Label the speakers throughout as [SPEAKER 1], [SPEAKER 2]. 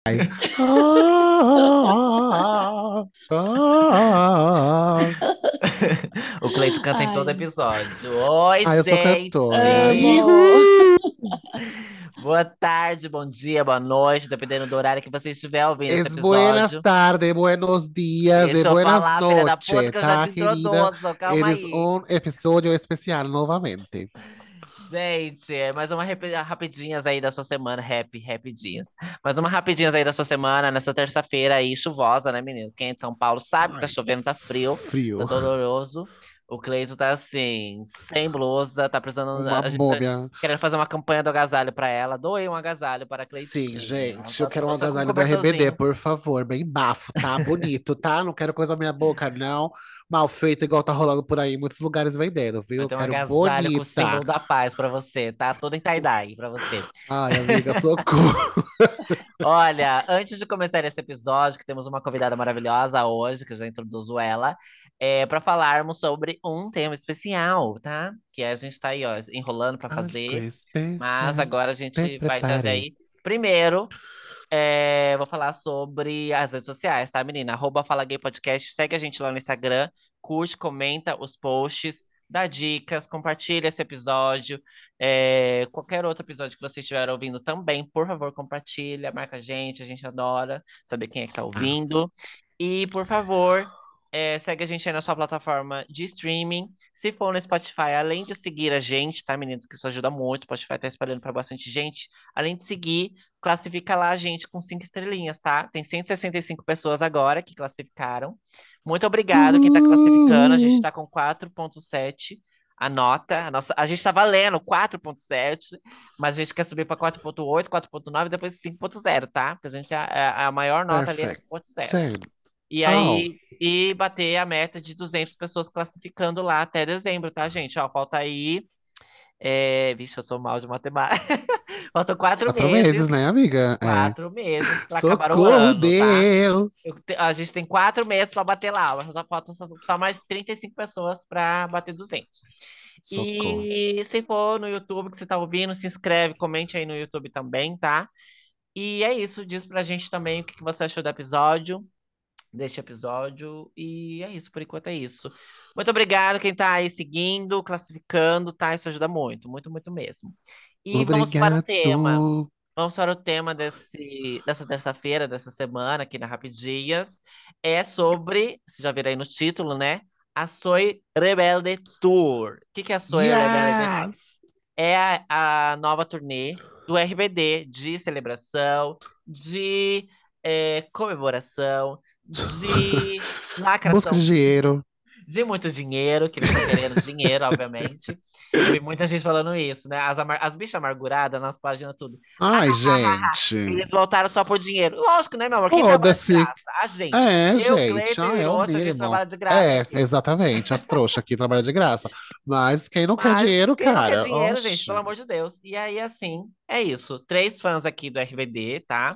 [SPEAKER 1] Ah, ah.
[SPEAKER 2] O Cleito canta em todo
[SPEAKER 3] Ai,
[SPEAKER 2] episódio. Oi,
[SPEAKER 1] Ah, eu sou cantora.
[SPEAKER 2] gente!
[SPEAKER 3] amo!
[SPEAKER 1] Ihu!
[SPEAKER 2] Boa tarde, bom dia, boa noite, dependendo do horário que você estiver ouvindo esse
[SPEAKER 1] Es buenas
[SPEAKER 2] episódio.
[SPEAKER 1] tardes, buenos dias e
[SPEAKER 2] Deixa eu
[SPEAKER 1] buenas
[SPEAKER 2] falar, filha da puta,
[SPEAKER 1] noches,
[SPEAKER 2] que eu já
[SPEAKER 1] tá,
[SPEAKER 2] te
[SPEAKER 1] querida?
[SPEAKER 2] introduzo. Calma
[SPEAKER 1] Eres
[SPEAKER 2] aí.
[SPEAKER 1] um episódio especial novamente.
[SPEAKER 2] Gente, mais uma rapidinhas aí da sua semana, rapidinhas. Mais uma rapidinhas aí da sua semana, nessa terça-feira aí, chuvosa, né, meninos? Quem é de São Paulo sabe que tá
[SPEAKER 1] Ai,
[SPEAKER 2] chovendo, tá frio, tá
[SPEAKER 1] frio.
[SPEAKER 2] doloroso. O Cleito tá assim, sem blusa, tá precisando.
[SPEAKER 1] Uma
[SPEAKER 2] A gente tá
[SPEAKER 1] múmia.
[SPEAKER 2] querendo fazer uma campanha do agasalho pra ela. Doei um agasalho para a
[SPEAKER 1] Sim,
[SPEAKER 2] Cleitinha.
[SPEAKER 1] gente, eu
[SPEAKER 2] Só
[SPEAKER 1] quero um
[SPEAKER 2] ficou só com um
[SPEAKER 1] agasalho do RBD,
[SPEAKER 2] cobertorzinho.
[SPEAKER 1] por favor, bem bafo, tá? Bonito, tá? Não quero coisa na minha boca, não. Mal feito, igual tá rolando por aí, em muitos lugares vendendo, viu?
[SPEAKER 2] Vai
[SPEAKER 1] Eu
[SPEAKER 2] ter um
[SPEAKER 1] quero
[SPEAKER 2] agasalho com o
[SPEAKER 1] bonita.
[SPEAKER 2] símbolo da paz pra você, tá? Todo em tie-dye pra você.
[SPEAKER 1] Ai, amiga, socorro.
[SPEAKER 2] Olha, antes de começar esse episódio, que temos uma convidada maravilhosa hoje, que eu já introduzo ela, para falarmos sobre um tema especial, tá? Que a gente tá aí, ó, enrolando para
[SPEAKER 1] Algo
[SPEAKER 2] fazer, mas
[SPEAKER 1] especial.
[SPEAKER 2] agora a
[SPEAKER 1] Me
[SPEAKER 2] gente vai trazer
[SPEAKER 1] preparei.
[SPEAKER 2] aí. Primeiro, vou falar sobre as redes sociais, tá, menina? Fala Gay Podcast, segue a gente lá no Instagram, curte, comenta os posts, dá dicas, compartilha esse episódio. Qualquer outro episódio que você estiver ouvindo também, por favor, compartilha, marca a gente adora saber quem é que tá
[SPEAKER 1] As.
[SPEAKER 2] ouvindo. E, por favor, segue a gente aí na sua plataforma de streaming. Se for no Spotify, além de seguir a gente, tá, meninos? Que isso ajuda muito. O Spotify tá espalhando para bastante gente. Além de seguir, classifica lá a gente com 5 estrelinhas, tá? Tem 165 pessoas agora que classificaram. Muito obrigado quem tá classificando. A gente
[SPEAKER 1] Uhul.
[SPEAKER 2] tá com 4,7 a nota. A gente tava lendo 4,7, mas a gente quer subir para 4,8, 4,9 e depois 5,0, tá? Porque a gente a maior nota ali é
[SPEAKER 1] Perfect.
[SPEAKER 2] 5,0.
[SPEAKER 1] Sim.
[SPEAKER 2] E
[SPEAKER 1] Oh.
[SPEAKER 2] aí, e bater a meta de 200 pessoas classificando lá até dezembro, tá, gente? Ó, falta aí. Vixe, eu sou mal de matemática. Faltam quatro
[SPEAKER 1] 4 meses,
[SPEAKER 2] meses
[SPEAKER 1] né, amiga? É.
[SPEAKER 2] 4 meses para acabar o
[SPEAKER 1] Socorro,
[SPEAKER 2] ano, tá?
[SPEAKER 1] Deus!
[SPEAKER 2] A gente tem 4 meses para bater lá, mas só faltam só mais 35 pessoas para bater 200.
[SPEAKER 1] Socorro.
[SPEAKER 2] E se for no YouTube que você tá ouvindo, se inscreve, comente aí no YouTube também, tá? E é isso, diz pra gente também o que que você achou do episódio, deste episódio. E é isso, por enquanto é isso. Muito obrigado quem tá aí seguindo, classificando, tá? Isso ajuda muito, muito, muito mesmo. E vamos para o tema.
[SPEAKER 1] Obrigado.
[SPEAKER 2] Vamos para o tema dessa terça-feira, dessa semana, aqui na Rapidinhas. É sobre, você já viram aí no título, né? A Soy Rebelde Tour. O que que é a Soy Rebelde?
[SPEAKER 1] Yes!
[SPEAKER 2] É a nova turnê do RBD de celebração, de comemoração, de
[SPEAKER 1] Busca de
[SPEAKER 2] lacração,
[SPEAKER 1] dinheiro.
[SPEAKER 2] de muito dinheiro, que eles estão querendo dinheiro, obviamente. Eu vi muita gente falando isso, né? As bichas amarguradas nas páginas, tudo.
[SPEAKER 1] Ai, gente.
[SPEAKER 2] Eles voltaram só por dinheiro. Lógico, né, meu amor? Quem trabalha de
[SPEAKER 1] Foda-se.
[SPEAKER 2] graça? A gente.
[SPEAKER 1] É,
[SPEAKER 2] Eu,
[SPEAKER 1] gente.
[SPEAKER 2] Cleiton e
[SPEAKER 1] Ah,
[SPEAKER 2] o
[SPEAKER 1] é o
[SPEAKER 2] Hiroshi, a gente
[SPEAKER 1] mínimo.
[SPEAKER 2] trabalha de graça
[SPEAKER 1] É,
[SPEAKER 2] aqui.
[SPEAKER 1] exatamente. As trouxas aqui trabalham de graça. Mas quem não quer
[SPEAKER 2] Mas
[SPEAKER 1] dinheiro,
[SPEAKER 2] quem não quer
[SPEAKER 1] cara?
[SPEAKER 2] dinheiro, gente, pelo
[SPEAKER 1] Oxe.
[SPEAKER 2] amor de Deus. E aí, assim, é isso. 3 fãs aqui do RBD, tá?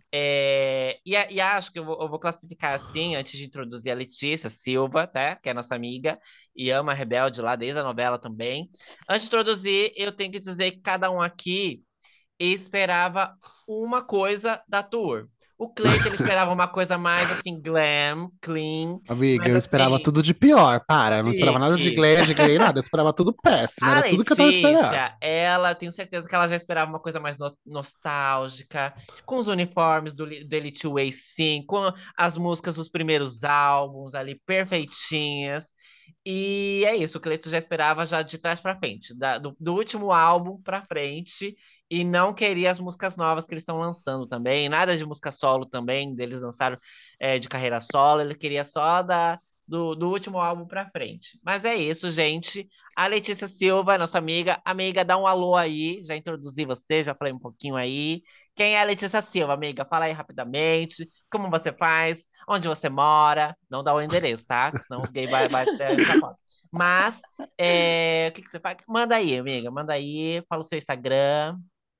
[SPEAKER 2] E acho que eu vou classificar assim, antes de introduzir a Letícia Silva, tá? Que é nossa amiga e ama Rebelde lá desde a novela também. Antes de introduzir, eu tenho que dizer que cada um aqui esperava uma coisa da tour. O Cleiton, ele esperava uma coisa mais assim, glam, clean,
[SPEAKER 1] Amiga,
[SPEAKER 2] mais
[SPEAKER 1] eu esperava
[SPEAKER 2] assim,
[SPEAKER 1] tudo de pior. Para, eu não esperava nada
[SPEAKER 2] chique.
[SPEAKER 1] de Glay, nada. Eu esperava tudo péssimo.
[SPEAKER 2] A
[SPEAKER 1] Era tudo que eu tava esperando.
[SPEAKER 2] Letícia, ela, tenho certeza que ela já esperava uma coisa mais nostálgica, com os uniformes do Elite Way, sim, com as músicas dos primeiros álbuns ali perfeitinhas. E é isso, o Cleito já esperava já de trás pra frente, do último álbum pra frente, e não queria as músicas novas que eles estão lançando também, nada de música solo também, deles lançaram de carreira solo, ele queria só do último álbum pra frente. Mas é isso, gente. A Letícia Silva, nossa amiga. Amiga, dá um alô aí. Já introduzi você, já falei um pouquinho aí. Quem é a Letícia Silva, amiga? Fala aí rapidamente. Como você faz? Onde você mora? Não dá o endereço, tá? Que senão os gays vai tirar foto. Mas, o que que você faz? Manda aí, amiga. Manda aí. Fala o seu Instagram.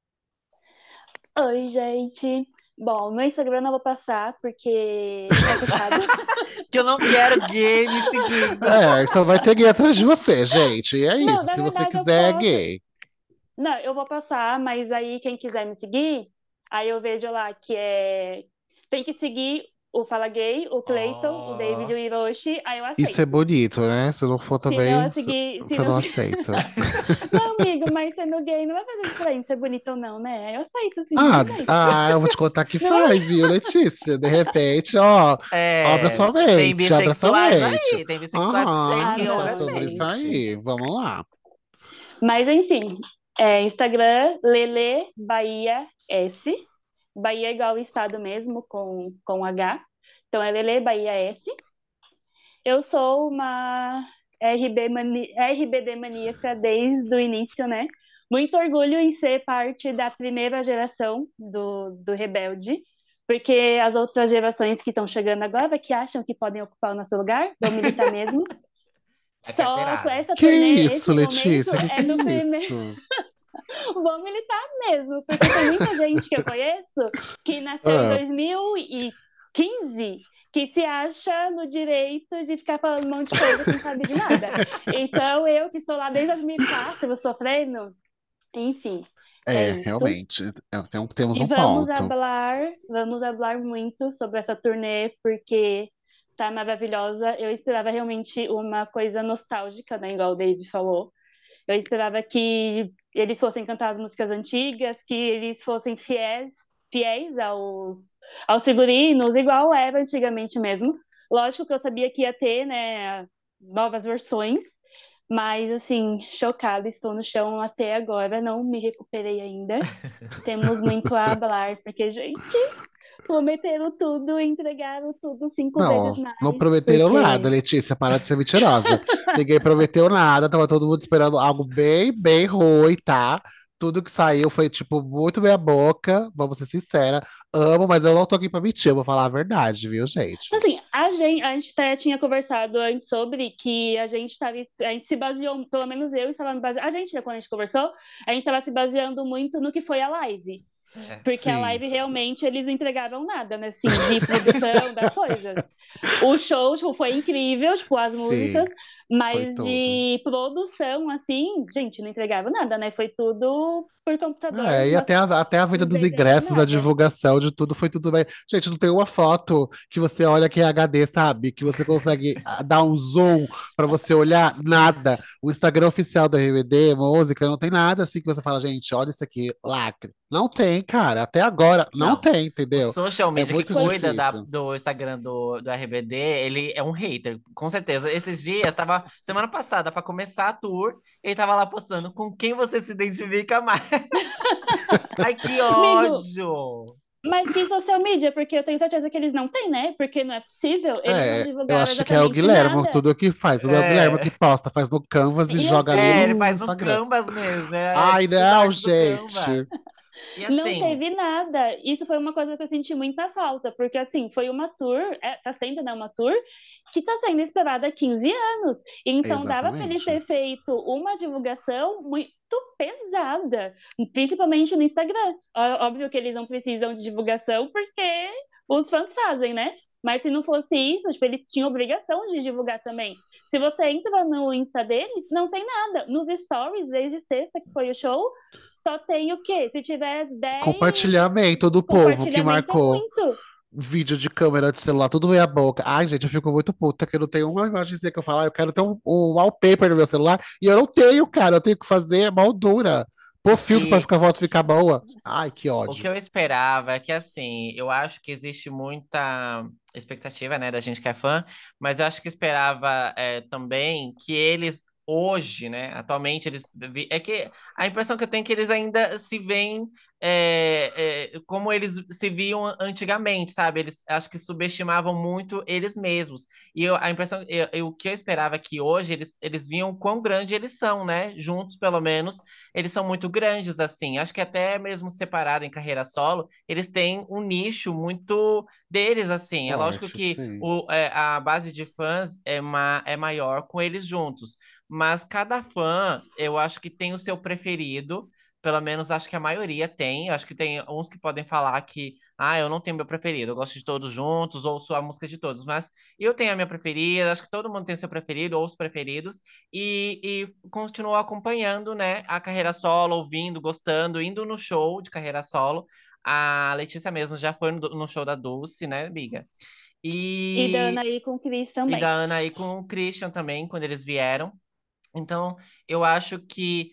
[SPEAKER 3] Oi, gente. Bom, meu Instagram eu não vou passar porque é fechado.
[SPEAKER 2] Que eu não quero gay me seguindo.
[SPEAKER 1] É, só vai ter gay atrás de você, gente. E é
[SPEAKER 3] Não,
[SPEAKER 1] isso.
[SPEAKER 3] na
[SPEAKER 1] Se você
[SPEAKER 3] verdade eu
[SPEAKER 1] quiser, é
[SPEAKER 3] posso.
[SPEAKER 1] gay.
[SPEAKER 3] Não, eu vou passar, mas aí quem quiser me seguir, Aí eu vejo lá que tem que seguir o Fala Gay, o Clayton, o David e
[SPEAKER 2] Ó.
[SPEAKER 3] o Hiroshi, aí eu
[SPEAKER 1] Isso é
[SPEAKER 3] aceito.
[SPEAKER 1] bonito, né? Se não for
[SPEAKER 3] Se não
[SPEAKER 1] também,
[SPEAKER 3] eu seguir, se
[SPEAKER 1] você
[SPEAKER 3] não
[SPEAKER 1] não
[SPEAKER 3] se...
[SPEAKER 1] aceita.
[SPEAKER 3] Não, amigo, mas sendo gay não vai fazer diferença ser bonito ou não, né? Aí eu aceito, simplesmente.
[SPEAKER 1] Eu vou te contar que
[SPEAKER 3] Não é?
[SPEAKER 1] faz, viu, Letícia? De repente, ó,
[SPEAKER 2] É, tem
[SPEAKER 1] abra sua
[SPEAKER 2] bissexuais
[SPEAKER 1] mente.
[SPEAKER 2] aí, tem bissexuais que
[SPEAKER 1] Aham,
[SPEAKER 3] Ah,
[SPEAKER 2] seguem
[SPEAKER 1] é
[SPEAKER 3] não,
[SPEAKER 1] sobre isso
[SPEAKER 3] gente.
[SPEAKER 2] obrigatoriamente.
[SPEAKER 1] aí. Vamos lá.
[SPEAKER 3] Mas enfim, Instagram, Lele Bahia S. Bahia é igual o estado mesmo, com H. Então é Lele Bahia S. Eu sou uma RBD maníaca desde o início, né? Muito orgulho em ser parte da primeira geração do Rebelde, porque as outras gerações que estão chegando agora, que acham que podem ocupar o nosso lugar, vão militar mesmo.
[SPEAKER 2] É
[SPEAKER 3] Só com
[SPEAKER 2] carteirada.
[SPEAKER 3] essa
[SPEAKER 1] Que
[SPEAKER 3] turnê,
[SPEAKER 1] isso,
[SPEAKER 3] esse momento
[SPEAKER 1] Letícia? Que
[SPEAKER 3] é do
[SPEAKER 1] é
[SPEAKER 3] primeiro.
[SPEAKER 1] isso?
[SPEAKER 3] Vão militar mesmo, porque tem muita gente que eu conheço que nasceu em
[SPEAKER 1] Ah,
[SPEAKER 3] 2015 que se acha no direito de ficar falando um monte de coisa que não sabe de nada. Então, eu que estou lá desde 2004, sofrendo, enfim, é isso.
[SPEAKER 1] realmente. Temos
[SPEAKER 3] E
[SPEAKER 1] um ponto.
[SPEAKER 3] vamos falar muito sobre essa turnê, porque tá maravilhosa. Eu esperava realmente uma coisa nostálgica, né, igual o Dave falou. Eu esperava que eles fossem cantar as músicas antigas, que eles fossem fiéis aos figurinos, igual era antigamente mesmo. Lógico que eu sabia que ia ter, né, novas versões, mas assim, chocada, estou no chão até agora, não me recuperei ainda. Temos muito a falar, porque, gente, prometeram tudo e entregaram tudo 5 vezes
[SPEAKER 1] Não
[SPEAKER 3] mais,
[SPEAKER 1] prometeram
[SPEAKER 3] porque
[SPEAKER 1] nada, Letícia. Para de ser mentirosa. Ninguém prometeu nada. Tava todo mundo esperando algo bem, bem ruim, tá? Tudo que saiu foi, tipo, muito meia boca. Vamos ser sincera. Amo, mas eu não tô aqui pra mentir. Eu vou falar a verdade, viu, gente?
[SPEAKER 3] assim, a gente até tinha conversado antes sobre que a gente se baseou, pelo menos eu estava me baseando, a gente, né, quando a gente conversou, a gente estava se baseando muito no que foi a live.
[SPEAKER 2] É.
[SPEAKER 3] Porque a
[SPEAKER 1] Sim,
[SPEAKER 3] live realmente eles não entregavam nada, né, assim, de produção das coisas. O show, tipo, foi incrível, tipo, as
[SPEAKER 1] sim.
[SPEAKER 3] músicas,
[SPEAKER 1] Foi
[SPEAKER 3] mas
[SPEAKER 1] tudo.
[SPEAKER 3] de produção, assim, gente, não entregava nada, né? Foi tudo por computador,
[SPEAKER 1] E até a venda
[SPEAKER 3] não
[SPEAKER 1] dos
[SPEAKER 3] entregava
[SPEAKER 1] ingressos, a
[SPEAKER 3] nada.
[SPEAKER 1] divulgação de tudo, foi tudo bem. Gente, não tem uma foto que você olha que é HD, sabe? Que você consegue dar um zoom pra você olhar, nada. O Instagram oficial da RBD, música, não tem nada assim que você fala, gente, olha isso aqui, lacre. Não tem, cara. Até agora, não
[SPEAKER 2] Não.
[SPEAKER 1] tem,
[SPEAKER 2] O
[SPEAKER 1] entendeu?
[SPEAKER 2] social
[SPEAKER 1] É
[SPEAKER 2] media que
[SPEAKER 1] muito
[SPEAKER 3] Quando-
[SPEAKER 2] cuida
[SPEAKER 1] difícil.
[SPEAKER 2] do Instagram do RBD, ele é um hater, com certeza. Esses dias, tava, semana passada, para começar a tour, ele tava lá postando com quem você se identifica mais. Ai, que
[SPEAKER 3] Amigo,
[SPEAKER 2] ódio!
[SPEAKER 3] mas que social media? Porque eu tenho certeza que eles não têm, né? Porque não é possível, eles não
[SPEAKER 1] Eu
[SPEAKER 3] divulgaram
[SPEAKER 1] acho que é o
[SPEAKER 3] exatamente
[SPEAKER 1] Guilhermo,
[SPEAKER 3] nada.
[SPEAKER 1] tudo o que faz, tudo é o Guilherme
[SPEAKER 2] É,
[SPEAKER 1] que posta, faz no Canvas e
[SPEAKER 3] E
[SPEAKER 1] joga ali
[SPEAKER 2] ele
[SPEAKER 1] no
[SPEAKER 2] faz no
[SPEAKER 1] Instagram.
[SPEAKER 2] Canvas mesmo, é
[SPEAKER 1] Ai,
[SPEAKER 2] tipo os
[SPEAKER 1] não,
[SPEAKER 2] artes do
[SPEAKER 1] gente.
[SPEAKER 2] Canvas. E
[SPEAKER 3] não
[SPEAKER 2] assim,
[SPEAKER 3] teve nada. Isso foi uma coisa que eu senti muita falta, porque assim, foi uma tour, tá sendo, né, uma tour que tá sendo esperada há 15 anos. Então dava para eles
[SPEAKER 1] Exatamente.
[SPEAKER 3] ter feito uma divulgação muito pesada, principalmente no Instagram. Óbvio que eles não precisam de divulgação porque os fãs fazem, né? Mas se não fosse isso, tipo, eles tinham obrigação de divulgar também. Se você entra no Insta deles, não tem nada. Nos stories, desde sexta, que foi o show, só tem o quê? Se tiver 10
[SPEAKER 1] Compartilhamento do povo que
[SPEAKER 3] compartilhamento, é
[SPEAKER 1] marcou
[SPEAKER 3] muito.
[SPEAKER 1] vídeo de câmera de celular, tudo meia boca. Ai, gente, eu fico muito puta que eu não tenho uma imagenzinha que eu falo, eu quero ter um wallpaper no meu celular e eu não tenho, cara. Eu tenho que fazer moldura. Pôr
[SPEAKER 2] o
[SPEAKER 1] filtro pra
[SPEAKER 2] que
[SPEAKER 1] ficar a foto ficar boa. Ai, que
[SPEAKER 2] O que
[SPEAKER 1] ódio.
[SPEAKER 2] eu esperava é que, assim, eu acho que existe muita expectativa, né, da gente que é fã, mas eu acho que esperava também que eles, hoje, né, atualmente, é que a impressão que eu tenho é que eles ainda se veem como eles se viam antigamente, sabe? Eles acho que subestimavam muito eles mesmos. E a impressão, o que eu esperava é que hoje eles viam quão grande eles são, né? Juntos, pelo menos eles são muito grandes, assim. Acho que até mesmo separado em carreira solo, eles têm um nicho muito deles, assim. É lógico
[SPEAKER 1] Forte,
[SPEAKER 2] que
[SPEAKER 1] sim.
[SPEAKER 2] a base de fãs é maior com eles juntos, mas cada fã, eu acho que tem o seu preferido. Pelo menos acho que a maioria tem. Acho que tem uns que podem falar que, eu não tenho meu preferido, eu gosto de todos juntos, ouço a música de todos. Mas eu tenho a minha preferida, acho que todo mundo tem seu preferido, ou os preferidos e continuou acompanhando, né, a carreira solo, ouvindo, gostando, indo no show de carreira solo. A Letícia mesmo já foi no show da Dulce, né, amiga?
[SPEAKER 3] E da
[SPEAKER 2] E,
[SPEAKER 3] Anaí com o Cris
[SPEAKER 2] e da
[SPEAKER 3] também.
[SPEAKER 2] Ana aí com o Christian também, quando eles vieram. Então, eu acho que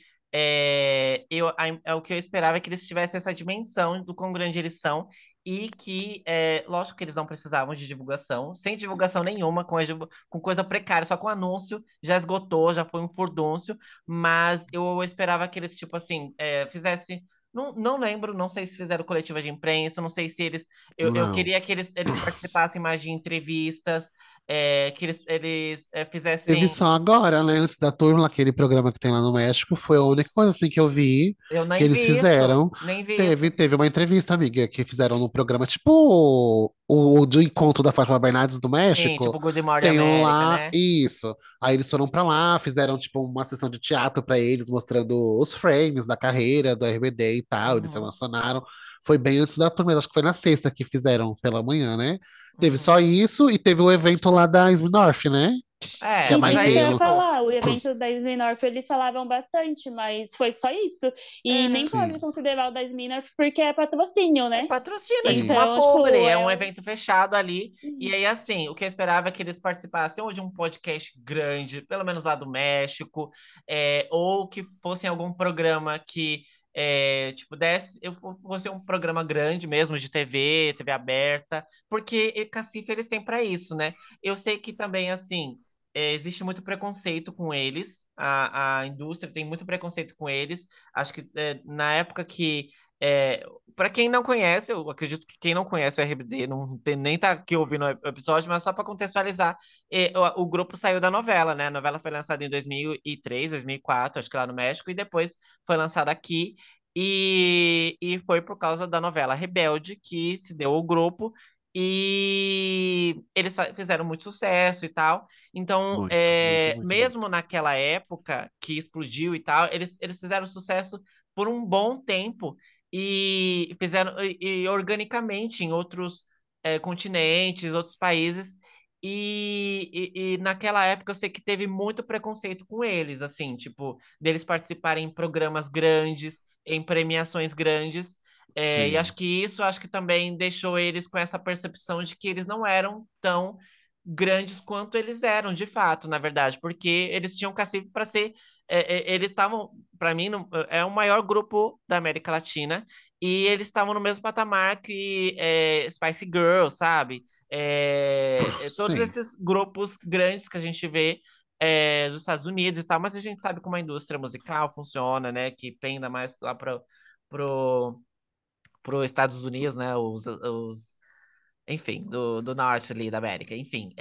[SPEAKER 2] é o que eu esperava é que eles tivessem essa dimensão do quão grande eles são e que, lógico que eles não precisavam de divulgação, sem divulgação nenhuma, com coisa precária, só com anúncio, já esgotou, já foi um furdúncio, mas eu esperava que eles, tipo assim, fizessem. Não, não lembro, não sei se fizeram coletiva de imprensa, não sei se eles. Eu
[SPEAKER 1] Não.
[SPEAKER 2] queria que eles participassem mais de entrevistas, que eles
[SPEAKER 1] Teve
[SPEAKER 2] fizessem.
[SPEAKER 1] só agora, né? Antes da turma, aquele programa que tem lá no México, foi a única coisa assim que eu vi
[SPEAKER 2] Eu
[SPEAKER 1] que
[SPEAKER 2] nem
[SPEAKER 1] eles
[SPEAKER 2] vi isso,
[SPEAKER 1] fizeram.
[SPEAKER 2] nem vi
[SPEAKER 1] Teve,
[SPEAKER 2] isso.
[SPEAKER 1] teve uma entrevista, amiga, que fizeram no programa, tipo o do encontro da Fátima Bernardes do
[SPEAKER 2] Sim,
[SPEAKER 1] México.
[SPEAKER 2] tipo Good Morning
[SPEAKER 1] Tem um
[SPEAKER 2] América,
[SPEAKER 1] lá,
[SPEAKER 2] né?
[SPEAKER 1] isso. Aí eles foram pra lá, fizeram tipo uma sessão de teatro pra eles, mostrando os frames da carreira do RBD e tal. Eles se
[SPEAKER 2] Uhum,
[SPEAKER 1] emocionaram. Foi bem antes da turma, acho que foi na sexta que fizeram pela manhã, né? Teve só
[SPEAKER 2] uhum.
[SPEAKER 1] isso e teve o evento lá da Smirnoff, né? Que a
[SPEAKER 2] É, mas
[SPEAKER 3] Então,
[SPEAKER 2] aí,
[SPEAKER 3] isso eu
[SPEAKER 1] Maitê.
[SPEAKER 3] ia
[SPEAKER 2] tipo,
[SPEAKER 3] falar, o evento da Smirnoff eles falavam bastante, mas foi só isso. E nem
[SPEAKER 2] é,
[SPEAKER 3] pode
[SPEAKER 1] Sim,
[SPEAKER 3] considerar o da Smirnoff porque é patrocínio,
[SPEAKER 2] é
[SPEAKER 3] né?
[SPEAKER 2] patrocínio, é tipo
[SPEAKER 1] sim,
[SPEAKER 2] uma
[SPEAKER 3] Então,
[SPEAKER 2] publi,
[SPEAKER 3] tipo,
[SPEAKER 2] é
[SPEAKER 3] é
[SPEAKER 2] um
[SPEAKER 3] o.
[SPEAKER 2] evento fechado ali. E aí, assim, o que eu esperava é que eles participassem ou de um podcast grande, pelo menos lá do México, ou que fossem algum programa que, tipo, fosse um programa grande mesmo, de TV aberta, porque Cacife eles têm para isso, né? Eu sei que também, assim. Existe muito preconceito com eles, a indústria tem muito preconceito com eles. Acho que na época que para quem não conhece, eu acredito que quem não conhece o RBD não tem, nem tá aqui ouvindo o episódio, mas só para contextualizar, o grupo saiu da novela, né? A novela foi lançada em 2003, 2004, acho que lá no México, e depois foi lançada aqui. E foi por causa da novela Rebelde que se deu o grupo. E eles fizeram muito sucesso e tal. Então,
[SPEAKER 1] muito, muito, muito, muito.
[SPEAKER 2] mesmo naquela época que explodiu e tal, eles fizeram sucesso por um bom tempo e fizeram e organicamente em outros continentes, outros países. E naquela época eu sei que teve muito preconceito com eles, assim, tipo, deles participarem em programas grandes, em premiações grandes. E
[SPEAKER 1] Sim,
[SPEAKER 2] acho que isso acho que também deixou eles com essa percepção de que eles não eram tão grandes quanto eles eram, de fato, na verdade, porque eles tinham cacife para ser. Eles estavam, para mim, é o maior grupo da América Latina e eles estavam no mesmo patamar que Spice Girls, sabe? Todos
[SPEAKER 1] sim.
[SPEAKER 2] esses grupos grandes que a gente vê dos Estados Unidos e tal, mas a gente sabe como a indústria musical funciona, né? Que penda mais lá para pro, pro Estados Unidos, né? Enfim, do norte ali da América, enfim.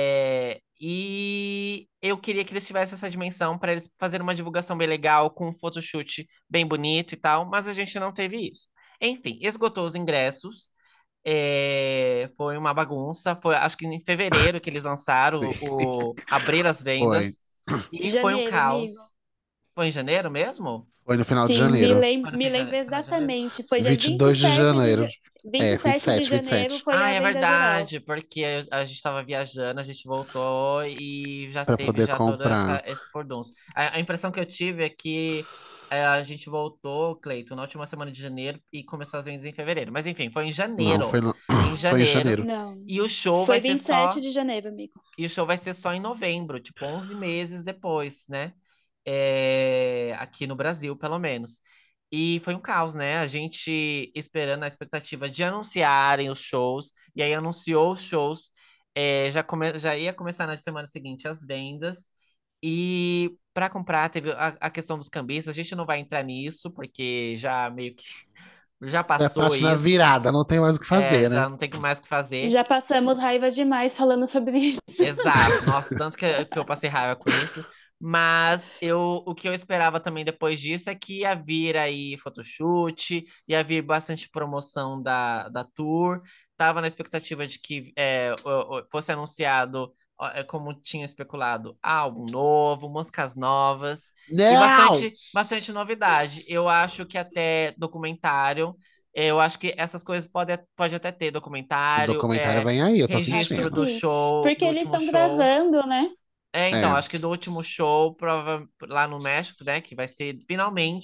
[SPEAKER 2] E eu queria que eles tivessem essa dimensão para eles fazerem uma divulgação bem legal, com um photoshoot bem bonito e tal, mas a gente não teve isso. Enfim, esgotou os ingressos, foi uma bagunça, foi acho que em fevereiro que eles lançaram abrir as
[SPEAKER 1] Foi.
[SPEAKER 2] vendas, e foi um
[SPEAKER 3] Janeiro, amigo.
[SPEAKER 2] caos. Foi em janeiro mesmo?
[SPEAKER 1] Foi no final de
[SPEAKER 3] Sim,
[SPEAKER 1] janeiro.
[SPEAKER 2] Foi no
[SPEAKER 3] me lembro
[SPEAKER 2] final de janeiro?
[SPEAKER 3] exatamente. Foi dia
[SPEAKER 1] 22 de janeiro.
[SPEAKER 3] vinte
[SPEAKER 1] É,
[SPEAKER 3] e sete de
[SPEAKER 1] 27,
[SPEAKER 3] janeiro
[SPEAKER 1] 27.
[SPEAKER 3] foi
[SPEAKER 2] Ah,
[SPEAKER 3] a
[SPEAKER 2] é
[SPEAKER 3] venda geral.
[SPEAKER 2] verdade, porque a gente estava viajando, a gente voltou e já
[SPEAKER 1] Pra
[SPEAKER 2] teve
[SPEAKER 1] poder
[SPEAKER 2] já todo
[SPEAKER 1] comprar.
[SPEAKER 2] esse furdunço. A impressão que eu tive é que a gente voltou, Cleiton, na última semana de janeiro e começou as vendas em fevereiro. Mas enfim, foi em
[SPEAKER 1] Não,
[SPEAKER 2] janeiro.
[SPEAKER 1] foi, no...
[SPEAKER 2] Em
[SPEAKER 1] foi em
[SPEAKER 2] janeiro.
[SPEAKER 1] janeiro.
[SPEAKER 3] Não.
[SPEAKER 2] E o show vai
[SPEAKER 3] Foi
[SPEAKER 2] ser
[SPEAKER 3] 27
[SPEAKER 2] só.
[SPEAKER 3] de janeiro, amigo.
[SPEAKER 2] E o show vai ser só em novembro, tipo 11 meses depois, né? Aqui no Brasil, pelo menos. E foi um caos, né? A gente esperando a expectativa de anunciarem os shows, e aí anunciou os shows, já ia começar na semana seguinte as vendas, e para comprar teve a questão dos cambistas, a gente não vai entrar nisso, porque já meio que já
[SPEAKER 1] É a
[SPEAKER 2] passou
[SPEAKER 1] parte na
[SPEAKER 2] isso,
[SPEAKER 1] virada, não tem mais o que fazer, né?
[SPEAKER 2] já não tem mais o que fazer.
[SPEAKER 3] Já passamos raiva demais falando sobre isso.
[SPEAKER 2] Exato, nossa, tanto que eu passei raiva com isso. Mas o que eu esperava também depois disso é que ia vir aí photoshoot, ia vir bastante promoção da tour. Tava na expectativa de que fosse anunciado, como tinha especulado, álbum novo, músicas novas e
[SPEAKER 1] Não!
[SPEAKER 2] bastante novidade. Eu acho que até documentário, eu acho que essas coisas pode até ter
[SPEAKER 1] O
[SPEAKER 2] documentário,
[SPEAKER 1] documentário vem aí, eu tô
[SPEAKER 3] Acho que
[SPEAKER 2] registro
[SPEAKER 1] assistindo.
[SPEAKER 2] do
[SPEAKER 3] sim.
[SPEAKER 2] show,
[SPEAKER 3] Porque
[SPEAKER 2] do
[SPEAKER 3] eles
[SPEAKER 2] último
[SPEAKER 3] estão
[SPEAKER 2] show.
[SPEAKER 3] gravando, né?
[SPEAKER 2] Então,
[SPEAKER 1] É,
[SPEAKER 2] acho que do último show, lá no México, né, que vai ser finalmente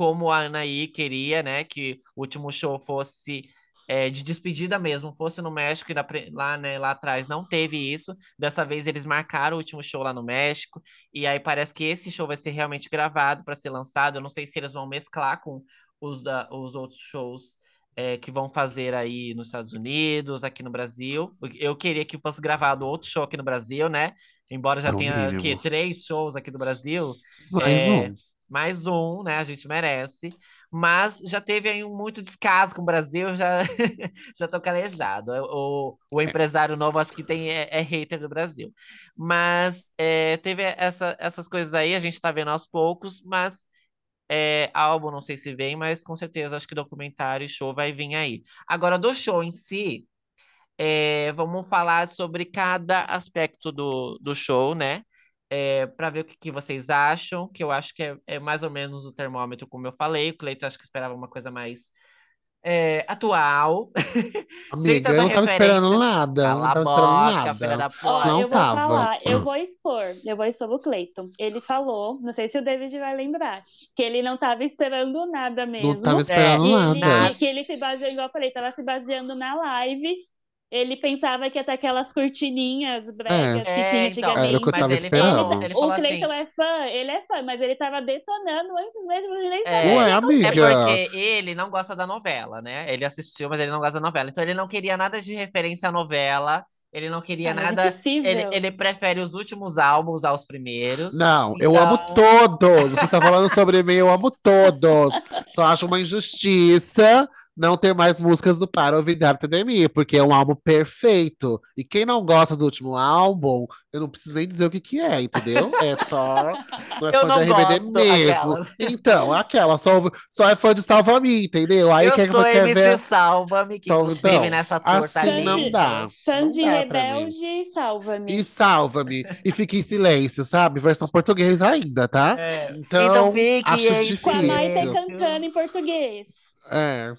[SPEAKER 2] como a Anaí queria, né, que o último show fosse de despedida mesmo, fosse no México e lá, né, lá atrás não teve isso. Dessa vez eles marcaram o último show lá no México e aí parece que esse show vai ser realmente gravado para ser lançado. Eu não sei se eles vão mesclar com os outros shows que vão fazer aí nos Estados Unidos, aqui no Brasil. Eu queria que fosse gravado outro show aqui no Brasil, né? Embora já
[SPEAKER 1] É o
[SPEAKER 2] tenha que
[SPEAKER 1] mínimo.
[SPEAKER 2] 3 shows aqui no Brasil,
[SPEAKER 1] Mais
[SPEAKER 2] é,
[SPEAKER 1] um.
[SPEAKER 2] mais um, né? A gente merece. Mas já teve aí muito descaso com o Brasil, já já tô calejado. O
[SPEAKER 1] É,
[SPEAKER 2] empresário novo acho que é hater do Brasil. Mas teve essas coisas aí, a gente tá vendo aos poucos, mas álbum não sei se vem, mas com certeza acho que documentário e show vai vir aí. Agora, do show em si, vamos falar sobre cada aspecto do show, né? Para ver o que vocês acham, que eu acho que é mais ou menos o termômetro, como eu falei. O Cleiton acho que esperava uma coisa mais atual, sem
[SPEAKER 1] amiga, eu
[SPEAKER 2] tanta
[SPEAKER 1] não tava esperando
[SPEAKER 2] referência.
[SPEAKER 1] nada. Eu
[SPEAKER 2] Cala
[SPEAKER 1] não
[SPEAKER 2] a
[SPEAKER 1] tava esperando
[SPEAKER 2] boca, filha
[SPEAKER 1] nada.
[SPEAKER 2] da
[SPEAKER 3] Ó,
[SPEAKER 2] puta.
[SPEAKER 1] Não
[SPEAKER 3] eu vou
[SPEAKER 1] tava.
[SPEAKER 3] falar, eu vou expor o Cleiton. Ele falou, não sei se o David vai lembrar, que ele não estava esperando nada
[SPEAKER 1] Não tava
[SPEAKER 3] mesmo.
[SPEAKER 2] É,
[SPEAKER 1] esperando nada.
[SPEAKER 3] Que ele se baseou, igual eu falei, estava se baseando na live. Ele pensava que ia ter aquelas cortininhas
[SPEAKER 1] É,
[SPEAKER 3] bregas que tinha
[SPEAKER 2] então,
[SPEAKER 1] era o que eu
[SPEAKER 3] antigamente.
[SPEAKER 2] mas
[SPEAKER 1] tava esperando.
[SPEAKER 2] ele
[SPEAKER 3] O
[SPEAKER 2] falou assim.
[SPEAKER 3] Cleiton é fã, ele é fã, mas ele estava detonando antes mesmo de nem saber o que
[SPEAKER 2] É,
[SPEAKER 1] Ué,
[SPEAKER 3] ia
[SPEAKER 2] é
[SPEAKER 1] amiga.
[SPEAKER 3] acontecer.
[SPEAKER 2] porque ele não gosta da novela, né? Ele assistiu, mas ele não gosta da novela. Então ele não queria nada de referência à novela. Ele não queria
[SPEAKER 3] Ah, mas
[SPEAKER 2] nada. Ele,
[SPEAKER 3] impossível.
[SPEAKER 2] ele prefere os últimos álbuns aos primeiros.
[SPEAKER 1] Não, eu amo
[SPEAKER 2] Então,
[SPEAKER 1] todos. Você tá falando sobre mim, eu amo todos. Só acho uma injustiça não ter mais músicas do Para Ouvir da Academia, porque é um álbum perfeito. E quem não gosta do último álbum, eu não preciso nem dizer o que que é, entendeu? É só. Não é
[SPEAKER 2] eu
[SPEAKER 1] fã de
[SPEAKER 2] não
[SPEAKER 1] RBD
[SPEAKER 2] gosto
[SPEAKER 1] mesmo.
[SPEAKER 2] aquelas.
[SPEAKER 1] Então, aquela, só é fã de Salva-me, entendeu? Aí
[SPEAKER 2] Eu
[SPEAKER 1] quer,
[SPEAKER 2] sou
[SPEAKER 1] quer
[SPEAKER 2] MC
[SPEAKER 1] ver.
[SPEAKER 2] Salva-me, que inclusive
[SPEAKER 1] Então,
[SPEAKER 2] nessa tour tá
[SPEAKER 1] assim
[SPEAKER 3] Fãs
[SPEAKER 1] não
[SPEAKER 3] de,
[SPEAKER 1] dá.
[SPEAKER 2] lindo.
[SPEAKER 3] fãs
[SPEAKER 1] Não
[SPEAKER 3] de
[SPEAKER 1] dá pra mim.
[SPEAKER 3] Rebelde,
[SPEAKER 1] E
[SPEAKER 3] salva-me.
[SPEAKER 1] salva-me. E fique em silêncio, sabe? Versão português ainda, tá?
[SPEAKER 2] Então
[SPEAKER 1] Então,
[SPEAKER 2] fique
[SPEAKER 1] acho
[SPEAKER 2] em
[SPEAKER 3] Com a Maite
[SPEAKER 1] difícil.
[SPEAKER 3] cantando
[SPEAKER 2] silêncio.
[SPEAKER 3] em português.
[SPEAKER 1] É,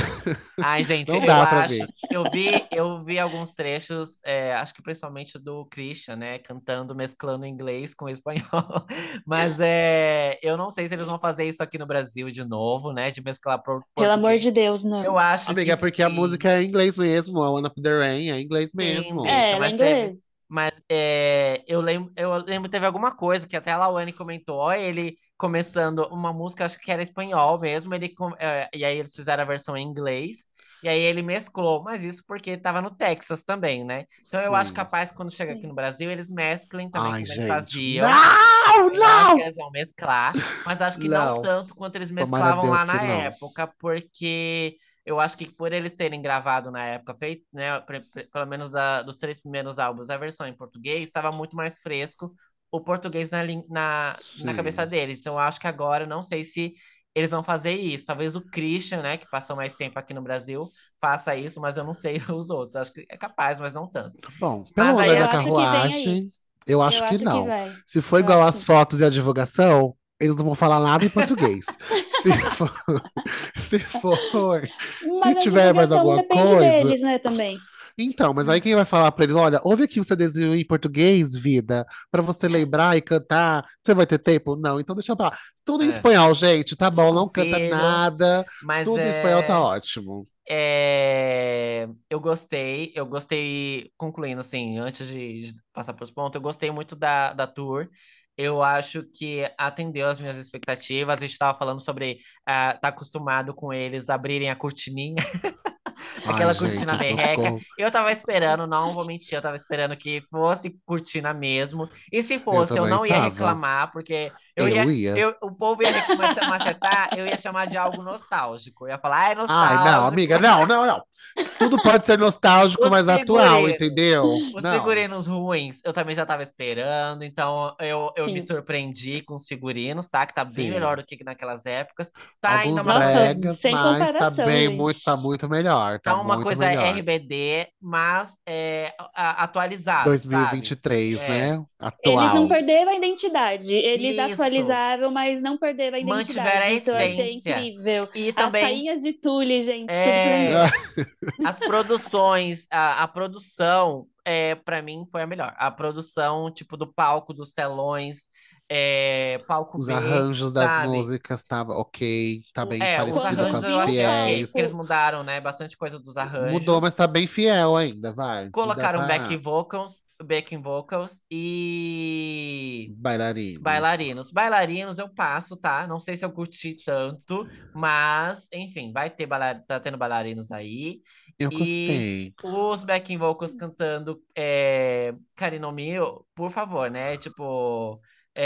[SPEAKER 2] Ai, gente,
[SPEAKER 1] não
[SPEAKER 2] eu
[SPEAKER 1] dá pra
[SPEAKER 2] acho.
[SPEAKER 1] mim.
[SPEAKER 2] Eu vi alguns trechos, acho que principalmente do Christian, né? Cantando, mesclando inglês com espanhol. Mas eu não sei se eles vão fazer isso aqui no Brasil de novo, né? De mesclar
[SPEAKER 3] Pelo amor
[SPEAKER 2] português.
[SPEAKER 3] de Deus,
[SPEAKER 2] Eu
[SPEAKER 3] não.
[SPEAKER 2] acho
[SPEAKER 1] Amiga,
[SPEAKER 2] que
[SPEAKER 1] é porque a música
[SPEAKER 2] sim.
[SPEAKER 1] é em inglês mesmo. A One Up the Rain é em inglês
[SPEAKER 2] Sim,
[SPEAKER 1] mesmo.
[SPEAKER 3] É,
[SPEAKER 2] bicha,
[SPEAKER 3] ela é
[SPEAKER 2] mas teve.
[SPEAKER 3] inglês.
[SPEAKER 2] Mas eu lembro teve alguma coisa que até a Lawane comentou, ó, ele começando uma música, acho que era espanhol mesmo, e aí eles fizeram a versão em inglês, e aí ele mesclou, mas isso porque estava no Texas também, né? Então eu acho
[SPEAKER 1] Sim.
[SPEAKER 2] capaz que quando chega aqui
[SPEAKER 3] Sim.
[SPEAKER 2] no Brasil, eles mesclem também
[SPEAKER 1] Ai,
[SPEAKER 2] como eles
[SPEAKER 1] gente.
[SPEAKER 2] faziam.
[SPEAKER 1] Não,
[SPEAKER 2] Eu acho que
[SPEAKER 1] não!
[SPEAKER 2] eles vão mesclar, mas acho que não
[SPEAKER 1] Não.
[SPEAKER 2] tanto quanto eles
[SPEAKER 1] Tomara a
[SPEAKER 2] mesclavam lá
[SPEAKER 1] Deus que
[SPEAKER 2] na
[SPEAKER 1] não.
[SPEAKER 2] época, porque eu acho que por eles terem gravado na época, feito, né, pelo menos dos 3 primeiros álbuns, a versão em português, estava muito mais fresco o português na cabeça
[SPEAKER 1] Sim.
[SPEAKER 2] deles. Então eu acho que agora, não sei se eles vão fazer isso. Talvez o Christian, né, que passou mais tempo aqui no Brasil, faça isso, mas eu não sei os outros. Acho que é capaz, mas não tanto.
[SPEAKER 1] Bom, pelo
[SPEAKER 2] Mas aí
[SPEAKER 1] andar
[SPEAKER 3] Eu
[SPEAKER 1] da
[SPEAKER 3] acho que vem aí.
[SPEAKER 1] carruagem, eu
[SPEAKER 3] Eu
[SPEAKER 1] acho que
[SPEAKER 3] acho que
[SPEAKER 1] não.
[SPEAKER 3] vai.
[SPEAKER 1] Se for
[SPEAKER 3] Eu
[SPEAKER 1] igual
[SPEAKER 3] acho
[SPEAKER 1] as
[SPEAKER 3] que.
[SPEAKER 1] fotos e a divulgação, eles não vão falar nada em português. Se for, se for, se
[SPEAKER 3] Mas a
[SPEAKER 1] tiver mais
[SPEAKER 3] divulgação
[SPEAKER 1] alguma
[SPEAKER 3] depende
[SPEAKER 1] coisa,
[SPEAKER 3] deles, né, também.
[SPEAKER 1] então, mas aí quem vai falar pra eles, olha, ouve aqui o CDzinho em português, vida, pra você lembrar e cantar. Você vai ter tempo? Não, então deixa pra lá. Tudo em
[SPEAKER 2] É,
[SPEAKER 1] espanhol, gente, tá bom,
[SPEAKER 2] tudo
[SPEAKER 1] não canta
[SPEAKER 2] filho,
[SPEAKER 1] nada.
[SPEAKER 2] mas
[SPEAKER 1] Tudo em espanhol tá ótimo.
[SPEAKER 2] eu gostei, concluindo assim, antes de passar para os pontos, eu gostei muito da tour. Eu acho que atendeu às minhas expectativas. A gente estava falando sobre tá acostumado com eles abrirem a cortininha,
[SPEAKER 1] Ai,
[SPEAKER 2] aquela cortina
[SPEAKER 1] gente,
[SPEAKER 2] merreca.
[SPEAKER 1] socorro.
[SPEAKER 2] Eu tava esperando, não vou mentir, eu tava esperando que fosse cortina mesmo. E se
[SPEAKER 1] Eu
[SPEAKER 2] fosse, eu
[SPEAKER 1] também
[SPEAKER 2] não ia
[SPEAKER 1] tava.
[SPEAKER 2] reclamar, porque
[SPEAKER 1] Eu ia.
[SPEAKER 2] o povo ia macetar, eu ia chamar de algo nostálgico. Eu ia falar, é
[SPEAKER 1] Ai, não,
[SPEAKER 2] nostálgico.
[SPEAKER 1] amiga, não, não, não. Tudo pode ser nostálgico,
[SPEAKER 2] Os
[SPEAKER 1] mas atual,
[SPEAKER 2] figurinos,
[SPEAKER 1] entendeu?
[SPEAKER 2] os
[SPEAKER 1] Não.
[SPEAKER 2] figurinos ruins, eu também já tava esperando, então eu me
[SPEAKER 3] Sim.
[SPEAKER 2] surpreendi com os figurinos, tá? Que tá bem melhor
[SPEAKER 1] Sim.
[SPEAKER 2] do que naquelas épocas. Tá ainda
[SPEAKER 1] Alguns
[SPEAKER 2] uma
[SPEAKER 3] Nossa,
[SPEAKER 2] coisa.
[SPEAKER 1] bregas,
[SPEAKER 3] sem
[SPEAKER 1] mas tá
[SPEAKER 3] comparação,
[SPEAKER 1] bem,
[SPEAKER 3] gente.
[SPEAKER 1] tá muito melhor, tá
[SPEAKER 2] Tá uma
[SPEAKER 1] muito
[SPEAKER 2] coisa
[SPEAKER 1] melhor.
[SPEAKER 2] RBD, mas atualizado, sabe?
[SPEAKER 1] 2023,
[SPEAKER 2] É.
[SPEAKER 1] né?
[SPEAKER 3] Eles não
[SPEAKER 1] Atual.
[SPEAKER 3] perderam a identidade. Eles
[SPEAKER 2] Isso.
[SPEAKER 3] atualizaram, mas não perderam a
[SPEAKER 2] Mantiveram a
[SPEAKER 3] identidade. Isso eu achei
[SPEAKER 2] essência.
[SPEAKER 3] incrível.
[SPEAKER 2] E
[SPEAKER 3] As
[SPEAKER 2] também
[SPEAKER 3] sainhas de tule, gente, tudo pra mim.
[SPEAKER 2] é, as produções, a produção, para mim, foi a melhor. A produção, tipo, do palco, dos telões, palco
[SPEAKER 1] Os
[SPEAKER 2] B,
[SPEAKER 1] arranjos das
[SPEAKER 2] sabe?
[SPEAKER 1] músicas tava ok, tá bem
[SPEAKER 2] Os
[SPEAKER 3] Quando
[SPEAKER 1] parecido com
[SPEAKER 2] arranjos
[SPEAKER 1] as
[SPEAKER 2] eu
[SPEAKER 3] tinha o
[SPEAKER 2] achei ok, porque eles
[SPEAKER 1] fiéis.
[SPEAKER 3] palco,
[SPEAKER 2] mudaram, né, bastante coisa dos
[SPEAKER 1] Mudou,
[SPEAKER 2] arranjos.
[SPEAKER 1] mas tá bem fiel ainda, vai. E dá
[SPEAKER 2] Colocaram
[SPEAKER 1] pra
[SPEAKER 2] backing vocals e
[SPEAKER 1] bailarinos.
[SPEAKER 2] bailarinos. Bailarinos eu passo, tá? Não sei se eu curti tanto, mas enfim, tá tendo bailarinos aí.
[SPEAKER 1] Eu
[SPEAKER 2] E
[SPEAKER 1] gostei.
[SPEAKER 2] os backing vocals cantando Cari no Mio, por favor, né? Tipo,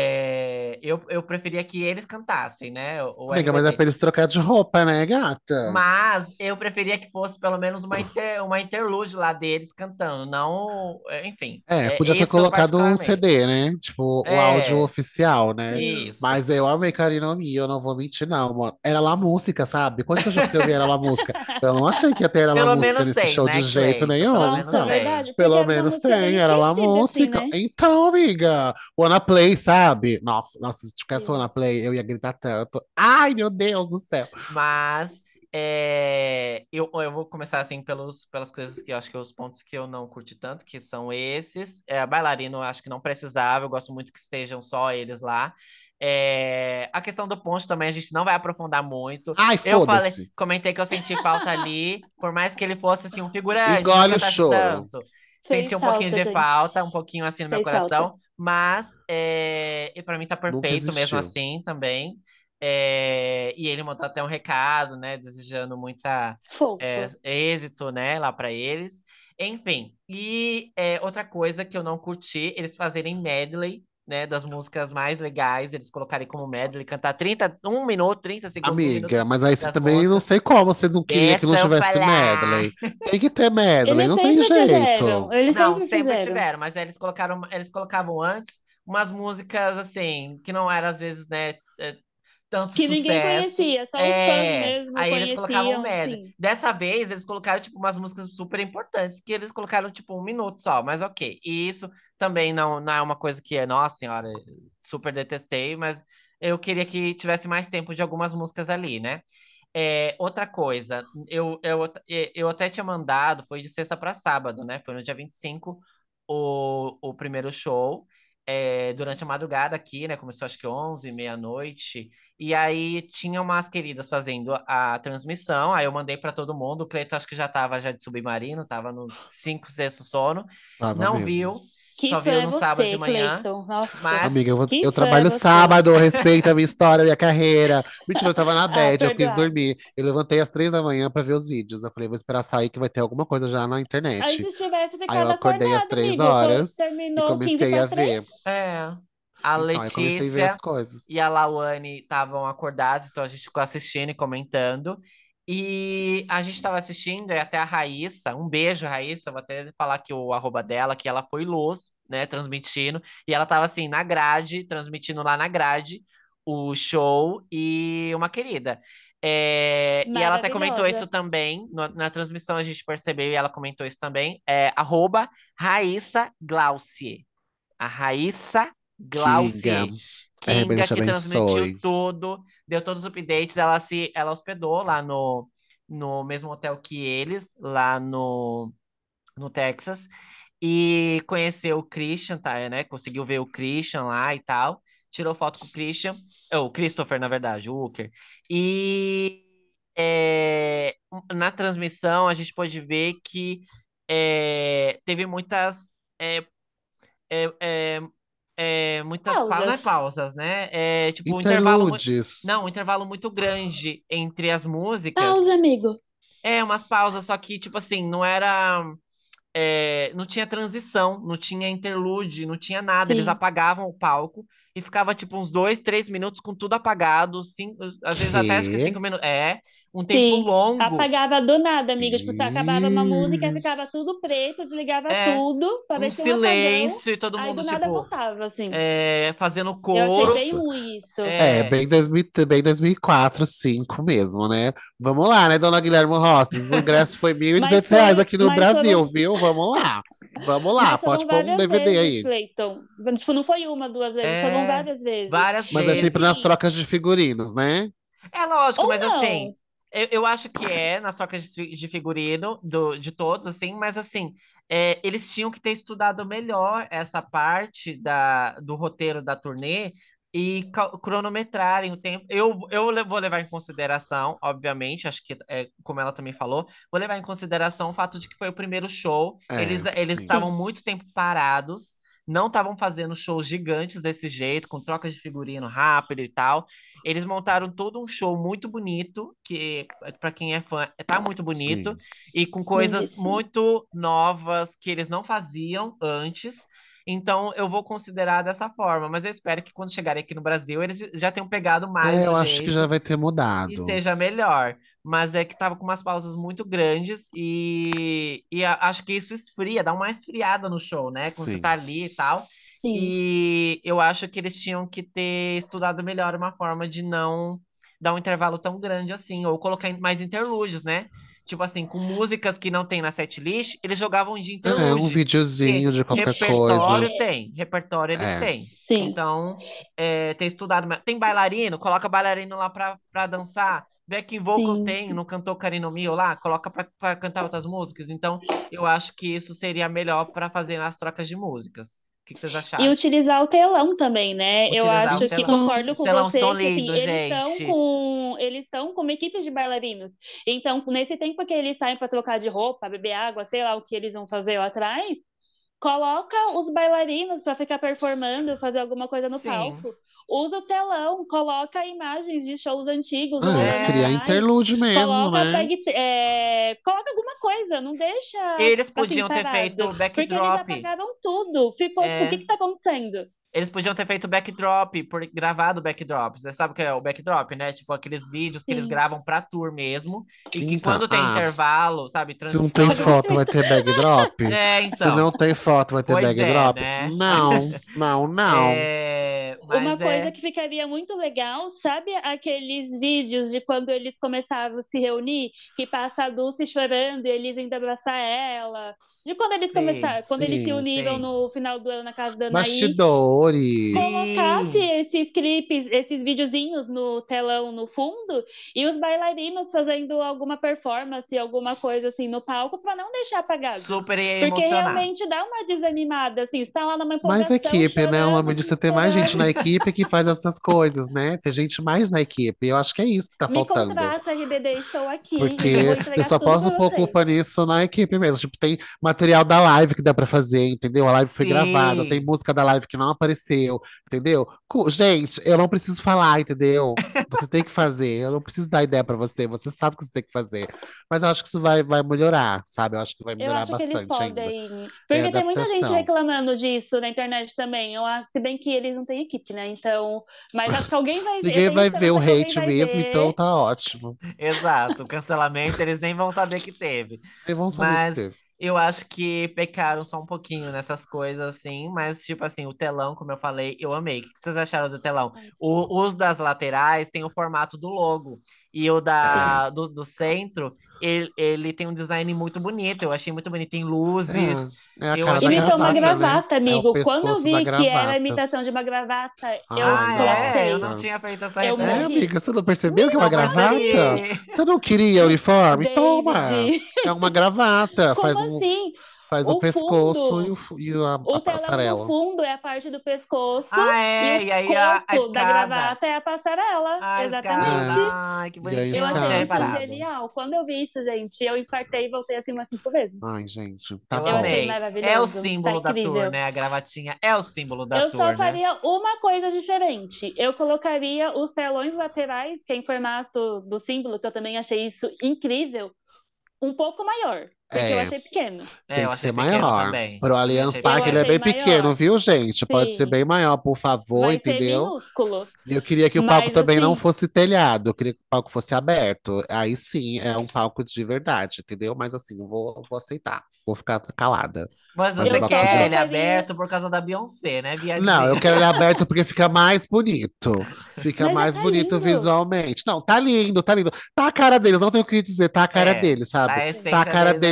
[SPEAKER 2] eu preferia que eles cantassem, né? O
[SPEAKER 1] Amiga, mas é
[SPEAKER 2] RBD.
[SPEAKER 1] pra eles trocar de roupa, né, gata?
[SPEAKER 2] Mas eu preferia que fosse pelo menos uma interlude lá deles cantando, não, enfim,
[SPEAKER 1] É, podia ter
[SPEAKER 2] esse eu
[SPEAKER 1] colocado um
[SPEAKER 2] particularmente.
[SPEAKER 1] CD, né? Tipo, o áudio
[SPEAKER 2] É,
[SPEAKER 1] oficial, né?
[SPEAKER 3] sim.
[SPEAKER 2] isso.
[SPEAKER 1] Mas eu amei Karina Mi, eu não vou mentir, não, mano. Era lá música, sabe? Quando você achou que você ouvia Era lá música? Eu não achei que ia ter Era lá
[SPEAKER 2] Pelo
[SPEAKER 1] música
[SPEAKER 2] menos
[SPEAKER 1] nesse
[SPEAKER 2] tem,
[SPEAKER 1] show
[SPEAKER 2] né,
[SPEAKER 1] de jeito
[SPEAKER 2] Cleito? Pelo
[SPEAKER 1] nenhum,
[SPEAKER 2] menos
[SPEAKER 3] Nossa,
[SPEAKER 1] cara.
[SPEAKER 2] tem.
[SPEAKER 3] verdade, porque
[SPEAKER 1] Pelo
[SPEAKER 3] era uma
[SPEAKER 1] menos
[SPEAKER 3] música bem
[SPEAKER 1] tem, era lá
[SPEAKER 3] esquecível, assim,
[SPEAKER 1] música.
[SPEAKER 3] né?
[SPEAKER 1] Então, amiga, Wanna Play, sabe? Nossa, se tivesse
[SPEAKER 3] Sim.
[SPEAKER 1] Wanna Play, eu ia gritar tanto. Ai, meu Deus do céu.
[SPEAKER 2] Mas eu vou começar assim pelas coisas que eu acho que os pontos que eu não curti tanto, que são esses. Bailarino, eu acho que não precisava, eu gosto muito que estejam só eles lá. A questão do ponto também a gente não vai aprofundar muito.
[SPEAKER 1] Ai, foda-se.
[SPEAKER 2] Comentei que eu senti falta ali, por mais que ele fosse assim um figurante, não
[SPEAKER 1] Engole o
[SPEAKER 2] cantasse
[SPEAKER 1] choro.
[SPEAKER 2] tanto. Senti
[SPEAKER 3] Fez
[SPEAKER 2] um pouquinho
[SPEAKER 3] falta,
[SPEAKER 2] de
[SPEAKER 3] gente.
[SPEAKER 2] falta, um pouquinho assim no meu
[SPEAKER 3] Fez falta.
[SPEAKER 2] coração, mas e para mim tá
[SPEAKER 1] Nunca
[SPEAKER 2] perfeito mesmo
[SPEAKER 1] existiu.
[SPEAKER 2] assim também. E ele mandou até um recado, né, desejando muita
[SPEAKER 3] Fofo.
[SPEAKER 2] êxito, né, lá para eles. Enfim, outra coisa que eu não curti, eles fazerem medley, né, das músicas mais legais, eles colocarem como medley, cantar 1 minuto, 30 segundos, 1 minuto
[SPEAKER 1] Amiga, mas aí você
[SPEAKER 2] das
[SPEAKER 1] também não
[SPEAKER 2] músicas.
[SPEAKER 1] sei como você não queria que não
[SPEAKER 2] Deixa eu
[SPEAKER 1] tivesse
[SPEAKER 2] falar.
[SPEAKER 1] medley. Tem que ter medley,
[SPEAKER 3] Eles
[SPEAKER 1] não tem
[SPEAKER 3] sempre tiveram,
[SPEAKER 1] jeito.
[SPEAKER 3] eles
[SPEAKER 2] Não,
[SPEAKER 3] sempre
[SPEAKER 2] sempre
[SPEAKER 3] fizeram.
[SPEAKER 2] tiveram, mas aí eles colocavam antes umas músicas assim, que não eram às vezes, né, tanto
[SPEAKER 3] Que ninguém
[SPEAKER 2] sucesso.
[SPEAKER 3] conhecia, só os fãs mesmo
[SPEAKER 2] Aí eles colocavam
[SPEAKER 3] conheciam,
[SPEAKER 2] medley.
[SPEAKER 3] sim.
[SPEAKER 2] Dessa vez eles colocaram tipo umas músicas super importantes, que eles colocaram tipo 1 minuto só, mas ok. E isso também não é uma coisa que nossa senhora, super detestei, mas eu queria que tivesse mais tempo de algumas músicas ali, né? Outra coisa, eu até tinha mandado, foi de sexta para sábado, né? Foi no dia 25 o primeiro show. Durante a madrugada aqui, né? Começou acho que 11, meia-noite. E aí tinha umas queridas fazendo a transmissão. Aí eu mandei para todo mundo. O Cleiton acho que já estava já de submarino, estava nos 5 sexto sono.
[SPEAKER 1] Tava
[SPEAKER 2] Não
[SPEAKER 1] mesmo.
[SPEAKER 2] viu,
[SPEAKER 3] Que
[SPEAKER 2] só
[SPEAKER 3] fã
[SPEAKER 2] viu
[SPEAKER 3] é
[SPEAKER 2] no sábado de
[SPEAKER 3] você,
[SPEAKER 2] manhã.
[SPEAKER 3] Cleiton. Nossa,
[SPEAKER 2] Mas
[SPEAKER 1] Amiga,
[SPEAKER 3] que
[SPEAKER 1] eu
[SPEAKER 3] fã é
[SPEAKER 1] trabalho
[SPEAKER 3] você.
[SPEAKER 1] sábado, respeita a minha história, a minha carreira. Mentira, eu tava na
[SPEAKER 3] Ah,
[SPEAKER 1] bad, eu quis
[SPEAKER 3] perdoado.
[SPEAKER 1] dormir. Eu levantei às 3 da manhã pra ver os vídeos. Eu falei, vou esperar sair que vai ter alguma coisa já na
[SPEAKER 3] Aí
[SPEAKER 1] internet.
[SPEAKER 3] se tivesse
[SPEAKER 1] Aí eu
[SPEAKER 3] ficado
[SPEAKER 1] acordei às
[SPEAKER 3] acordado,
[SPEAKER 1] três
[SPEAKER 3] amigo,
[SPEAKER 1] horas e
[SPEAKER 3] terminou 15
[SPEAKER 1] comecei
[SPEAKER 3] para
[SPEAKER 1] a
[SPEAKER 3] 3.
[SPEAKER 1] ver.
[SPEAKER 2] a
[SPEAKER 1] Então, aí comecei a ver as
[SPEAKER 2] Letícia
[SPEAKER 1] coisas.
[SPEAKER 2] e a Lauane estavam acordadas, então a gente ficou assistindo e comentando. E a gente estava assistindo, e até a Raíssa, um beijo, Raíssa, vou até falar aqui o arroba dela, que ela foi luz, né, transmitindo, e ela estava assim, na grade, transmitindo lá na grade o show, e uma querida. E ela até comentou isso
[SPEAKER 3] Maravilhosa.
[SPEAKER 2] também, na transmissão a gente percebeu, e ela comentou isso também, arroba Raíssa Glaucie. A Raíssa
[SPEAKER 1] Kinga,
[SPEAKER 2] Glaucie,
[SPEAKER 1] RBD
[SPEAKER 2] Kinga,
[SPEAKER 1] te
[SPEAKER 2] que transmitiu
[SPEAKER 1] abençoe.
[SPEAKER 2] tudo, deu todos os updates. Ela hospedou lá no mesmo hotel que eles, lá no Texas, e conheceu o Christian, tá, né? Conseguiu ver o Christian lá e tal. Tirou foto com o Christian, o Christopher, na verdade, o Walker. E na transmissão a gente pôde ver que teve muitas. é, é, é, não é
[SPEAKER 3] Pausas.
[SPEAKER 2] pausas, né? Tipo um intervalo muito,
[SPEAKER 1] Interludes.
[SPEAKER 2] não, um intervalo muito grande entre as músicas.
[SPEAKER 3] Pausa, amigo.
[SPEAKER 2] Umas pausas, só que tipo assim, não era, não tinha transição, não tinha interlude, não tinha nada. Eles
[SPEAKER 3] Sim.
[SPEAKER 2] apagavam o palco e ficava tipo uns 2, 3 minutos com tudo apagado, às vezes até acho que
[SPEAKER 1] Que?
[SPEAKER 2] 5 minutos. Um tempo
[SPEAKER 3] Sim.
[SPEAKER 2] longo.
[SPEAKER 3] Apagava do nada, amigo. Tipo, acabava uma música,
[SPEAKER 1] Que?
[SPEAKER 3] ficava tudo preto, desligava
[SPEAKER 2] É
[SPEAKER 3] tudo,
[SPEAKER 2] um
[SPEAKER 3] parecia um apagão.
[SPEAKER 2] silêncio e todo
[SPEAKER 3] Aí
[SPEAKER 2] mundo
[SPEAKER 3] do nada
[SPEAKER 2] tipo
[SPEAKER 3] voltava, assim.
[SPEAKER 2] fazendo
[SPEAKER 3] Eu achei
[SPEAKER 2] coro.
[SPEAKER 3] bem
[SPEAKER 1] Nossa.
[SPEAKER 3] ruim isso.
[SPEAKER 1] É,
[SPEAKER 2] É,
[SPEAKER 1] bem 2000, bem 2004, 2005 mesmo, né? Vamos lá, né, dona Guilherme Rossi? O ingresso foi mil e
[SPEAKER 3] Mas
[SPEAKER 1] duzentos reais
[SPEAKER 3] foram,
[SPEAKER 1] aqui no
[SPEAKER 3] mas
[SPEAKER 1] Brasil,
[SPEAKER 3] foram,
[SPEAKER 1] viu? Vamos lá. Vamos lá,
[SPEAKER 3] mas
[SPEAKER 1] pode
[SPEAKER 3] foram
[SPEAKER 1] pôr um
[SPEAKER 3] várias
[SPEAKER 1] DVD
[SPEAKER 3] vezes,
[SPEAKER 1] aí.
[SPEAKER 3] Cleiton. Tipo, não foi uma, duas vezes, foram
[SPEAKER 2] é,
[SPEAKER 3] várias vezes.
[SPEAKER 2] várias
[SPEAKER 1] Mas é
[SPEAKER 3] E
[SPEAKER 1] sempre
[SPEAKER 2] vezes.
[SPEAKER 1] nas
[SPEAKER 3] assim,
[SPEAKER 1] trocas de figurinos, né?
[SPEAKER 2] É lógico,
[SPEAKER 3] ou
[SPEAKER 2] mas assim,
[SPEAKER 3] não.
[SPEAKER 2] Eu acho que é nas trocas de figurino de todos, assim, mas assim, eles tinham que ter estudado melhor essa parte do roteiro da turnê e cronometrarem o tempo. Vou levar em consideração, obviamente, acho que, como ela também falou, vou levar em consideração o fato de que foi o primeiro show. Eles
[SPEAKER 1] Sim.
[SPEAKER 2] estavam
[SPEAKER 3] Sim,
[SPEAKER 2] muito tempo parados. Não estavam fazendo shows gigantes desse jeito, com trocas de figurino rápido e tal. Eles montaram todo um show muito bonito, que para quem é fã, tá muito bonito,
[SPEAKER 1] Sim.
[SPEAKER 2] e com coisas
[SPEAKER 3] lindíssimo.
[SPEAKER 2] muito novas que eles não faziam antes. Então eu vou considerar dessa forma, mas eu espero que quando chegarem aqui no Brasil, eles já tenham pegado mais
[SPEAKER 1] É,
[SPEAKER 2] o
[SPEAKER 1] eu acho que já
[SPEAKER 2] jeito
[SPEAKER 1] vai ter
[SPEAKER 2] e
[SPEAKER 1] mudado.
[SPEAKER 2] esteja melhor. Mas é que tava com umas pausas muito grandes acho que isso esfria, dá uma esfriada no show, né? Quando você tá
[SPEAKER 1] Sim.
[SPEAKER 2] ali e tal.
[SPEAKER 3] Sim,
[SPEAKER 2] E eu acho que eles tinham que ter estudado melhor uma forma de não dar um intervalo tão grande assim, ou colocar mais interlúdios, né? Tipo assim, com músicas que não tem na setlist, eles jogavam de
[SPEAKER 1] É, um
[SPEAKER 2] interlude. Porque
[SPEAKER 1] videozinho de qualquer coisa.
[SPEAKER 2] repertório eles
[SPEAKER 1] É.
[SPEAKER 2] têm.
[SPEAKER 3] sim,
[SPEAKER 2] Então, ter estudado. Tem bailarino, coloca bailarino lá pra dançar. Backing vocal
[SPEAKER 3] sim.
[SPEAKER 2] tem, não cantou Carino Mio lá, coloca pra cantar outras músicas. Então, eu acho que isso seria melhor pra fazer nas trocas de músicas. O que vocês
[SPEAKER 3] E
[SPEAKER 2] acharam?
[SPEAKER 3] utilizar o telão também, né? Eu
[SPEAKER 2] Utilizar os
[SPEAKER 3] acho que
[SPEAKER 2] telão.
[SPEAKER 1] Então,
[SPEAKER 3] concordo
[SPEAKER 2] Os
[SPEAKER 3] com
[SPEAKER 2] telões estão
[SPEAKER 3] você que assim,
[SPEAKER 2] lindos, gente.
[SPEAKER 3] eles estão com uma equipe de bailarinos. Então, nesse tempo que eles saem para trocar de roupa, beber água, sei lá o que eles vão fazer lá atrás, coloca os bailarinos para ficar performando, fazer alguma coisa no
[SPEAKER 2] Sim.
[SPEAKER 3] palco. Usa o telão, coloca imagens de shows antigos rolando
[SPEAKER 1] criar
[SPEAKER 2] É.
[SPEAKER 3] atrás,
[SPEAKER 1] interlude mesmo, né?
[SPEAKER 3] coloca alguma coisa, não deixa
[SPEAKER 2] Eles
[SPEAKER 3] assim
[SPEAKER 2] podiam ter
[SPEAKER 3] parado,
[SPEAKER 2] feito
[SPEAKER 3] porque eles
[SPEAKER 2] backdrop.
[SPEAKER 3] apagaram tudo. Ficou tipo, o que
[SPEAKER 2] É.
[SPEAKER 3] que tá acontecendo?
[SPEAKER 2] Eles podiam ter feito backdrop, gravado backdrops. Você sabe o que é o backdrop, né? Tipo aqueles vídeos que eles
[SPEAKER 3] Sim.
[SPEAKER 2] gravam pra tour mesmo. E que
[SPEAKER 1] Então,
[SPEAKER 2] quando tem intervalo, sabe,
[SPEAKER 1] se não tem
[SPEAKER 2] transição de uma.
[SPEAKER 1] foto, vai ter backdrop? Se
[SPEAKER 2] Então.
[SPEAKER 1] não tem foto, vai ter
[SPEAKER 2] Pois é,
[SPEAKER 1] backdrop?
[SPEAKER 2] né?
[SPEAKER 1] Não, não, não.
[SPEAKER 3] Uma
[SPEAKER 2] Mas
[SPEAKER 3] coisa que ficaria muito legal, sabe aqueles vídeos de quando eles começavam a se reunir, que passa a Dulce chorando e eles indo abraçar ela? De quando eles
[SPEAKER 2] sim,
[SPEAKER 3] começaram, quando eles se
[SPEAKER 1] Sim.
[SPEAKER 3] uniram
[SPEAKER 2] sim.
[SPEAKER 3] no final do ano na casa da Anaí,
[SPEAKER 1] Bastidores.
[SPEAKER 3] colocasse
[SPEAKER 2] Sim.
[SPEAKER 3] esses clipes, esses videozinhos no telão no fundo e os bailarinos fazendo alguma performance, alguma coisa assim no palco para não deixar apagado.
[SPEAKER 2] Super ia
[SPEAKER 3] Porque
[SPEAKER 2] emocionar.
[SPEAKER 3] realmente dá uma desanimada, assim, você tá lá numa
[SPEAKER 1] Mais
[SPEAKER 3] empolgação,
[SPEAKER 1] equipe, né? O nome
[SPEAKER 3] chorando,
[SPEAKER 1] disso é ter mais gente
[SPEAKER 3] esperando.
[SPEAKER 1] na equipe que faz essas coisas, né? Ter gente mais na equipe. Eu acho que é isso que tá
[SPEAKER 3] Me
[SPEAKER 1] faltando.
[SPEAKER 3] contrata, RBD, estou aqui e eu vou
[SPEAKER 1] Porque eu
[SPEAKER 3] entregar
[SPEAKER 1] só
[SPEAKER 3] tudo
[SPEAKER 1] posso
[SPEAKER 3] para
[SPEAKER 1] pôr
[SPEAKER 3] vocês.
[SPEAKER 1] culpa nisso na equipe mesmo. Tipo, tem material da live que dá pra fazer, entendeu? A live foi gravada, tem
[SPEAKER 2] Sim.
[SPEAKER 1] música da live que não apareceu, entendeu? Gente, eu não preciso falar, entendeu? Você tem que fazer, eu não preciso dar ideia pra você, você sabe o que você tem que fazer. Mas eu acho que isso vai melhorar, sabe? Eu acho que vai
[SPEAKER 3] Eu
[SPEAKER 1] melhorar
[SPEAKER 3] acho que eles
[SPEAKER 1] bastante ainda.
[SPEAKER 3] podem.
[SPEAKER 1] É
[SPEAKER 3] Porque tem muita gente
[SPEAKER 1] adaptação.
[SPEAKER 3] reclamando disso na internet também. Eu acho, se bem que eles não têm equipe, né? Então. Mas acho que alguém vai ver. Eu
[SPEAKER 1] Ninguém
[SPEAKER 3] tenho
[SPEAKER 1] vai ver o
[SPEAKER 3] esperança que alguém
[SPEAKER 1] hate
[SPEAKER 3] vai
[SPEAKER 1] mesmo, então
[SPEAKER 3] ver.
[SPEAKER 1] tá ótimo.
[SPEAKER 2] Exato, o cancelamento eles nem vão saber que teve.
[SPEAKER 1] Eles vão saber que
[SPEAKER 2] Mas
[SPEAKER 1] teve.
[SPEAKER 2] eu acho que pecaram só um pouquinho nessas coisas assim. Mas, tipo assim, o telão, como eu falei, eu amei. O que vocês acharam do telão?
[SPEAKER 3] Ai,
[SPEAKER 2] Os das laterais tem o formato do logo. E o
[SPEAKER 1] É,
[SPEAKER 2] do centro, ele tem um design muito bonito. Eu achei muito bonito. Tem luzes.
[SPEAKER 1] é a
[SPEAKER 2] Eu
[SPEAKER 1] cara da
[SPEAKER 2] achei muito
[SPEAKER 3] imitou uma
[SPEAKER 1] gravata,
[SPEAKER 2] bonito.
[SPEAKER 1] né?
[SPEAKER 3] gravata,
[SPEAKER 1] É o
[SPEAKER 3] amigo. Quando eu
[SPEAKER 1] pescoço da
[SPEAKER 3] vi que era a
[SPEAKER 1] gravata.
[SPEAKER 3] imitação de uma gravata, eu
[SPEAKER 1] Ai,
[SPEAKER 2] Ah, é? Eu
[SPEAKER 3] colapsei.
[SPEAKER 2] não
[SPEAKER 1] nossa.
[SPEAKER 2] tinha feito essa
[SPEAKER 3] Eu
[SPEAKER 1] É,
[SPEAKER 2] referência.
[SPEAKER 3] morri.
[SPEAKER 1] amiga, você não percebeu que é uma
[SPEAKER 2] Não
[SPEAKER 1] gravata?
[SPEAKER 2] percebi.
[SPEAKER 1] Você não queria uniforme? Toma!
[SPEAKER 3] David,
[SPEAKER 1] É uma gravata.
[SPEAKER 3] como assim?
[SPEAKER 1] Faz o
[SPEAKER 3] O
[SPEAKER 1] pescoço
[SPEAKER 3] fundo.
[SPEAKER 1] e a
[SPEAKER 3] O telão do
[SPEAKER 1] passarela.
[SPEAKER 3] fundo é a parte do pescoço
[SPEAKER 2] Ah,
[SPEAKER 3] e o
[SPEAKER 2] é. E aí a
[SPEAKER 3] corpo da
[SPEAKER 2] escada.
[SPEAKER 3] gravata é a passarela.
[SPEAKER 2] A escada.
[SPEAKER 3] Exatamente.
[SPEAKER 1] É,
[SPEAKER 2] Ai, que
[SPEAKER 1] e a
[SPEAKER 3] Eu
[SPEAKER 2] bonitinho, não
[SPEAKER 3] achei
[SPEAKER 2] tinha
[SPEAKER 3] isso
[SPEAKER 1] escada.
[SPEAKER 2] reparado.
[SPEAKER 3] genial. Quando eu vi isso, gente, eu infartei e voltei assim umas 5 vezes.
[SPEAKER 1] Ai, gente, tá
[SPEAKER 2] Eu
[SPEAKER 3] Eu achei
[SPEAKER 1] bom.
[SPEAKER 2] amei. É o
[SPEAKER 3] maravilhoso. Tá
[SPEAKER 2] símbolo da tour,
[SPEAKER 3] incrível.
[SPEAKER 2] né? A gravatinha é o símbolo da
[SPEAKER 3] Eu só
[SPEAKER 2] tour, né?
[SPEAKER 3] faria uma coisa diferente. Eu colocaria os telões laterais, que é em formato do símbolo, que eu também achei isso incrível, um pouco maior, porque eu
[SPEAKER 1] É,
[SPEAKER 3] achei pequeno.
[SPEAKER 1] tem
[SPEAKER 2] Eu
[SPEAKER 1] que
[SPEAKER 2] achei
[SPEAKER 1] ser
[SPEAKER 2] pequeno
[SPEAKER 1] maior.
[SPEAKER 2] também.
[SPEAKER 1] Pro
[SPEAKER 2] Também
[SPEAKER 1] Allianz
[SPEAKER 2] achei
[SPEAKER 3] Eu
[SPEAKER 1] Parque ele é
[SPEAKER 2] pequeno.
[SPEAKER 3] achei
[SPEAKER 1] bem pequeno,
[SPEAKER 3] maior.
[SPEAKER 1] viu, gente? Pode ser
[SPEAKER 3] Sim,
[SPEAKER 1] bem maior, por favor,
[SPEAKER 3] vai ser
[SPEAKER 1] entendeu?
[SPEAKER 3] minúsculo.
[SPEAKER 1] E eu queria que o palco
[SPEAKER 3] Mas
[SPEAKER 1] também não
[SPEAKER 3] assim,
[SPEAKER 1] fosse telhado, eu queria que o palco fosse aberto. Aí sim, é um palco de verdade, entendeu? Mas assim, eu vou aceitar, vou ficar calada.
[SPEAKER 2] Mas
[SPEAKER 1] Mas
[SPEAKER 2] você
[SPEAKER 3] eu
[SPEAKER 1] ela
[SPEAKER 3] só
[SPEAKER 1] podia.
[SPEAKER 2] quer ele
[SPEAKER 3] colocaria.
[SPEAKER 2] aberto por causa da Beyoncé, né,
[SPEAKER 1] Não, eu
[SPEAKER 2] viadinho?
[SPEAKER 1] quero ele aberto porque fica mais bonito. Fica
[SPEAKER 3] Mas já
[SPEAKER 1] mais
[SPEAKER 3] tá
[SPEAKER 1] bonito
[SPEAKER 3] lindo.
[SPEAKER 1] visualmente. Não, tá lindo, tá lindo. Tá a cara deles, não tenho o que dizer, tá a cara
[SPEAKER 2] É,
[SPEAKER 1] deles,
[SPEAKER 2] tá
[SPEAKER 1] sabe?
[SPEAKER 2] a
[SPEAKER 3] Sim.
[SPEAKER 1] Tá a
[SPEAKER 2] essência
[SPEAKER 1] cara
[SPEAKER 2] deles
[SPEAKER 1] deles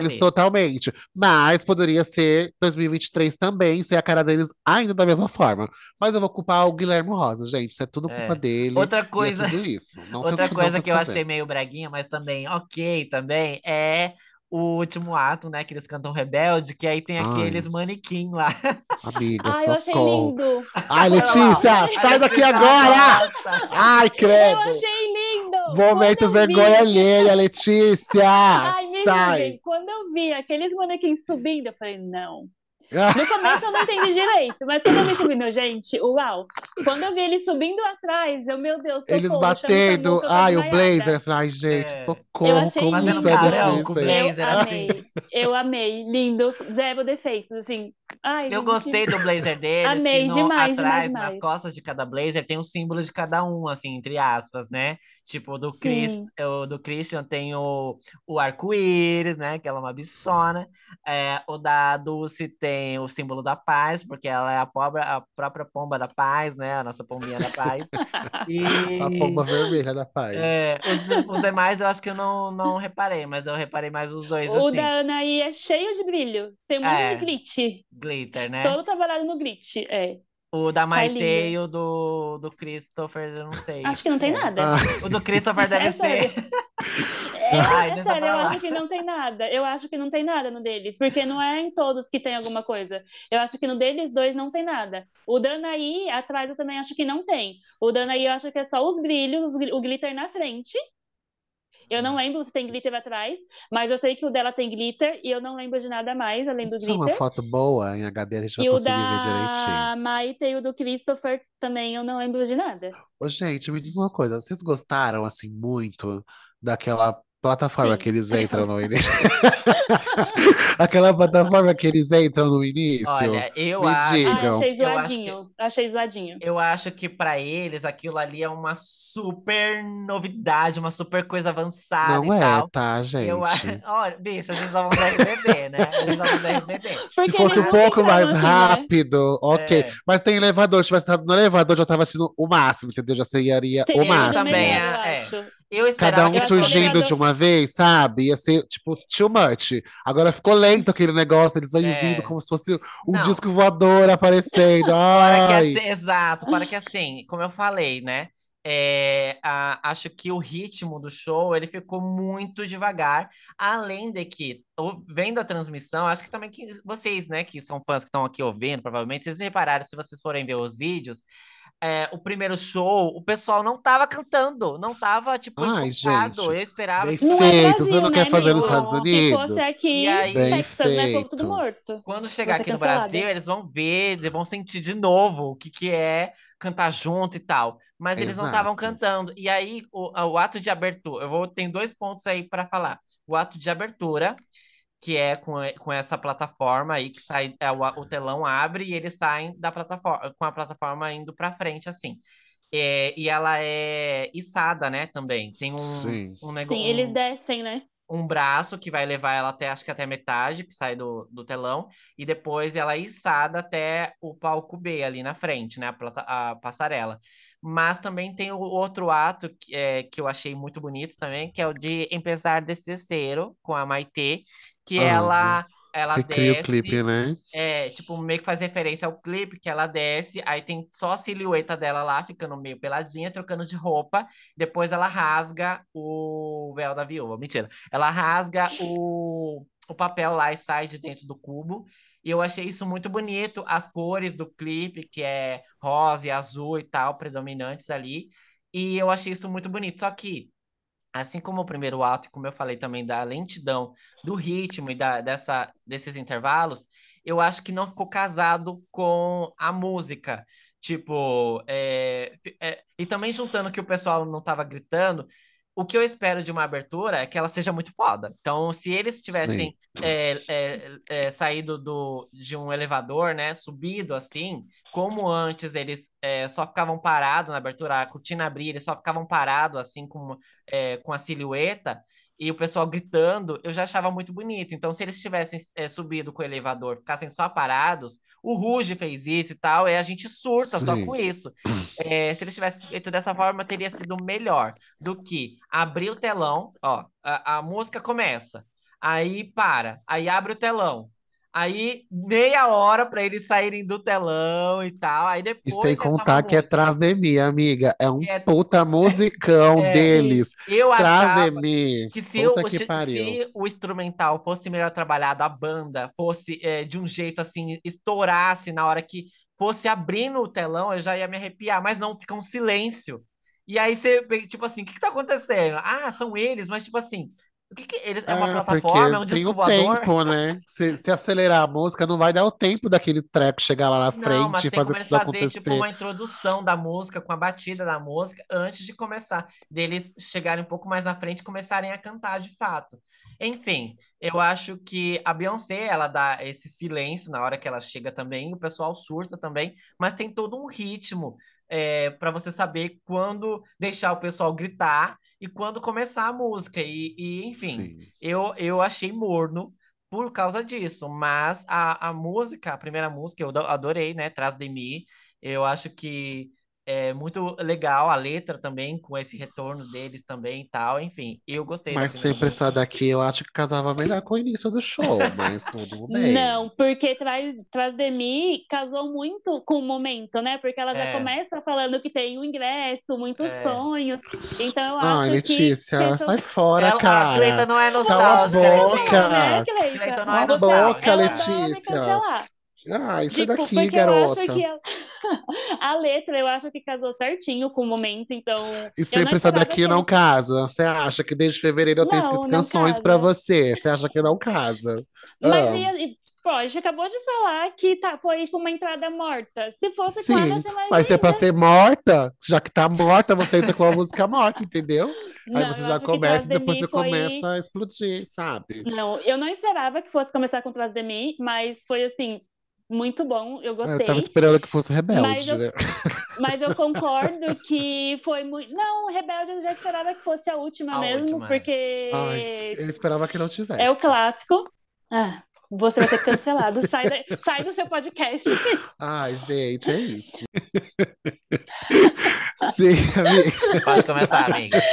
[SPEAKER 1] deles
[SPEAKER 2] saber.
[SPEAKER 1] totalmente. Mas poderia ser 2023 também, ser a cara deles ainda da mesma forma. Mas eu vou culpar o Guilherme Rosa, gente. Isso é tudo culpa
[SPEAKER 2] É.
[SPEAKER 1] dele
[SPEAKER 2] Outra
[SPEAKER 1] e é
[SPEAKER 2] coisa,
[SPEAKER 1] tudo isso.
[SPEAKER 2] outra
[SPEAKER 1] Não
[SPEAKER 2] coisa
[SPEAKER 1] tem o
[SPEAKER 2] que
[SPEAKER 1] que
[SPEAKER 2] eu
[SPEAKER 1] fazer.
[SPEAKER 2] achei meio breguinha, mas também ok também, é o último ato, né? Que eles cantam Rebelde, que aí tem aqueles
[SPEAKER 1] Ai,
[SPEAKER 2] manequim lá.
[SPEAKER 1] amiga,
[SPEAKER 3] Ai, eu achei
[SPEAKER 1] socorro.
[SPEAKER 3] lindo.
[SPEAKER 1] Ai,
[SPEAKER 2] Olha lá, ó.
[SPEAKER 1] Letícia,
[SPEAKER 2] A
[SPEAKER 1] sai daqui
[SPEAKER 2] Letícia
[SPEAKER 1] agora!
[SPEAKER 2] gosta.
[SPEAKER 1] Ai,
[SPEAKER 3] Eu
[SPEAKER 1] credo!
[SPEAKER 3] achei lindo! Quando
[SPEAKER 1] Momento
[SPEAKER 3] eu vi
[SPEAKER 1] vergonha alheia, Letícia!
[SPEAKER 3] Ai, me
[SPEAKER 1] Sai!
[SPEAKER 3] julguem. Quando eu vi aqueles manequins subindo, eu falei, não. No começo eu não entendi direito, mas quando eu vi subindo, gente, uau. Quando eu vi ele subindo atrás, meu Deus,
[SPEAKER 1] Eles
[SPEAKER 3] socorro, chama o SAMU
[SPEAKER 1] batendo.
[SPEAKER 3] que eu tô
[SPEAKER 1] Ai, o
[SPEAKER 3] desmaiada.
[SPEAKER 1] blazer. Ai, gente,
[SPEAKER 2] É,
[SPEAKER 3] Eu
[SPEAKER 1] socorro,
[SPEAKER 3] achei
[SPEAKER 1] como
[SPEAKER 2] fazendo
[SPEAKER 1] isso é
[SPEAKER 3] lindo.
[SPEAKER 2] carão com o
[SPEAKER 1] 2006.
[SPEAKER 3] Eu
[SPEAKER 2] blazer, assim.
[SPEAKER 3] amei. Eu amei. Lindo. Zero defeitos, assim. Ai,
[SPEAKER 2] Eu
[SPEAKER 3] gente.
[SPEAKER 2] gostei do blazer deles, que
[SPEAKER 3] Amei
[SPEAKER 2] no
[SPEAKER 3] demais, demais,
[SPEAKER 2] atrás, nas
[SPEAKER 3] demais.
[SPEAKER 2] costas de cada blazer, tem um símbolo de cada um, assim, entre aspas, né? Tipo,
[SPEAKER 3] Sim.
[SPEAKER 2] o do Christian tem o arco-íris, né? Que ela é uma bichona. É, o da Dulce tem o símbolo da paz, porque ela é a própria pomba da paz, né? A nossa pombinha da paz.
[SPEAKER 1] A
[SPEAKER 2] E
[SPEAKER 1] pomba vermelha da paz.
[SPEAKER 2] os demais eu acho que eu não reparei, mas eu reparei mais os dois,
[SPEAKER 3] O
[SPEAKER 2] assim.
[SPEAKER 3] da Anaí é cheio de brilho. Tem um monte de
[SPEAKER 2] É,
[SPEAKER 3] glitch.
[SPEAKER 2] glitter, né?
[SPEAKER 3] Todo trabalhado no glitch. É.
[SPEAKER 2] O da
[SPEAKER 3] Tá
[SPEAKER 2] Maite
[SPEAKER 3] lindo.
[SPEAKER 2] e o do Christopher, eu não sei o
[SPEAKER 3] Acho
[SPEAKER 2] que
[SPEAKER 3] que não
[SPEAKER 2] que
[SPEAKER 3] tem
[SPEAKER 2] é.
[SPEAKER 3] nada.
[SPEAKER 1] Ah,
[SPEAKER 2] O do Christopher deve
[SPEAKER 3] É
[SPEAKER 2] ser.
[SPEAKER 3] sério.
[SPEAKER 2] Ai,
[SPEAKER 3] É
[SPEAKER 2] deixa
[SPEAKER 3] sério,
[SPEAKER 2] pra
[SPEAKER 3] eu
[SPEAKER 2] lá.
[SPEAKER 3] acho que não tem nada. Eu acho que não tem nada no deles, porque não é em todos que tem alguma coisa. Eu acho que no deles dois não tem nada. O Danaí, atrás, eu também acho que não tem. O Danaí, eu acho que é só os brilhos, o glitter na frente. Eu não lembro se tem glitter atrás, mas eu sei que o dela tem glitter e eu não lembro de nada mais além do
[SPEAKER 1] isso é uma
[SPEAKER 3] glitter.
[SPEAKER 1] foto boa, em HD a gente vai
[SPEAKER 3] E o
[SPEAKER 1] conseguir ver direitinho.
[SPEAKER 3] da Maite e o do Christopher também eu não lembro de nada.
[SPEAKER 1] Ô, gente, me diz uma coisa, vocês gostaram, assim, muito daquela plataforma que
[SPEAKER 3] Sim.
[SPEAKER 1] eles entram no início? Aquela plataforma que eles entram no início?
[SPEAKER 2] Olha, eu
[SPEAKER 1] Me
[SPEAKER 2] acho,
[SPEAKER 3] Ai,
[SPEAKER 1] digam.
[SPEAKER 3] achei
[SPEAKER 2] eu acho que
[SPEAKER 3] zoadinho. Achei zoadinho.
[SPEAKER 2] eu acho que para eles aquilo ali é uma super novidade, uma super coisa avançada e
[SPEAKER 1] Não é,
[SPEAKER 2] tal.
[SPEAKER 1] tá,
[SPEAKER 2] E eu,
[SPEAKER 1] gente?
[SPEAKER 2] olha, bicho, a gente tá falando da RBD, né? A gente tá falando da RBD.
[SPEAKER 1] Se
[SPEAKER 3] Porque
[SPEAKER 1] fosse
[SPEAKER 3] eles
[SPEAKER 1] um
[SPEAKER 2] Mas,
[SPEAKER 3] nunca
[SPEAKER 1] pouco
[SPEAKER 3] entraram
[SPEAKER 1] mais
[SPEAKER 3] assim, né?
[SPEAKER 1] rápido, ok.
[SPEAKER 2] é,
[SPEAKER 1] Mas tem elevador. Se tivesse estado no elevador, já tava assistindo o máximo, entendeu? Já seria o
[SPEAKER 3] Teria
[SPEAKER 2] eu
[SPEAKER 3] sido
[SPEAKER 2] também,
[SPEAKER 3] melhor,
[SPEAKER 1] máximo.
[SPEAKER 3] eu acho.
[SPEAKER 2] eu
[SPEAKER 1] Cada
[SPEAKER 2] esperava que
[SPEAKER 1] um
[SPEAKER 3] Eu
[SPEAKER 2] eles
[SPEAKER 3] acho que o
[SPEAKER 2] fossem.
[SPEAKER 1] surgindo de
[SPEAKER 3] elevador.
[SPEAKER 1] uma vez, sabe? Ia ser, tipo, too much. Agora ficou lento aquele negócio, eles vão vindo
[SPEAKER 2] É,
[SPEAKER 1] como se fosse um
[SPEAKER 2] não,
[SPEAKER 1] disco voador aparecendo.
[SPEAKER 2] fora que assim,
[SPEAKER 1] Ai!
[SPEAKER 2] exato, fora que assim, como eu falei, né? Acho que o ritmo do show ele ficou muito devagar, além de que, vendo a transmissão, acho que também que vocês, né, que são fãs que estão aqui ouvindo, provavelmente, vocês repararam, se vocês forem ver os vídeos, o primeiro show, o pessoal não tava cantando, não tava, tipo,
[SPEAKER 1] Ai,
[SPEAKER 2] empolgado.
[SPEAKER 1] gente.
[SPEAKER 2] Eu esperava
[SPEAKER 1] Bem
[SPEAKER 2] que
[SPEAKER 3] Não é
[SPEAKER 1] feito. Você
[SPEAKER 3] Brasil,
[SPEAKER 1] não quer
[SPEAKER 3] né,
[SPEAKER 1] fazer nos
[SPEAKER 3] amigo?
[SPEAKER 1] Estados
[SPEAKER 2] não.
[SPEAKER 3] Se fosse
[SPEAKER 1] Unidos?
[SPEAKER 2] E
[SPEAKER 3] aqui,
[SPEAKER 1] Bem
[SPEAKER 2] aí,
[SPEAKER 3] Texas, né? Povo tudo
[SPEAKER 1] feito.
[SPEAKER 3] morto.
[SPEAKER 2] quando
[SPEAKER 3] Vou
[SPEAKER 2] chegar
[SPEAKER 3] ser
[SPEAKER 2] aqui no Brasil,
[SPEAKER 3] cancelada.
[SPEAKER 2] eles vão ver, eles vão sentir de novo o que que é cantar junto e tal. Mas eles não estavam
[SPEAKER 1] Exato.
[SPEAKER 2] cantando. E aí, o ato de abertura, tem dois pontos aí para falar. O ato de abertura, que é com essa plataforma aí que sai, o telão abre e eles saem da plataforma, com a plataforma indo para frente, assim. E ela é içada, né, também. Tem
[SPEAKER 1] Sim.
[SPEAKER 2] um
[SPEAKER 3] Sim, eles
[SPEAKER 2] negócio
[SPEAKER 3] descem, né?
[SPEAKER 2] um braço que vai levar ela até, acho que até metade, que sai do telão, e depois ela é içada até o palco B ali na frente, né? A passarela. Mas também tem o outro ato que eu achei muito bonito também, que é o de Empezar desse Zero, com a Maitê, que
[SPEAKER 1] Amo.
[SPEAKER 2] ela
[SPEAKER 1] Recria o clipe,
[SPEAKER 2] desce.
[SPEAKER 1] né?
[SPEAKER 2] Tipo, meio que faz referência ao clipe que ela desce, aí tem só a silhueta dela lá, ficando meio peladinha, trocando de roupa. Depois ela rasga o véu da viúva. Mentira. Ela rasga o papel lá e sai de dentro do cubo. E eu achei isso muito bonito. As cores do clipe, que é rosa e azul e tal, predominantes ali. E eu achei isso muito bonito. Só que assim como o primeiro ato, e como eu falei também da lentidão do ritmo e desses intervalos, eu acho que não ficou casado com a música. Tipo, e também juntando que o pessoal não estava gritando, o que eu espero de uma abertura é que ela seja muito foda. Então, se eles
[SPEAKER 1] Sim.
[SPEAKER 2] tivessem saído de um elevador, né, subido assim, como antes eles só ficavam parados na abertura, a cortina abria, eles só ficavam parados assim com a silhueta e o pessoal gritando, eu já achava muito bonito. Então, se eles tivessem subido com o elevador, ficassem só parados, o Ruge fez isso e tal, e a gente surta só com
[SPEAKER 1] Sim.
[SPEAKER 2] isso. Se eles tivessem feito dessa forma, teria sido melhor do que abrir o telão, ó, a música começa. Aí para, aí abre o telão. Aí meia hora para eles saírem do telão e tal. Aí
[SPEAKER 1] E sem
[SPEAKER 2] depois entra uma
[SPEAKER 1] contar que é
[SPEAKER 2] música.
[SPEAKER 1] Trás de Mim, amiga. É um
[SPEAKER 2] E é,
[SPEAKER 1] puta musicão
[SPEAKER 2] é,
[SPEAKER 3] Sim.
[SPEAKER 1] deles.
[SPEAKER 2] eu
[SPEAKER 1] Trás de
[SPEAKER 2] achava
[SPEAKER 1] Mim.
[SPEAKER 2] que se,
[SPEAKER 1] Puta que pariu.
[SPEAKER 2] se o instrumental fosse melhor trabalhado, a banda fosse de um jeito assim, estourasse na hora que fosse abrindo o telão, eu já ia me arrepiar, mas não, fica um silêncio. E aí você, tipo assim, o que que tá acontecendo? Ah, são eles, mas tipo assim, o que que eles, é uma
[SPEAKER 1] Ah,
[SPEAKER 2] plataforma,
[SPEAKER 1] porque
[SPEAKER 2] é um
[SPEAKER 1] tem
[SPEAKER 2] disco
[SPEAKER 1] o
[SPEAKER 2] voador?
[SPEAKER 1] tempo, né? Se acelerar a música, não vai dar o tempo daquele treco chegar lá na
[SPEAKER 2] Não,
[SPEAKER 1] frente
[SPEAKER 2] mas
[SPEAKER 1] e
[SPEAKER 2] tem
[SPEAKER 1] fazer
[SPEAKER 2] como eles
[SPEAKER 1] tudo
[SPEAKER 2] fazer tipo
[SPEAKER 1] acontecer.
[SPEAKER 2] uma introdução da música com a batida da música antes de começar, deles chegarem um pouco mais na frente e começarem a cantar de fato. Enfim, eu acho que a Beyoncé, ela dá esse silêncio na hora que ela chega também, o pessoal surta também, mas tem todo um ritmo para você saber quando deixar o pessoal gritar e quando começar a música. Enfim,
[SPEAKER 1] Sim.
[SPEAKER 2] eu achei morno por causa disso. Mas a música, a primeira música, eu adorei, né? Trás de mim. Eu acho que é muito legal a letra também, com esse retorno deles também e tal. Enfim, eu gostei da
[SPEAKER 1] Mas
[SPEAKER 2] primeira
[SPEAKER 1] sempre essa
[SPEAKER 2] música.
[SPEAKER 1] daqui eu acho que casava melhor com o início do show, mas tudo bem.
[SPEAKER 3] Não, porque Trás de Mim casou muito com o momento, né? Porque ela já
[SPEAKER 2] É,
[SPEAKER 3] começa falando que tem um ingresso, muitos
[SPEAKER 2] é.
[SPEAKER 3] sonhos. Então eu
[SPEAKER 1] Ai,
[SPEAKER 3] acho que
[SPEAKER 1] Letícia,
[SPEAKER 3] fechou.
[SPEAKER 1] sai fora,
[SPEAKER 2] A Cleita
[SPEAKER 1] cara.
[SPEAKER 2] não é
[SPEAKER 1] Cala a
[SPEAKER 2] nostálgica,
[SPEAKER 3] Você falou,
[SPEAKER 2] Letícia.
[SPEAKER 3] né,
[SPEAKER 1] boca.
[SPEAKER 3] Cleita?
[SPEAKER 2] Cleita não
[SPEAKER 1] Cala
[SPEAKER 2] é
[SPEAKER 1] a
[SPEAKER 3] Você, ó,
[SPEAKER 1] boca,
[SPEAKER 3] ela adora
[SPEAKER 2] nostálgica.
[SPEAKER 3] me
[SPEAKER 1] Letícia.
[SPEAKER 3] cancelar.
[SPEAKER 1] Ai, sai
[SPEAKER 3] Tipo,
[SPEAKER 1] daqui,
[SPEAKER 3] porque eu acho que
[SPEAKER 1] garota.
[SPEAKER 3] a letra eu acho que casou certinho com o momento, então
[SPEAKER 1] E
[SPEAKER 3] eu não
[SPEAKER 1] sempre essa
[SPEAKER 3] esperava
[SPEAKER 1] daqui
[SPEAKER 3] que
[SPEAKER 1] não
[SPEAKER 3] eles.
[SPEAKER 1] casa. Você acha que desde fevereiro eu tenho
[SPEAKER 3] Não,
[SPEAKER 1] escrito
[SPEAKER 3] não
[SPEAKER 1] canções pra
[SPEAKER 3] casa.
[SPEAKER 1] você? Você acha que não casa?
[SPEAKER 3] Mas
[SPEAKER 1] Ah,
[SPEAKER 3] pô, a gente acabou de falar que tá, foi tipo uma entrada morta. Se fosse com ela, ia
[SPEAKER 1] sim,
[SPEAKER 3] ser mais
[SPEAKER 1] mas se é pra
[SPEAKER 3] linda.
[SPEAKER 1] ser morta, já que tá morta, você entra com a música morta, entendeu? Aí
[SPEAKER 3] Não,
[SPEAKER 1] você
[SPEAKER 3] eu
[SPEAKER 1] já
[SPEAKER 3] acho que Trás
[SPEAKER 1] começa e
[SPEAKER 3] de
[SPEAKER 1] depois
[SPEAKER 3] Mim
[SPEAKER 1] você
[SPEAKER 3] foi.
[SPEAKER 1] começa a explodir, sabe?
[SPEAKER 3] Não, eu não esperava que fosse começar com Trás de Mim, mas foi assim, muito bom, eu
[SPEAKER 1] Eu tava
[SPEAKER 3] gostei.
[SPEAKER 1] esperando que fosse
[SPEAKER 3] Mas
[SPEAKER 1] rebelde,
[SPEAKER 3] eu,
[SPEAKER 1] né?
[SPEAKER 3] mas eu concordo que foi muito. Não, Rebelde eu já esperava que fosse a última
[SPEAKER 2] A
[SPEAKER 3] mesmo,
[SPEAKER 2] última, é.
[SPEAKER 1] Ai,
[SPEAKER 3] porque
[SPEAKER 1] eu esperava que não
[SPEAKER 3] é o
[SPEAKER 1] tivesse.
[SPEAKER 3] clássico. Ah, você vai ser cancelado. Sai do seu podcast.
[SPEAKER 1] Ai, gente, é isso. Sim, amiga.
[SPEAKER 2] Pode começar, amiga.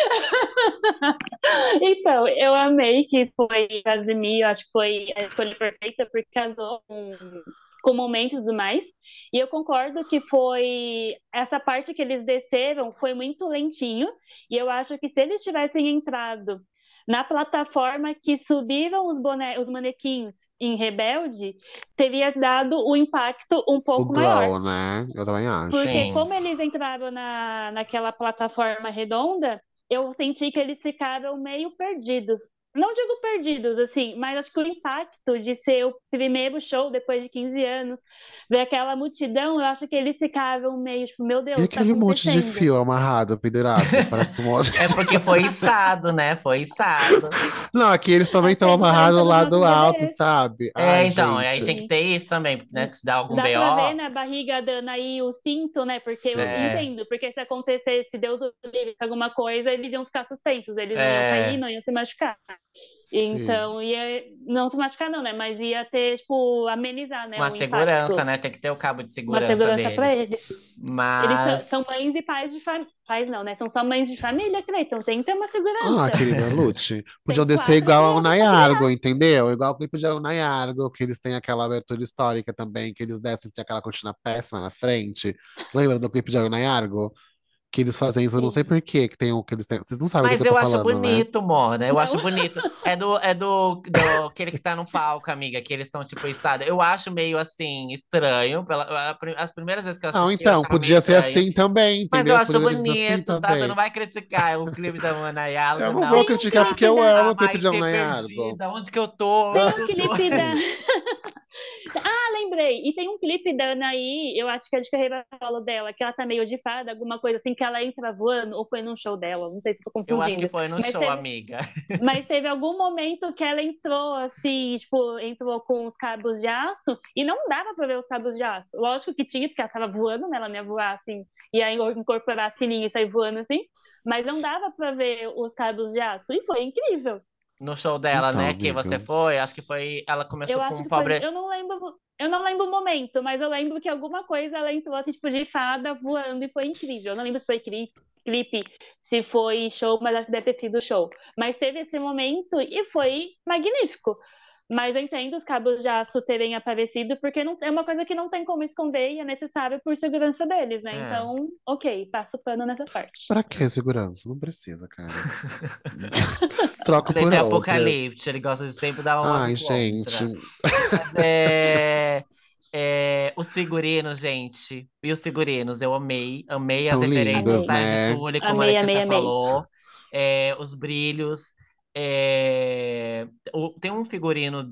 [SPEAKER 3] Então, eu amei que foi Casimir, eu acho que foi a escolha perfeita, porque casou com momentos e tudo mais. E eu concordo que foi essa parte que eles desceram foi muito lentinho. E eu acho que se eles tivessem entrado na plataforma que subiram os manequins em Rebelde, teria dado o impacto um
[SPEAKER 1] O
[SPEAKER 3] pouco maior.
[SPEAKER 1] Glow, né? Eu também acho.
[SPEAKER 3] Porque
[SPEAKER 2] Sim.
[SPEAKER 3] como eles entraram naquela plataforma redonda, eu senti que eles ficaram meio perdidos. Não digo perdidos, assim, mas acho que o impacto de ser o primeiro show depois de 15 anos, ver aquela multidão, eu acho que eles ficaram meio, tipo, meu
[SPEAKER 1] E
[SPEAKER 3] Deus, o que tá
[SPEAKER 1] aquele monte de
[SPEAKER 3] acontecendo?
[SPEAKER 1] fio amarrado, pendurado? Parece um monte.
[SPEAKER 2] É porque foi içado, né? Foi içado.
[SPEAKER 1] Não, aqui eles também estão
[SPEAKER 3] Até
[SPEAKER 1] amarrados
[SPEAKER 3] entramos no
[SPEAKER 1] lá
[SPEAKER 3] nosso
[SPEAKER 1] do alto,
[SPEAKER 3] bebê.
[SPEAKER 1] sabe?
[SPEAKER 2] É,
[SPEAKER 1] Ai,
[SPEAKER 2] então, aí
[SPEAKER 1] gente.
[SPEAKER 2] tem que ter isso também, né? Que se dá algum
[SPEAKER 3] Dá pra ver
[SPEAKER 2] BO,
[SPEAKER 3] na barriga da Anaí o cinto, né? Porque eu
[SPEAKER 1] Sim.
[SPEAKER 2] é,
[SPEAKER 3] entendo, porque se acontecesse, Deus o livre, alguma coisa, eles iam ficar suspensos, eles não iam cair,
[SPEAKER 2] é
[SPEAKER 3] não iam se machucar.
[SPEAKER 1] Sim.
[SPEAKER 3] Então, ia não se machucar, não, né? Mas ia ter, tipo, amenizar, né,
[SPEAKER 2] uma
[SPEAKER 3] o
[SPEAKER 2] segurança,
[SPEAKER 3] impacto,
[SPEAKER 2] né? Tem que ter o cabo de
[SPEAKER 3] uma
[SPEAKER 2] segurança
[SPEAKER 3] segurança para
[SPEAKER 2] deles.
[SPEAKER 3] eles. Eles são
[SPEAKER 2] Mas,
[SPEAKER 3] mães e pais de família. Pais não, né? São só mães de família, Cleiton. Tem que ter uma
[SPEAKER 1] Ah,
[SPEAKER 3] segurança.
[SPEAKER 1] querida Lute,
[SPEAKER 3] Tem
[SPEAKER 1] podiam descer
[SPEAKER 3] quatro
[SPEAKER 1] igual ao
[SPEAKER 3] crianças para
[SPEAKER 1] Nayargo,
[SPEAKER 3] criar.
[SPEAKER 1] entendeu? Igual o clipe de Nayargo, que eles têm aquela abertura histórica também, que eles descem, tem aquela cortina péssima na frente. Lembra do clipe de Nayargo? Que eles fazem isso, eu não sei
[SPEAKER 3] Sim.
[SPEAKER 1] por quê, que tem o que eles têm. Vocês não sabem do que
[SPEAKER 2] mas
[SPEAKER 1] eu tô
[SPEAKER 2] eu acho
[SPEAKER 1] falando, né?
[SPEAKER 2] bonito, Mona. Eu acho
[SPEAKER 3] Não,
[SPEAKER 2] bonito. É do aquele que tá no palco, amiga, que eles estão tipo içados. Eu acho meio assim estranho. As primeiras vezes que eu
[SPEAKER 1] Não,
[SPEAKER 2] assisti, eu
[SPEAKER 1] então,
[SPEAKER 2] achava meio
[SPEAKER 1] podia ser
[SPEAKER 2] estranho.
[SPEAKER 1] assim também,
[SPEAKER 2] Mas eu
[SPEAKER 1] entendeu?
[SPEAKER 2] acho
[SPEAKER 1] Podia eles assim
[SPEAKER 2] bonito, tá? Você não
[SPEAKER 1] também.
[SPEAKER 2] vai criticar o clipe da Mona
[SPEAKER 1] Eu
[SPEAKER 2] Yalgo,
[SPEAKER 1] não vou
[SPEAKER 2] não.
[SPEAKER 3] tem um
[SPEAKER 1] criticar porque
[SPEAKER 3] clipe
[SPEAKER 1] eu
[SPEAKER 3] da.
[SPEAKER 1] amo
[SPEAKER 2] A
[SPEAKER 1] o clipe de
[SPEAKER 2] Maitê
[SPEAKER 1] Nayargo.
[SPEAKER 2] perdida, onde que eu tô? Onde
[SPEAKER 3] Tem
[SPEAKER 2] que
[SPEAKER 3] um
[SPEAKER 2] eu tô?
[SPEAKER 3] clipe da.
[SPEAKER 1] Sim.
[SPEAKER 3] Ah, lembrei. E tem um clipe da Anaí, eu acho que é de carreira solo dela, que ela tá meio de fada, alguma coisa assim, que ela entra voando, ou foi num show dela, não sei se tô
[SPEAKER 2] Eu acho que
[SPEAKER 3] confundindo.
[SPEAKER 2] foi no
[SPEAKER 3] Mas
[SPEAKER 2] show,
[SPEAKER 3] teve,
[SPEAKER 2] amiga.
[SPEAKER 3] mas teve algum momento que ela entrou assim, tipo, entrou com os cabos de aço, e não dava pra ver os cabos de aço. Lógico que tinha, porque ela tava voando, né? Ela não ia voar assim, ia incorporar a sininho e sair voando assim, mas não dava pra ver os cabos de aço, e foi incrível.
[SPEAKER 2] No show dela,
[SPEAKER 1] Então,
[SPEAKER 2] né? Que
[SPEAKER 1] amiga.
[SPEAKER 2] você foi, acho que foi. Ela
[SPEAKER 3] Eu
[SPEAKER 2] começou com
[SPEAKER 3] acho
[SPEAKER 2] um
[SPEAKER 3] que foi.
[SPEAKER 2] pobre.
[SPEAKER 3] Eu não lembro o momento, mas eu lembro que alguma coisa ela entrou assim, tipo, de fada voando e foi incrível. Eu não lembro se foi clipe. clipe, se foi show, mas acho que deve ter sido show. Mas teve esse momento e foi magnífico. Mas eu entendo os cabos de aço terem aparecido, porque não, é uma coisa que não tem como esconder e é necessário por segurança deles, né?
[SPEAKER 2] É.
[SPEAKER 3] Então, ok, passa o pano nessa parte.
[SPEAKER 1] Pra que segurança? Não precisa, cara. Troca
[SPEAKER 2] Ele
[SPEAKER 1] por
[SPEAKER 2] tem
[SPEAKER 1] outras.
[SPEAKER 2] Apocalipse, ele gosta de sempre dar uma do
[SPEAKER 1] Ai, gente.
[SPEAKER 2] contra. Mas os figurinos, gente. E os figurinos, eu amei. Amei as
[SPEAKER 1] Tão
[SPEAKER 2] referências,
[SPEAKER 1] lindos,
[SPEAKER 3] Amei.
[SPEAKER 2] tais de
[SPEAKER 1] né?
[SPEAKER 2] Tule, como a
[SPEAKER 3] Amei, amei,
[SPEAKER 2] Letícia
[SPEAKER 3] amei.
[SPEAKER 2] falou. Os brilhos. Tem um figurino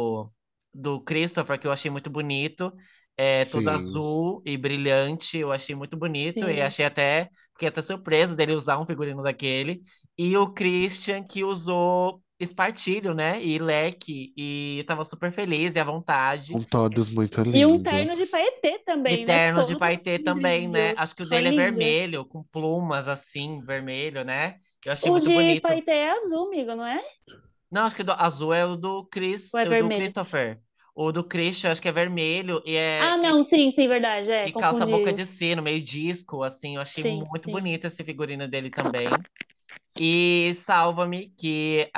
[SPEAKER 2] do Christopher que eu achei muito bonito. Todo
[SPEAKER 1] Sim.
[SPEAKER 2] azul e brilhante, eu achei muito bonito. E
[SPEAKER 3] Sim.
[SPEAKER 2] achei até. Fiquei até surpreso dele usar um figurino daquele. E o Christian que usou espartilho, né? E leque. E eu tava super feliz e à vontade.
[SPEAKER 1] Com todos muito
[SPEAKER 3] E um terno de
[SPEAKER 1] lindos.
[SPEAKER 3] paetê
[SPEAKER 2] E
[SPEAKER 3] também, né?
[SPEAKER 2] terno de
[SPEAKER 3] Todo
[SPEAKER 2] paetê
[SPEAKER 3] com
[SPEAKER 2] também, né?
[SPEAKER 3] brilho.
[SPEAKER 2] Acho que o
[SPEAKER 3] Foi
[SPEAKER 2] dele é
[SPEAKER 3] lindo.
[SPEAKER 2] vermelho, com plumas assim, vermelho, né? Eu achei
[SPEAKER 3] O
[SPEAKER 2] muito
[SPEAKER 3] de
[SPEAKER 2] bonito.
[SPEAKER 3] paetê é azul, amigo, não é?
[SPEAKER 2] Não, acho que o do azul é o do Chris,
[SPEAKER 3] Ou é
[SPEAKER 2] é o do
[SPEAKER 3] vermelho?
[SPEAKER 2] Christopher. O do Christian, acho que é vermelho
[SPEAKER 3] Ah, não, sim, sim, verdade. É,
[SPEAKER 2] e calça boca
[SPEAKER 3] confundi.
[SPEAKER 2] de sino, meio disco, assim. Eu achei
[SPEAKER 3] Sim,
[SPEAKER 2] muito
[SPEAKER 3] sim.
[SPEAKER 2] bonito esse figurino dele também. E Salva-me, que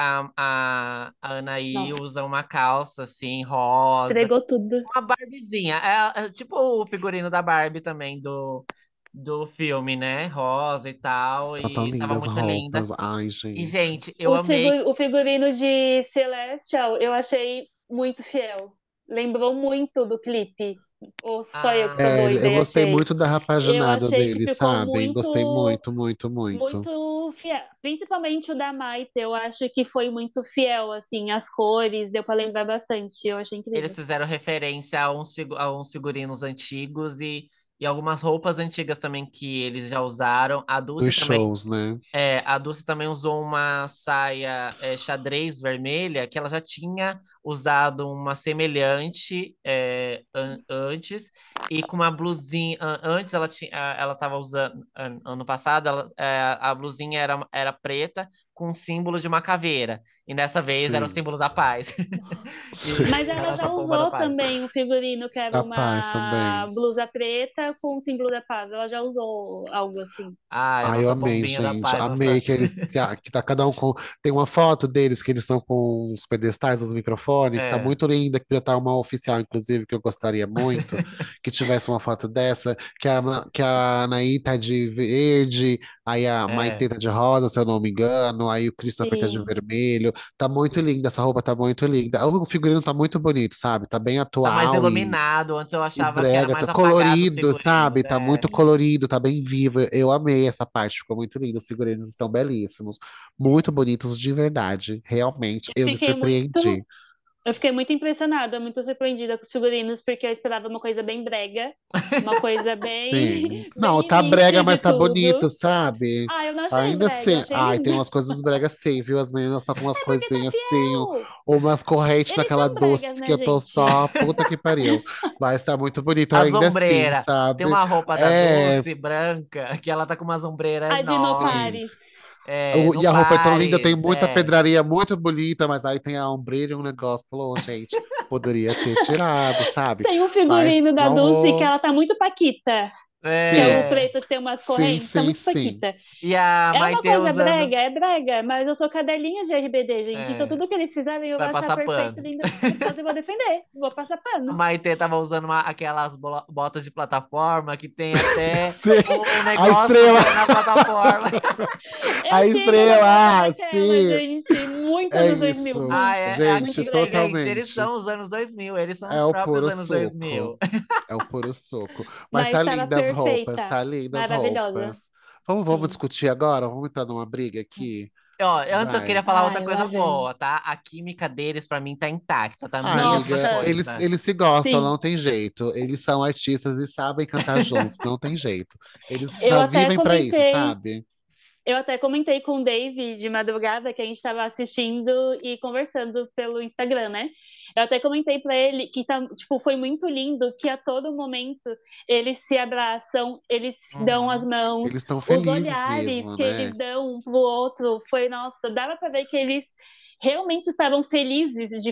[SPEAKER 2] a Anaí
[SPEAKER 3] Nossa,
[SPEAKER 2] usa uma calça, assim, rosa,
[SPEAKER 3] entregou tudo.
[SPEAKER 2] uma Barbiezinha. É tipo o figurino da Barbie também, do filme, né? Rosa e tal.
[SPEAKER 1] Tá tão
[SPEAKER 2] E tava
[SPEAKER 1] lindas as
[SPEAKER 2] muito linda.
[SPEAKER 1] roupas. Ai,
[SPEAKER 2] E,
[SPEAKER 1] gente.
[SPEAKER 2] gente, eu amei.
[SPEAKER 3] O figurino de Celestial eu achei muito fiel. Lembrou muito do clipe. Ou só eu que sou
[SPEAKER 1] É,
[SPEAKER 3] doida
[SPEAKER 1] eu
[SPEAKER 3] e
[SPEAKER 1] gostei
[SPEAKER 3] achei.
[SPEAKER 1] muito da
[SPEAKER 3] Eu
[SPEAKER 1] rapaginada
[SPEAKER 3] achei que
[SPEAKER 1] dele,
[SPEAKER 3] ficou
[SPEAKER 1] sabe? Gostei muito, muito, muito.
[SPEAKER 3] muito fiel. Principalmente o da Maite, eu acho que foi muito fiel, assim, as cores, deu pra lembrar bastante. Eu achei
[SPEAKER 2] Eles
[SPEAKER 3] incrível.
[SPEAKER 2] fizeram referência a uns figurinos antigos e algumas roupas antigas também que eles já usaram. A
[SPEAKER 1] Dos
[SPEAKER 2] Dulce também.
[SPEAKER 1] shows, né?
[SPEAKER 2] A Dulce também usou uma saia xadrez vermelha, que ela já tinha usado uma semelhante antes, e com uma blusinha. Antes ela estava usando, ano passado, a blusinha era preta com um símbolo de uma caveira, e dessa vez era o
[SPEAKER 1] Sim.
[SPEAKER 2] símbolo da paz. E
[SPEAKER 3] Mas ela
[SPEAKER 2] essa
[SPEAKER 3] já
[SPEAKER 2] pomba da
[SPEAKER 3] usou
[SPEAKER 2] paz.
[SPEAKER 3] também um figurino que era
[SPEAKER 1] Da paz
[SPEAKER 3] uma
[SPEAKER 1] também.
[SPEAKER 3] blusa preta com o símbolo da paz. Ela já usou algo assim.
[SPEAKER 2] Ai, a
[SPEAKER 1] Ai, eu
[SPEAKER 2] nossa
[SPEAKER 1] amei,
[SPEAKER 2] pombinha da
[SPEAKER 1] gente.
[SPEAKER 2] paz,
[SPEAKER 1] Amei
[SPEAKER 2] nossa.
[SPEAKER 1] que eles que tá cada um com. Tem uma foto deles que eles estão com os pedestais, os microfones, que tá
[SPEAKER 2] É,
[SPEAKER 1] muito linda, que podia estar uma oficial, inclusive, que eu gostaria muito que tivesse uma foto dessa, que a Anaí tá de verde, aí a
[SPEAKER 2] é.
[SPEAKER 1] Maitê tá de rosa, se eu não me engano, aí o Christopher tá de
[SPEAKER 3] Sim.
[SPEAKER 1] vermelho. Tá muito linda, essa roupa tá muito linda. O figurino tá muito bonito, sabe? Tá bem
[SPEAKER 2] Tá mais
[SPEAKER 1] atual
[SPEAKER 2] iluminado. Antes eu
[SPEAKER 1] e
[SPEAKER 2] achava que era
[SPEAKER 1] brega, tá
[SPEAKER 2] mais apagado os
[SPEAKER 1] colorido,
[SPEAKER 2] figurinos.
[SPEAKER 1] sabe? Tá muito colorido, tá bem vivo. Eu amei essa parte, ficou muito lindo. Os figurinos estão belíssimos, muito bonitos de verdade. Realmente,
[SPEAKER 3] Eu
[SPEAKER 1] eu me
[SPEAKER 3] fiquei muito
[SPEAKER 1] surpreendi.
[SPEAKER 3] Eu fiquei muito impressionada, muito surpreendida com os figurinos, porque eu esperava uma coisa bem brega, uma coisa
[SPEAKER 1] Sim.
[SPEAKER 3] bem,
[SPEAKER 1] Não,
[SPEAKER 3] bem
[SPEAKER 1] tá brega,
[SPEAKER 3] início de
[SPEAKER 1] mas tá bonito,
[SPEAKER 3] tudo.
[SPEAKER 1] sabe?
[SPEAKER 3] Ah, eu não achei
[SPEAKER 1] Ainda
[SPEAKER 3] brega, eu
[SPEAKER 1] assim,
[SPEAKER 3] achei
[SPEAKER 1] ai, tem
[SPEAKER 3] lindo.
[SPEAKER 1] umas coisas bregas sim, viu? As meninas estão com umas
[SPEAKER 3] É porque tá
[SPEAKER 1] coisinhas assim,
[SPEAKER 3] fiel.
[SPEAKER 1] ou umas correntes
[SPEAKER 3] Eles
[SPEAKER 1] daquela
[SPEAKER 3] são bregas,
[SPEAKER 1] doce que
[SPEAKER 3] né,
[SPEAKER 1] eu tô
[SPEAKER 3] gente?
[SPEAKER 1] só, puta que pariu. Mas tá muito bonito
[SPEAKER 2] A
[SPEAKER 1] ainda assim,
[SPEAKER 2] sombreira. Tem
[SPEAKER 1] sabe?
[SPEAKER 2] uma roupa da
[SPEAKER 1] É,
[SPEAKER 2] Dulce, branca, que ela tá com uma sombreira
[SPEAKER 3] A de
[SPEAKER 1] sim.
[SPEAKER 3] Nopares.
[SPEAKER 2] enorme. No
[SPEAKER 1] E a roupa é tão linda, tem
[SPEAKER 2] Pares,
[SPEAKER 1] muita pedraria muito bonita, mas aí tem a ombreira e um negócio. Falou, gente, poderia ter tirado, sabe?
[SPEAKER 3] Tem um
[SPEAKER 1] Mas
[SPEAKER 3] figurino da
[SPEAKER 1] não
[SPEAKER 3] Dulce que
[SPEAKER 1] vou.
[SPEAKER 3] ela tá muito paquita, que é o
[SPEAKER 1] Sim,
[SPEAKER 2] É.
[SPEAKER 3] preto que tem umas
[SPEAKER 1] sim,
[SPEAKER 3] correntes, tá
[SPEAKER 1] sim,
[SPEAKER 3] muito
[SPEAKER 1] sim.
[SPEAKER 3] paquita.
[SPEAKER 2] E a
[SPEAKER 3] É uma
[SPEAKER 2] Maitê
[SPEAKER 3] coisa
[SPEAKER 2] usando.
[SPEAKER 3] brega, é brega, mas eu sou cadelinha de RBD, gente. Então
[SPEAKER 2] É,
[SPEAKER 3] tudo que eles fizerem eu vou
[SPEAKER 2] vai
[SPEAKER 3] achar
[SPEAKER 2] passar
[SPEAKER 3] perfeito,
[SPEAKER 2] pano.
[SPEAKER 3] lindo, maravilhoso e vou defender. Vou passar
[SPEAKER 2] A
[SPEAKER 3] pano.
[SPEAKER 2] Maitê tava usando aquelas botas de plataforma que tem até
[SPEAKER 1] Sim,
[SPEAKER 2] um
[SPEAKER 1] a
[SPEAKER 2] negócio
[SPEAKER 1] estrela,
[SPEAKER 2] na plataforma.
[SPEAKER 3] Eu
[SPEAKER 1] a
[SPEAKER 3] queria uma roupa
[SPEAKER 1] estrela,
[SPEAKER 3] daquela,
[SPEAKER 1] sim,
[SPEAKER 3] gente. Muito
[SPEAKER 1] é
[SPEAKER 3] anos 2000,
[SPEAKER 1] isso.
[SPEAKER 2] Ah,
[SPEAKER 3] muito,
[SPEAKER 2] é
[SPEAKER 3] muito
[SPEAKER 1] Gente,
[SPEAKER 2] aquilo,
[SPEAKER 3] brega.
[SPEAKER 2] gente. Eles
[SPEAKER 1] totalmente.
[SPEAKER 2] são os anos 2000. Eles são
[SPEAKER 1] É
[SPEAKER 2] os
[SPEAKER 1] o
[SPEAKER 2] próprios
[SPEAKER 1] puro
[SPEAKER 2] anos 2000.
[SPEAKER 1] suco. É o puro suco. Mas
[SPEAKER 3] Mas
[SPEAKER 1] tá
[SPEAKER 3] estava
[SPEAKER 1] linda as roupas,
[SPEAKER 3] perfeita,
[SPEAKER 1] tá linda as
[SPEAKER 3] maravilhosa.
[SPEAKER 1] roupas. Vamos
[SPEAKER 3] Sim.
[SPEAKER 1] discutir agora? Vamos entrar numa briga aqui?
[SPEAKER 2] Ó, antes eu queria
[SPEAKER 1] Vai.
[SPEAKER 2] falar outra
[SPEAKER 3] Ai,
[SPEAKER 2] coisa
[SPEAKER 3] lá vem.
[SPEAKER 2] boa, tá? A química deles, pra mim, tá intacta, tá a
[SPEAKER 1] Ah,
[SPEAKER 2] mesma
[SPEAKER 1] amiga,
[SPEAKER 3] Nossa,
[SPEAKER 1] eles,
[SPEAKER 2] coisa.
[SPEAKER 1] eles se gostam,
[SPEAKER 3] sim.
[SPEAKER 1] não tem jeito. Eles são artistas e sabem cantar juntos, não tem jeito. Eles
[SPEAKER 3] Eu
[SPEAKER 1] só
[SPEAKER 3] até
[SPEAKER 1] vivem pra isso,
[SPEAKER 3] comentei
[SPEAKER 1] sabe?
[SPEAKER 3] Eu até comentei com o Dave de madrugada que a gente estava assistindo e conversando pelo Instagram, né? Eu até comentei para ele que tá, tipo, foi muito lindo que a todo momento eles se abraçam, eles dão as
[SPEAKER 2] Uhum.
[SPEAKER 3] mãos,
[SPEAKER 1] Eles estão
[SPEAKER 3] os
[SPEAKER 1] felizes
[SPEAKER 3] olhares
[SPEAKER 1] mesmo,
[SPEAKER 3] que
[SPEAKER 1] né?
[SPEAKER 3] eles dão um pro outro foi, nossa, dava para ver que eles realmente estavam felizes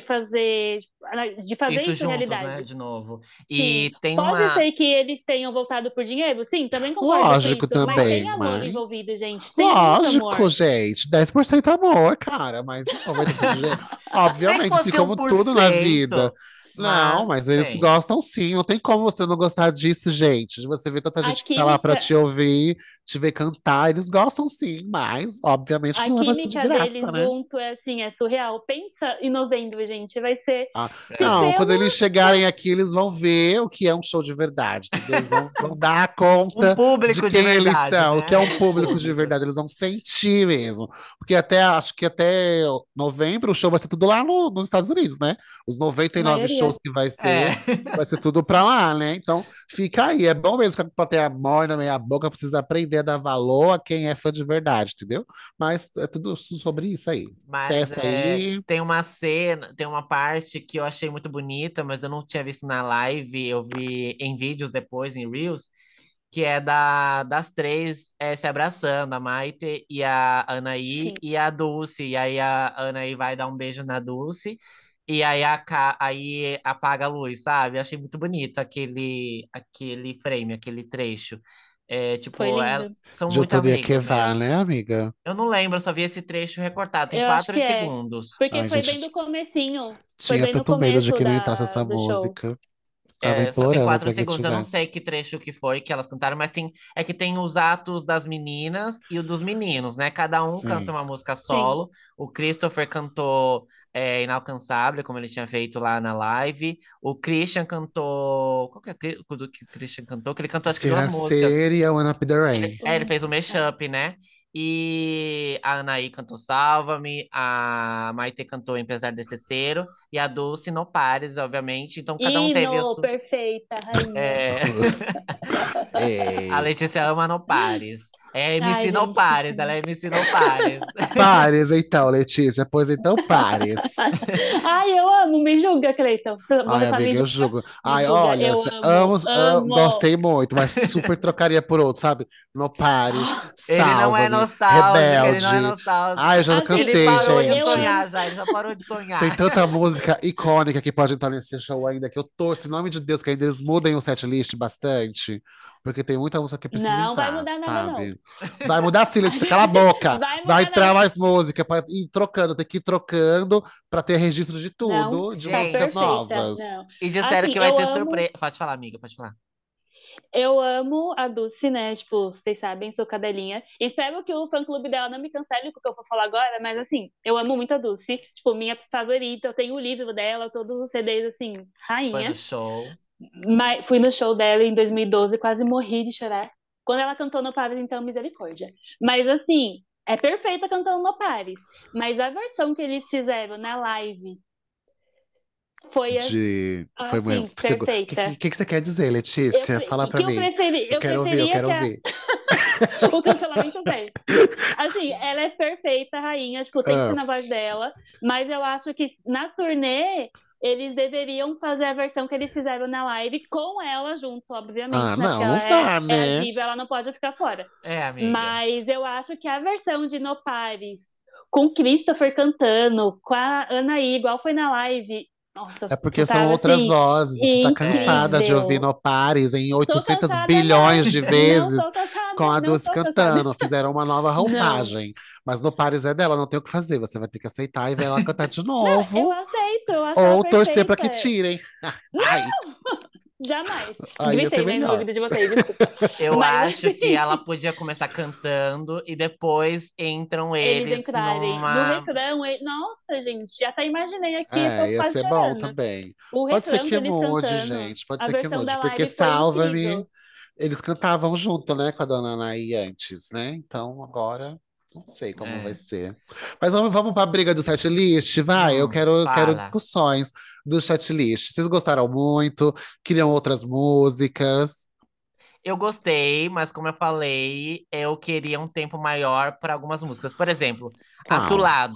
[SPEAKER 3] de fazer
[SPEAKER 2] Isso
[SPEAKER 3] isso
[SPEAKER 2] juntos, né?
[SPEAKER 3] realidade.
[SPEAKER 2] De novo.
[SPEAKER 3] Sim,
[SPEAKER 2] E tem
[SPEAKER 3] pode
[SPEAKER 2] uma.
[SPEAKER 3] ser que eles tenham voltado por dinheiro? Sim, também concordo com
[SPEAKER 1] Lógico
[SPEAKER 3] isso, mas tem
[SPEAKER 1] também,
[SPEAKER 3] amor
[SPEAKER 1] mas.
[SPEAKER 3] envolvido, gente. Tem muito
[SPEAKER 1] Lógico,
[SPEAKER 3] amor.
[SPEAKER 1] gente. 10% amor, cara, mas 90% de dinheiro.
[SPEAKER 2] Nem que
[SPEAKER 1] Obviamente, assim
[SPEAKER 2] fosse um
[SPEAKER 1] como
[SPEAKER 2] por
[SPEAKER 1] tudo na vida.
[SPEAKER 2] cento,
[SPEAKER 1] Não,
[SPEAKER 2] mas
[SPEAKER 1] mas eles
[SPEAKER 2] tem.
[SPEAKER 1] gostam sim. Não tem como você não gostar disso, gente. De você ver tanta
[SPEAKER 3] A
[SPEAKER 1] gente que tá lá pra
[SPEAKER 3] química,
[SPEAKER 1] te ouvir, te ver cantar. Eles gostam sim, mas obviamente que
[SPEAKER 3] a
[SPEAKER 1] não vai fazer de
[SPEAKER 3] química
[SPEAKER 1] graça,
[SPEAKER 3] deles
[SPEAKER 1] né?
[SPEAKER 3] junto é assim, é surreal. Pensa em novembro, gente. Vai ser
[SPEAKER 1] Ah,
[SPEAKER 3] se
[SPEAKER 2] É.
[SPEAKER 1] não, quando
[SPEAKER 3] pelo.
[SPEAKER 1] eles chegarem aqui, eles vão ver o que é um show de verdade, entendeu? Eles vão dar
[SPEAKER 2] Um
[SPEAKER 1] conta de
[SPEAKER 2] público de
[SPEAKER 1] quem eles
[SPEAKER 2] verdade,
[SPEAKER 1] são, o que é
[SPEAKER 2] né?
[SPEAKER 1] um
[SPEAKER 2] Um
[SPEAKER 1] público de
[SPEAKER 2] público.
[SPEAKER 1] verdade. Eles vão sentir mesmo. Porque até, acho que até novembro o show vai ser tudo lá nos Estados Unidos, né? Os
[SPEAKER 3] A
[SPEAKER 1] 99 shows
[SPEAKER 3] maioria.
[SPEAKER 1] que
[SPEAKER 2] É.
[SPEAKER 1] vai ser tudo pra lá, né? Então, fica aí. É bom mesmo que a plateia morna meia boca precisa aprender a dar valor a quem é fã de verdade, entendeu? Mas é tudo sobre isso aí.
[SPEAKER 2] Mas
[SPEAKER 1] Testa aí.
[SPEAKER 2] tem uma cena, tem uma parte que eu achei muito bonita, mas eu não tinha visto na live, eu vi em vídeos depois, em Reels, que é das três se abraçando, a Maite e a Anaí
[SPEAKER 3] Sim.
[SPEAKER 2] e a Dulce. E aí a Anaí vai dar um beijo na Dulce, e aí, aí apaga a luz, sabe? Achei muito bonito aquele frame, aquele trecho. É,
[SPEAKER 3] Foi
[SPEAKER 2] tipo,
[SPEAKER 3] lindo.
[SPEAKER 2] são
[SPEAKER 1] De
[SPEAKER 2] muito
[SPEAKER 1] todo dia que
[SPEAKER 2] amigos
[SPEAKER 1] vá,
[SPEAKER 2] mesmo.
[SPEAKER 1] né, amiga?
[SPEAKER 2] Eu não lembro, eu só vi esse trecho recortado, tem
[SPEAKER 3] Eu acho
[SPEAKER 2] quatro
[SPEAKER 3] que é.
[SPEAKER 2] segundos.
[SPEAKER 3] Porque
[SPEAKER 1] Ai,
[SPEAKER 3] foi bem do
[SPEAKER 1] gente,
[SPEAKER 3] comecinho. Foi
[SPEAKER 1] tinha
[SPEAKER 3] bem no
[SPEAKER 1] tanto medo de
[SPEAKER 3] começo
[SPEAKER 1] que não entrasse essa
[SPEAKER 3] do show.
[SPEAKER 1] música. Tava
[SPEAKER 2] É, só tem
[SPEAKER 1] implorando
[SPEAKER 2] quatro
[SPEAKER 1] pra que
[SPEAKER 2] segundos. Eu não
[SPEAKER 1] tivesse.
[SPEAKER 2] sei que trecho que foi que elas cantaram, mas é que tem os atos das meninas e o dos meninos, né? Cada um canta
[SPEAKER 1] Sim.
[SPEAKER 2] uma música
[SPEAKER 3] Sim.
[SPEAKER 2] solo. O Christopher cantou Inalcançável, como ele tinha feito lá na live. O Christian cantou. Qual que é o que o Christian cantou? Que ele cantou acho que
[SPEAKER 1] Ser
[SPEAKER 2] duas
[SPEAKER 1] a
[SPEAKER 2] músicas.
[SPEAKER 1] ser e a One Up the Rain.
[SPEAKER 2] Ele fez o mashup, né? E a Anaí cantou Salva-me, a Maite cantou Apesar de Ser Cero, e a Dulce No Pares, obviamente. Então cada um teve o
[SPEAKER 3] Hino,
[SPEAKER 2] seu.
[SPEAKER 3] perfeita, rainha.
[SPEAKER 2] É... A
[SPEAKER 1] Ei.
[SPEAKER 2] Letícia ama No Pares. É
[SPEAKER 3] Ai,
[SPEAKER 2] MC No
[SPEAKER 3] gente, que
[SPEAKER 2] Pares, ela
[SPEAKER 3] tudo.
[SPEAKER 2] é MC No Pares.
[SPEAKER 1] Pares, então, Letícia. Pois então, pares.
[SPEAKER 3] Ai, eu amo, me julga, Cleiton.
[SPEAKER 1] Ai,
[SPEAKER 3] Você sabe me
[SPEAKER 1] amiga, eu
[SPEAKER 3] julgar?
[SPEAKER 1] julgo.
[SPEAKER 3] Me
[SPEAKER 1] Ai,
[SPEAKER 3] julga,
[SPEAKER 1] olha,
[SPEAKER 3] eu amo,
[SPEAKER 1] amo,
[SPEAKER 3] amo.
[SPEAKER 1] gostei muito, mas super trocaria por outro, sabe? No Pares,
[SPEAKER 2] Ele não é
[SPEAKER 1] Salva-me,
[SPEAKER 2] nostálgico, ele não é
[SPEAKER 1] Rebelde. Ai, eu
[SPEAKER 2] nostálgico.
[SPEAKER 1] já
[SPEAKER 3] Assim,
[SPEAKER 2] Ele
[SPEAKER 1] cansei,
[SPEAKER 2] parou de
[SPEAKER 3] eu
[SPEAKER 1] gente.
[SPEAKER 3] amo.
[SPEAKER 2] sonhar já, ele já parou de
[SPEAKER 1] Tem
[SPEAKER 2] sonhar.
[SPEAKER 1] tanta música icônica que pode entrar nesse show ainda, que eu torço, em nome de Deus, que ainda eles mudem o setlist bastante, porque tem muita música que precisa
[SPEAKER 3] Não vai
[SPEAKER 1] entrar,
[SPEAKER 3] mudar nada, não.
[SPEAKER 1] sabe? Vai mudar sim, Letícia, cala a boca!
[SPEAKER 3] Vai
[SPEAKER 1] Vai
[SPEAKER 3] mudar,
[SPEAKER 1] entrar
[SPEAKER 3] não.
[SPEAKER 1] mais música para ir trocando, tem que ir trocando para ter registro de
[SPEAKER 3] Não,
[SPEAKER 1] tudo, de
[SPEAKER 3] tá
[SPEAKER 1] músicas
[SPEAKER 2] Gente,
[SPEAKER 3] perfeita.
[SPEAKER 1] novas.
[SPEAKER 3] Não.
[SPEAKER 2] e disseram
[SPEAKER 3] Assim,
[SPEAKER 2] que vai ter surpresa. Pode falar, amiga, pode falar.
[SPEAKER 3] eu amo a Dulce, né? Tipo, vocês sabem, sou cadelinha. Espero que o fã-clube dela não me cancele com o que eu vou falar agora, mas assim, eu amo muito a Dulce. Tipo, minha favorita, eu tenho o livro dela, todos os CDs, assim,
[SPEAKER 2] Foi no
[SPEAKER 3] rainha.
[SPEAKER 2] show.
[SPEAKER 3] Mas fui no show dela em 2012, quase morri de chorar. Quando ela cantou no Paris, então, misericórdia. Mas assim, é perfeita cantando no Paris. Mas a versão que eles fizeram na live foi
[SPEAKER 1] Foi
[SPEAKER 3] assim,
[SPEAKER 1] o
[SPEAKER 3] perfeita.
[SPEAKER 1] que você quer dizer, Letícia? Fala pra
[SPEAKER 3] Que eu
[SPEAKER 1] mim.
[SPEAKER 3] preferi, eu
[SPEAKER 1] Eu
[SPEAKER 3] preferia
[SPEAKER 1] quero
[SPEAKER 3] que
[SPEAKER 1] ouvir.
[SPEAKER 3] o cancelamento vem. Assim, ela é perfeita, rainha, tipo, tem que ser
[SPEAKER 1] Ah,
[SPEAKER 3] na voz dela, mas eu acho que na turnê eles deveriam fazer a versão que eles fizeram na live com ela junto, obviamente, né? Porque
[SPEAKER 1] não,
[SPEAKER 3] ela
[SPEAKER 1] não dá,
[SPEAKER 3] é a
[SPEAKER 1] né?
[SPEAKER 3] diva, ela não pode ficar fora.
[SPEAKER 2] É, amiga.
[SPEAKER 3] Mas eu acho que a versão de No Pares, com o Christopher cantando, com a Anaí, igual foi na live, nossa,
[SPEAKER 1] É porque são
[SPEAKER 3] tava
[SPEAKER 1] outras
[SPEAKER 3] assim,
[SPEAKER 1] vozes. Você tá
[SPEAKER 2] É.
[SPEAKER 1] cansada de ouvir
[SPEAKER 3] incrível.
[SPEAKER 1] no Pares em
[SPEAKER 3] Tô
[SPEAKER 1] 800
[SPEAKER 3] cansada, não.
[SPEAKER 1] bilhões de
[SPEAKER 3] Não
[SPEAKER 1] vezes
[SPEAKER 3] tô cansada,
[SPEAKER 1] com a
[SPEAKER 3] não
[SPEAKER 1] Dulce
[SPEAKER 3] tô cansada.
[SPEAKER 1] cantando. Fizeram uma nova
[SPEAKER 3] Não.
[SPEAKER 1] roupagem. Mas no Pares é dela, não tem o que fazer. Você vai ter que aceitar e ver ela cantar de
[SPEAKER 3] Não, eu
[SPEAKER 1] novo.
[SPEAKER 3] aceito, eu acho ela
[SPEAKER 1] Ou torcer pra
[SPEAKER 3] perfeita.
[SPEAKER 1] que tirem.
[SPEAKER 3] Não,
[SPEAKER 1] Ai,
[SPEAKER 3] jamais.
[SPEAKER 1] aí ia ser
[SPEAKER 3] Gritei, né, no
[SPEAKER 1] melhor.
[SPEAKER 3] ouvido de vocês, desculpa.
[SPEAKER 2] Eu
[SPEAKER 3] Mas
[SPEAKER 2] acho que
[SPEAKER 3] assim,
[SPEAKER 2] ela podia começar cantando e depois entram
[SPEAKER 3] eles
[SPEAKER 2] eles
[SPEAKER 3] entrarem no
[SPEAKER 2] numa.
[SPEAKER 3] refrão, nossa, gente, até imaginei aqui, eu
[SPEAKER 1] É,
[SPEAKER 3] tô
[SPEAKER 1] ia
[SPEAKER 3] quase
[SPEAKER 1] ser bom
[SPEAKER 3] chorando.
[SPEAKER 1] também.
[SPEAKER 3] O
[SPEAKER 1] Pode ser
[SPEAKER 3] refrão
[SPEAKER 1] que
[SPEAKER 3] deles
[SPEAKER 1] mude,
[SPEAKER 3] cantando,
[SPEAKER 1] gente. Pode
[SPEAKER 3] a
[SPEAKER 1] ser que
[SPEAKER 3] versão
[SPEAKER 1] mude.
[SPEAKER 3] da
[SPEAKER 1] Porque
[SPEAKER 3] live foi
[SPEAKER 1] Salva-me,
[SPEAKER 3] incrível.
[SPEAKER 1] eles cantavam junto, né, com a Dona Anaí antes, né? Então agora não sei como vai
[SPEAKER 2] É.
[SPEAKER 1] ser. Mas vamos para a briga do setlist, vai. Eu quero
[SPEAKER 2] Fala.
[SPEAKER 1] discussões do setlist. Vocês gostaram muito? Queriam outras músicas?
[SPEAKER 2] Eu gostei, mas como eu falei, eu queria um tempo maior para algumas músicas. Por exemplo,
[SPEAKER 1] Qual?
[SPEAKER 2] Atulado.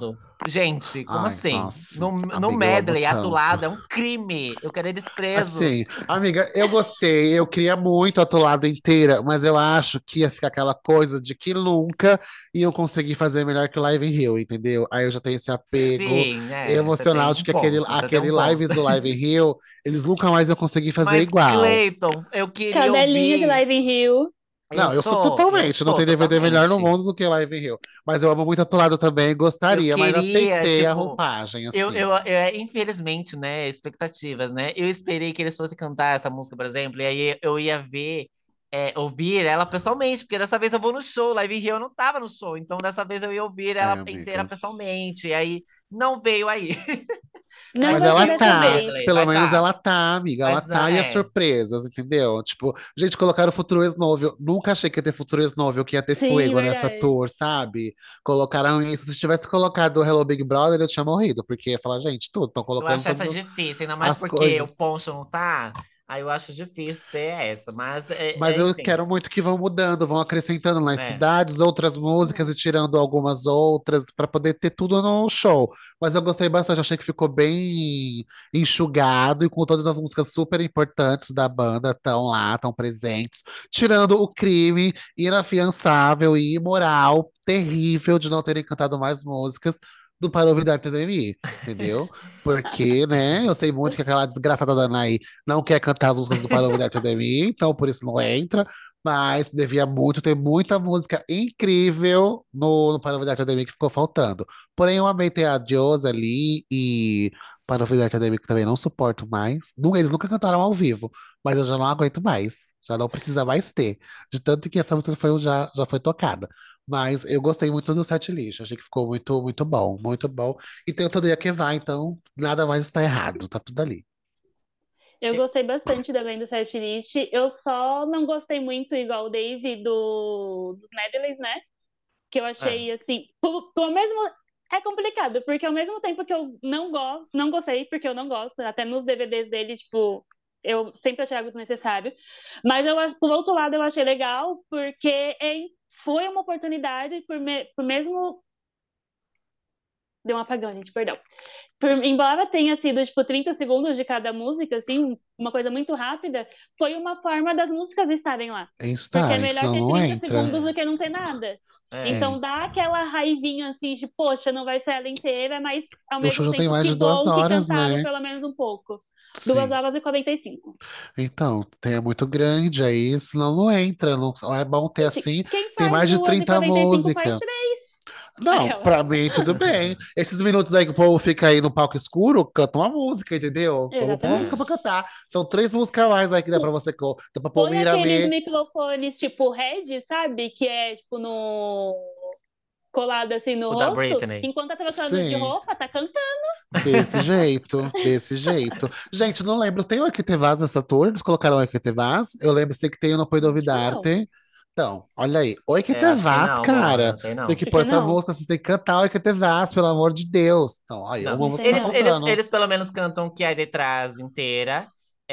[SPEAKER 2] Gente, como
[SPEAKER 1] Ai,
[SPEAKER 2] assim?
[SPEAKER 1] nossa,
[SPEAKER 2] No
[SPEAKER 1] amiga, eu amo
[SPEAKER 2] medley,
[SPEAKER 1] tanto.
[SPEAKER 2] atulado, é um crime. Eu quero eles
[SPEAKER 1] Assim,
[SPEAKER 2] presos.
[SPEAKER 1] amiga, eu gostei, eu queria muito a Atolado inteira, mas eu acho que ia ficar aquela coisa de que nunca iam conseguir fazer melhor que o Live in Rio, entendeu? Aí eu já tenho esse apego
[SPEAKER 2] Sim, né? Você tem
[SPEAKER 1] emocional de
[SPEAKER 2] um
[SPEAKER 1] que aquele,
[SPEAKER 2] ponto, você tem um
[SPEAKER 1] aquele live
[SPEAKER 2] ponto.
[SPEAKER 1] do Live in Rio, eles nunca mais iam conseguir fazer
[SPEAKER 2] Mas,
[SPEAKER 1] igual.
[SPEAKER 2] Cleiton, eu queria
[SPEAKER 3] Cadelinha de
[SPEAKER 2] ouvir.
[SPEAKER 3] Live in Rio.
[SPEAKER 1] Não,
[SPEAKER 2] Eu
[SPEAKER 1] eu não
[SPEAKER 2] sou
[SPEAKER 1] tenho DVD melhor no
[SPEAKER 2] totalmente.
[SPEAKER 1] mundo do que Live in Rio, mas eu amo muito Atolado também,
[SPEAKER 2] Eu
[SPEAKER 1] gostaria, mas
[SPEAKER 2] queria,
[SPEAKER 1] aceitei a
[SPEAKER 2] tipo,
[SPEAKER 1] roupagem, assim.
[SPEAKER 2] infelizmente, né, expectativas, né? Eu esperei que eles fossem cantar essa música, por exemplo, e aí eu ia ver, ouvir ela pessoalmente, porque dessa vez eu vou no show, Live in Rio eu não tava no show, então dessa vez eu ia ouvir
[SPEAKER 1] É,
[SPEAKER 2] ela inteira
[SPEAKER 1] amiga.
[SPEAKER 2] pessoalmente, e aí não veio aí.
[SPEAKER 3] Não
[SPEAKER 2] Vai
[SPEAKER 1] Mas
[SPEAKER 3] vai
[SPEAKER 1] ela
[SPEAKER 3] ser
[SPEAKER 2] ser
[SPEAKER 3] dessa
[SPEAKER 2] no
[SPEAKER 1] tá,
[SPEAKER 3] vez.
[SPEAKER 2] medley,
[SPEAKER 1] pelo
[SPEAKER 2] vai
[SPEAKER 1] menos
[SPEAKER 2] tá.
[SPEAKER 1] ela tá, amiga. Ela
[SPEAKER 2] Mas não,
[SPEAKER 1] tá e as surpresas, entendeu? Tipo, gente, colocaram o Futuro Ex-Novel. Nunca achei que ia ter Futuro Ex-Novel, que ia ter
[SPEAKER 3] Sim,
[SPEAKER 1] Fuego nessa
[SPEAKER 3] verdade.
[SPEAKER 1] tour, sabe? Colocaram isso. Se tivesse colocado o Hello Big Brother, eu tinha morrido, porque ia falar, gente, tudo, estão
[SPEAKER 2] eu
[SPEAKER 1] colocando
[SPEAKER 2] acho
[SPEAKER 1] todas
[SPEAKER 2] essa difícil, ainda mais
[SPEAKER 1] as
[SPEAKER 2] porque o
[SPEAKER 1] coisas.
[SPEAKER 2] Poncho não tá, aí eu acho difícil ter essa, mas,
[SPEAKER 1] Mas eu
[SPEAKER 2] enfim,
[SPEAKER 1] quero muito que vão mudando, vão acrescentando nas
[SPEAKER 2] né?
[SPEAKER 1] cidades outras músicas e tirando algumas outras para poder ter tudo no show. Mas eu gostei bastante, achei que ficou bem enxugado e com todas as músicas super importantes da banda estão lá, estão presentes, tirando o crime inafiançável e imoral terrível de não terem cantado mais músicas do Para Ouvir da TDMI, entendeu? Porque, né, eu sei muito que aquela desgraçada da Anaí não quer cantar as músicas do Para Ouvir da TDMI, então por isso não entra. Mas devia muito ter muita música incrível no Para Ouvir da Academia que ficou faltando. Porém, eu amei ter a Joss ali e Para Ouvir da Academia que também não suporto mais. Eles nunca cantaram ao vivo, mas eu já não aguento mais. Já não precisa mais ter. De tanto que essa música já foi tocada. Mas eu gostei muito do set list. Achei que ficou muito, muito bom. Muito bom. E tem o Todo Dia Que Vai, então nada mais está errado. Tá tudo ali.
[SPEAKER 3] Eu gostei bastante também do setlist. Eu só não gostei muito, igual o Dave, dos medleys, né? Que eu
[SPEAKER 2] É.
[SPEAKER 3] achei assim, pelo mesmo. É complicado, porque ao mesmo tempo que eu não gosto, não gostei, porque eu não gosto, até nos DVDs dele, tipo, eu sempre achei algo desnecessário. Mas eu acho, por outro lado, eu achei legal, porque foi uma oportunidade, por mesmo. Deu um apagão, gente, perdão. Embora tenha sido, tipo, 30 segundos de cada música, assim, uma coisa muito rápida, foi uma forma das músicas estarem lá.
[SPEAKER 1] Em
[SPEAKER 3] Porque é
[SPEAKER 1] estarem,
[SPEAKER 3] melhor
[SPEAKER 1] senão
[SPEAKER 3] ter
[SPEAKER 1] não
[SPEAKER 3] 30
[SPEAKER 1] entra.
[SPEAKER 3] segundos do
[SPEAKER 2] É,
[SPEAKER 3] que não ter nada.
[SPEAKER 2] é.
[SPEAKER 3] Então
[SPEAKER 1] Sim.
[SPEAKER 3] dá aquela raivinha, assim, de, poxa, não vai ser ela inteira, mas ao
[SPEAKER 1] O show
[SPEAKER 3] mesmo
[SPEAKER 1] já tem
[SPEAKER 3] tempo,
[SPEAKER 1] mais
[SPEAKER 3] que
[SPEAKER 1] de duas
[SPEAKER 3] bom que
[SPEAKER 1] horas,
[SPEAKER 3] cantaram
[SPEAKER 1] né?
[SPEAKER 3] pelo menos um pouco. Duas
[SPEAKER 1] Sim.
[SPEAKER 3] horas e 45.
[SPEAKER 1] Então, é muito grande aí, senão não entra. Não, é bom ter
[SPEAKER 3] Gente,
[SPEAKER 1] assim,
[SPEAKER 3] quem
[SPEAKER 1] tem
[SPEAKER 3] faz
[SPEAKER 1] mais de
[SPEAKER 3] duas e
[SPEAKER 1] 30
[SPEAKER 3] 45 faz
[SPEAKER 1] músicas.
[SPEAKER 3] três.
[SPEAKER 1] Não,
[SPEAKER 3] Aquela.
[SPEAKER 1] pra mim tudo bem. Esses minutos aí que o povo fica aí no palco escuro, canta uma música, entendeu? Vamos pôr uma música
[SPEAKER 2] É.
[SPEAKER 3] Exatamente.
[SPEAKER 1] pra cantar. São três músicas a mais aí que dá pra você. Dá pra pôr
[SPEAKER 3] Põe aqueles
[SPEAKER 1] Mirame.
[SPEAKER 3] microfones tipo Red, sabe? Que é tipo no colado assim no
[SPEAKER 2] O da
[SPEAKER 3] rosto,
[SPEAKER 2] Britney.
[SPEAKER 3] enquanto tá trocando de
[SPEAKER 1] Sim,
[SPEAKER 3] roupa, tá cantando.
[SPEAKER 1] desse jeito, desse jeito. Gente, não lembro, tem o Equitevaz nessa tour? Eles colocaram o Equitevaz? Eu lembro, sei que tem o No Puedo
[SPEAKER 3] Acho que não.
[SPEAKER 1] Olvidarte. Então, olha aí, o
[SPEAKER 2] Acho que
[SPEAKER 1] Equitevaz,
[SPEAKER 2] não, Luana,
[SPEAKER 1] cara.
[SPEAKER 2] não tem
[SPEAKER 1] Tem
[SPEAKER 2] não.
[SPEAKER 1] que
[SPEAKER 3] Acho
[SPEAKER 1] pôr
[SPEAKER 3] que
[SPEAKER 1] essa
[SPEAKER 3] não.
[SPEAKER 1] música, vocês têm que cantar o Equitevaz, pelo amor de Deus. Então, aí,
[SPEAKER 2] Não.
[SPEAKER 1] uma
[SPEAKER 3] Não
[SPEAKER 1] música
[SPEAKER 3] tem
[SPEAKER 1] tá
[SPEAKER 3] não.
[SPEAKER 1] faltando.
[SPEAKER 2] Eles pelo menos cantam Que Hay Detrás inteira.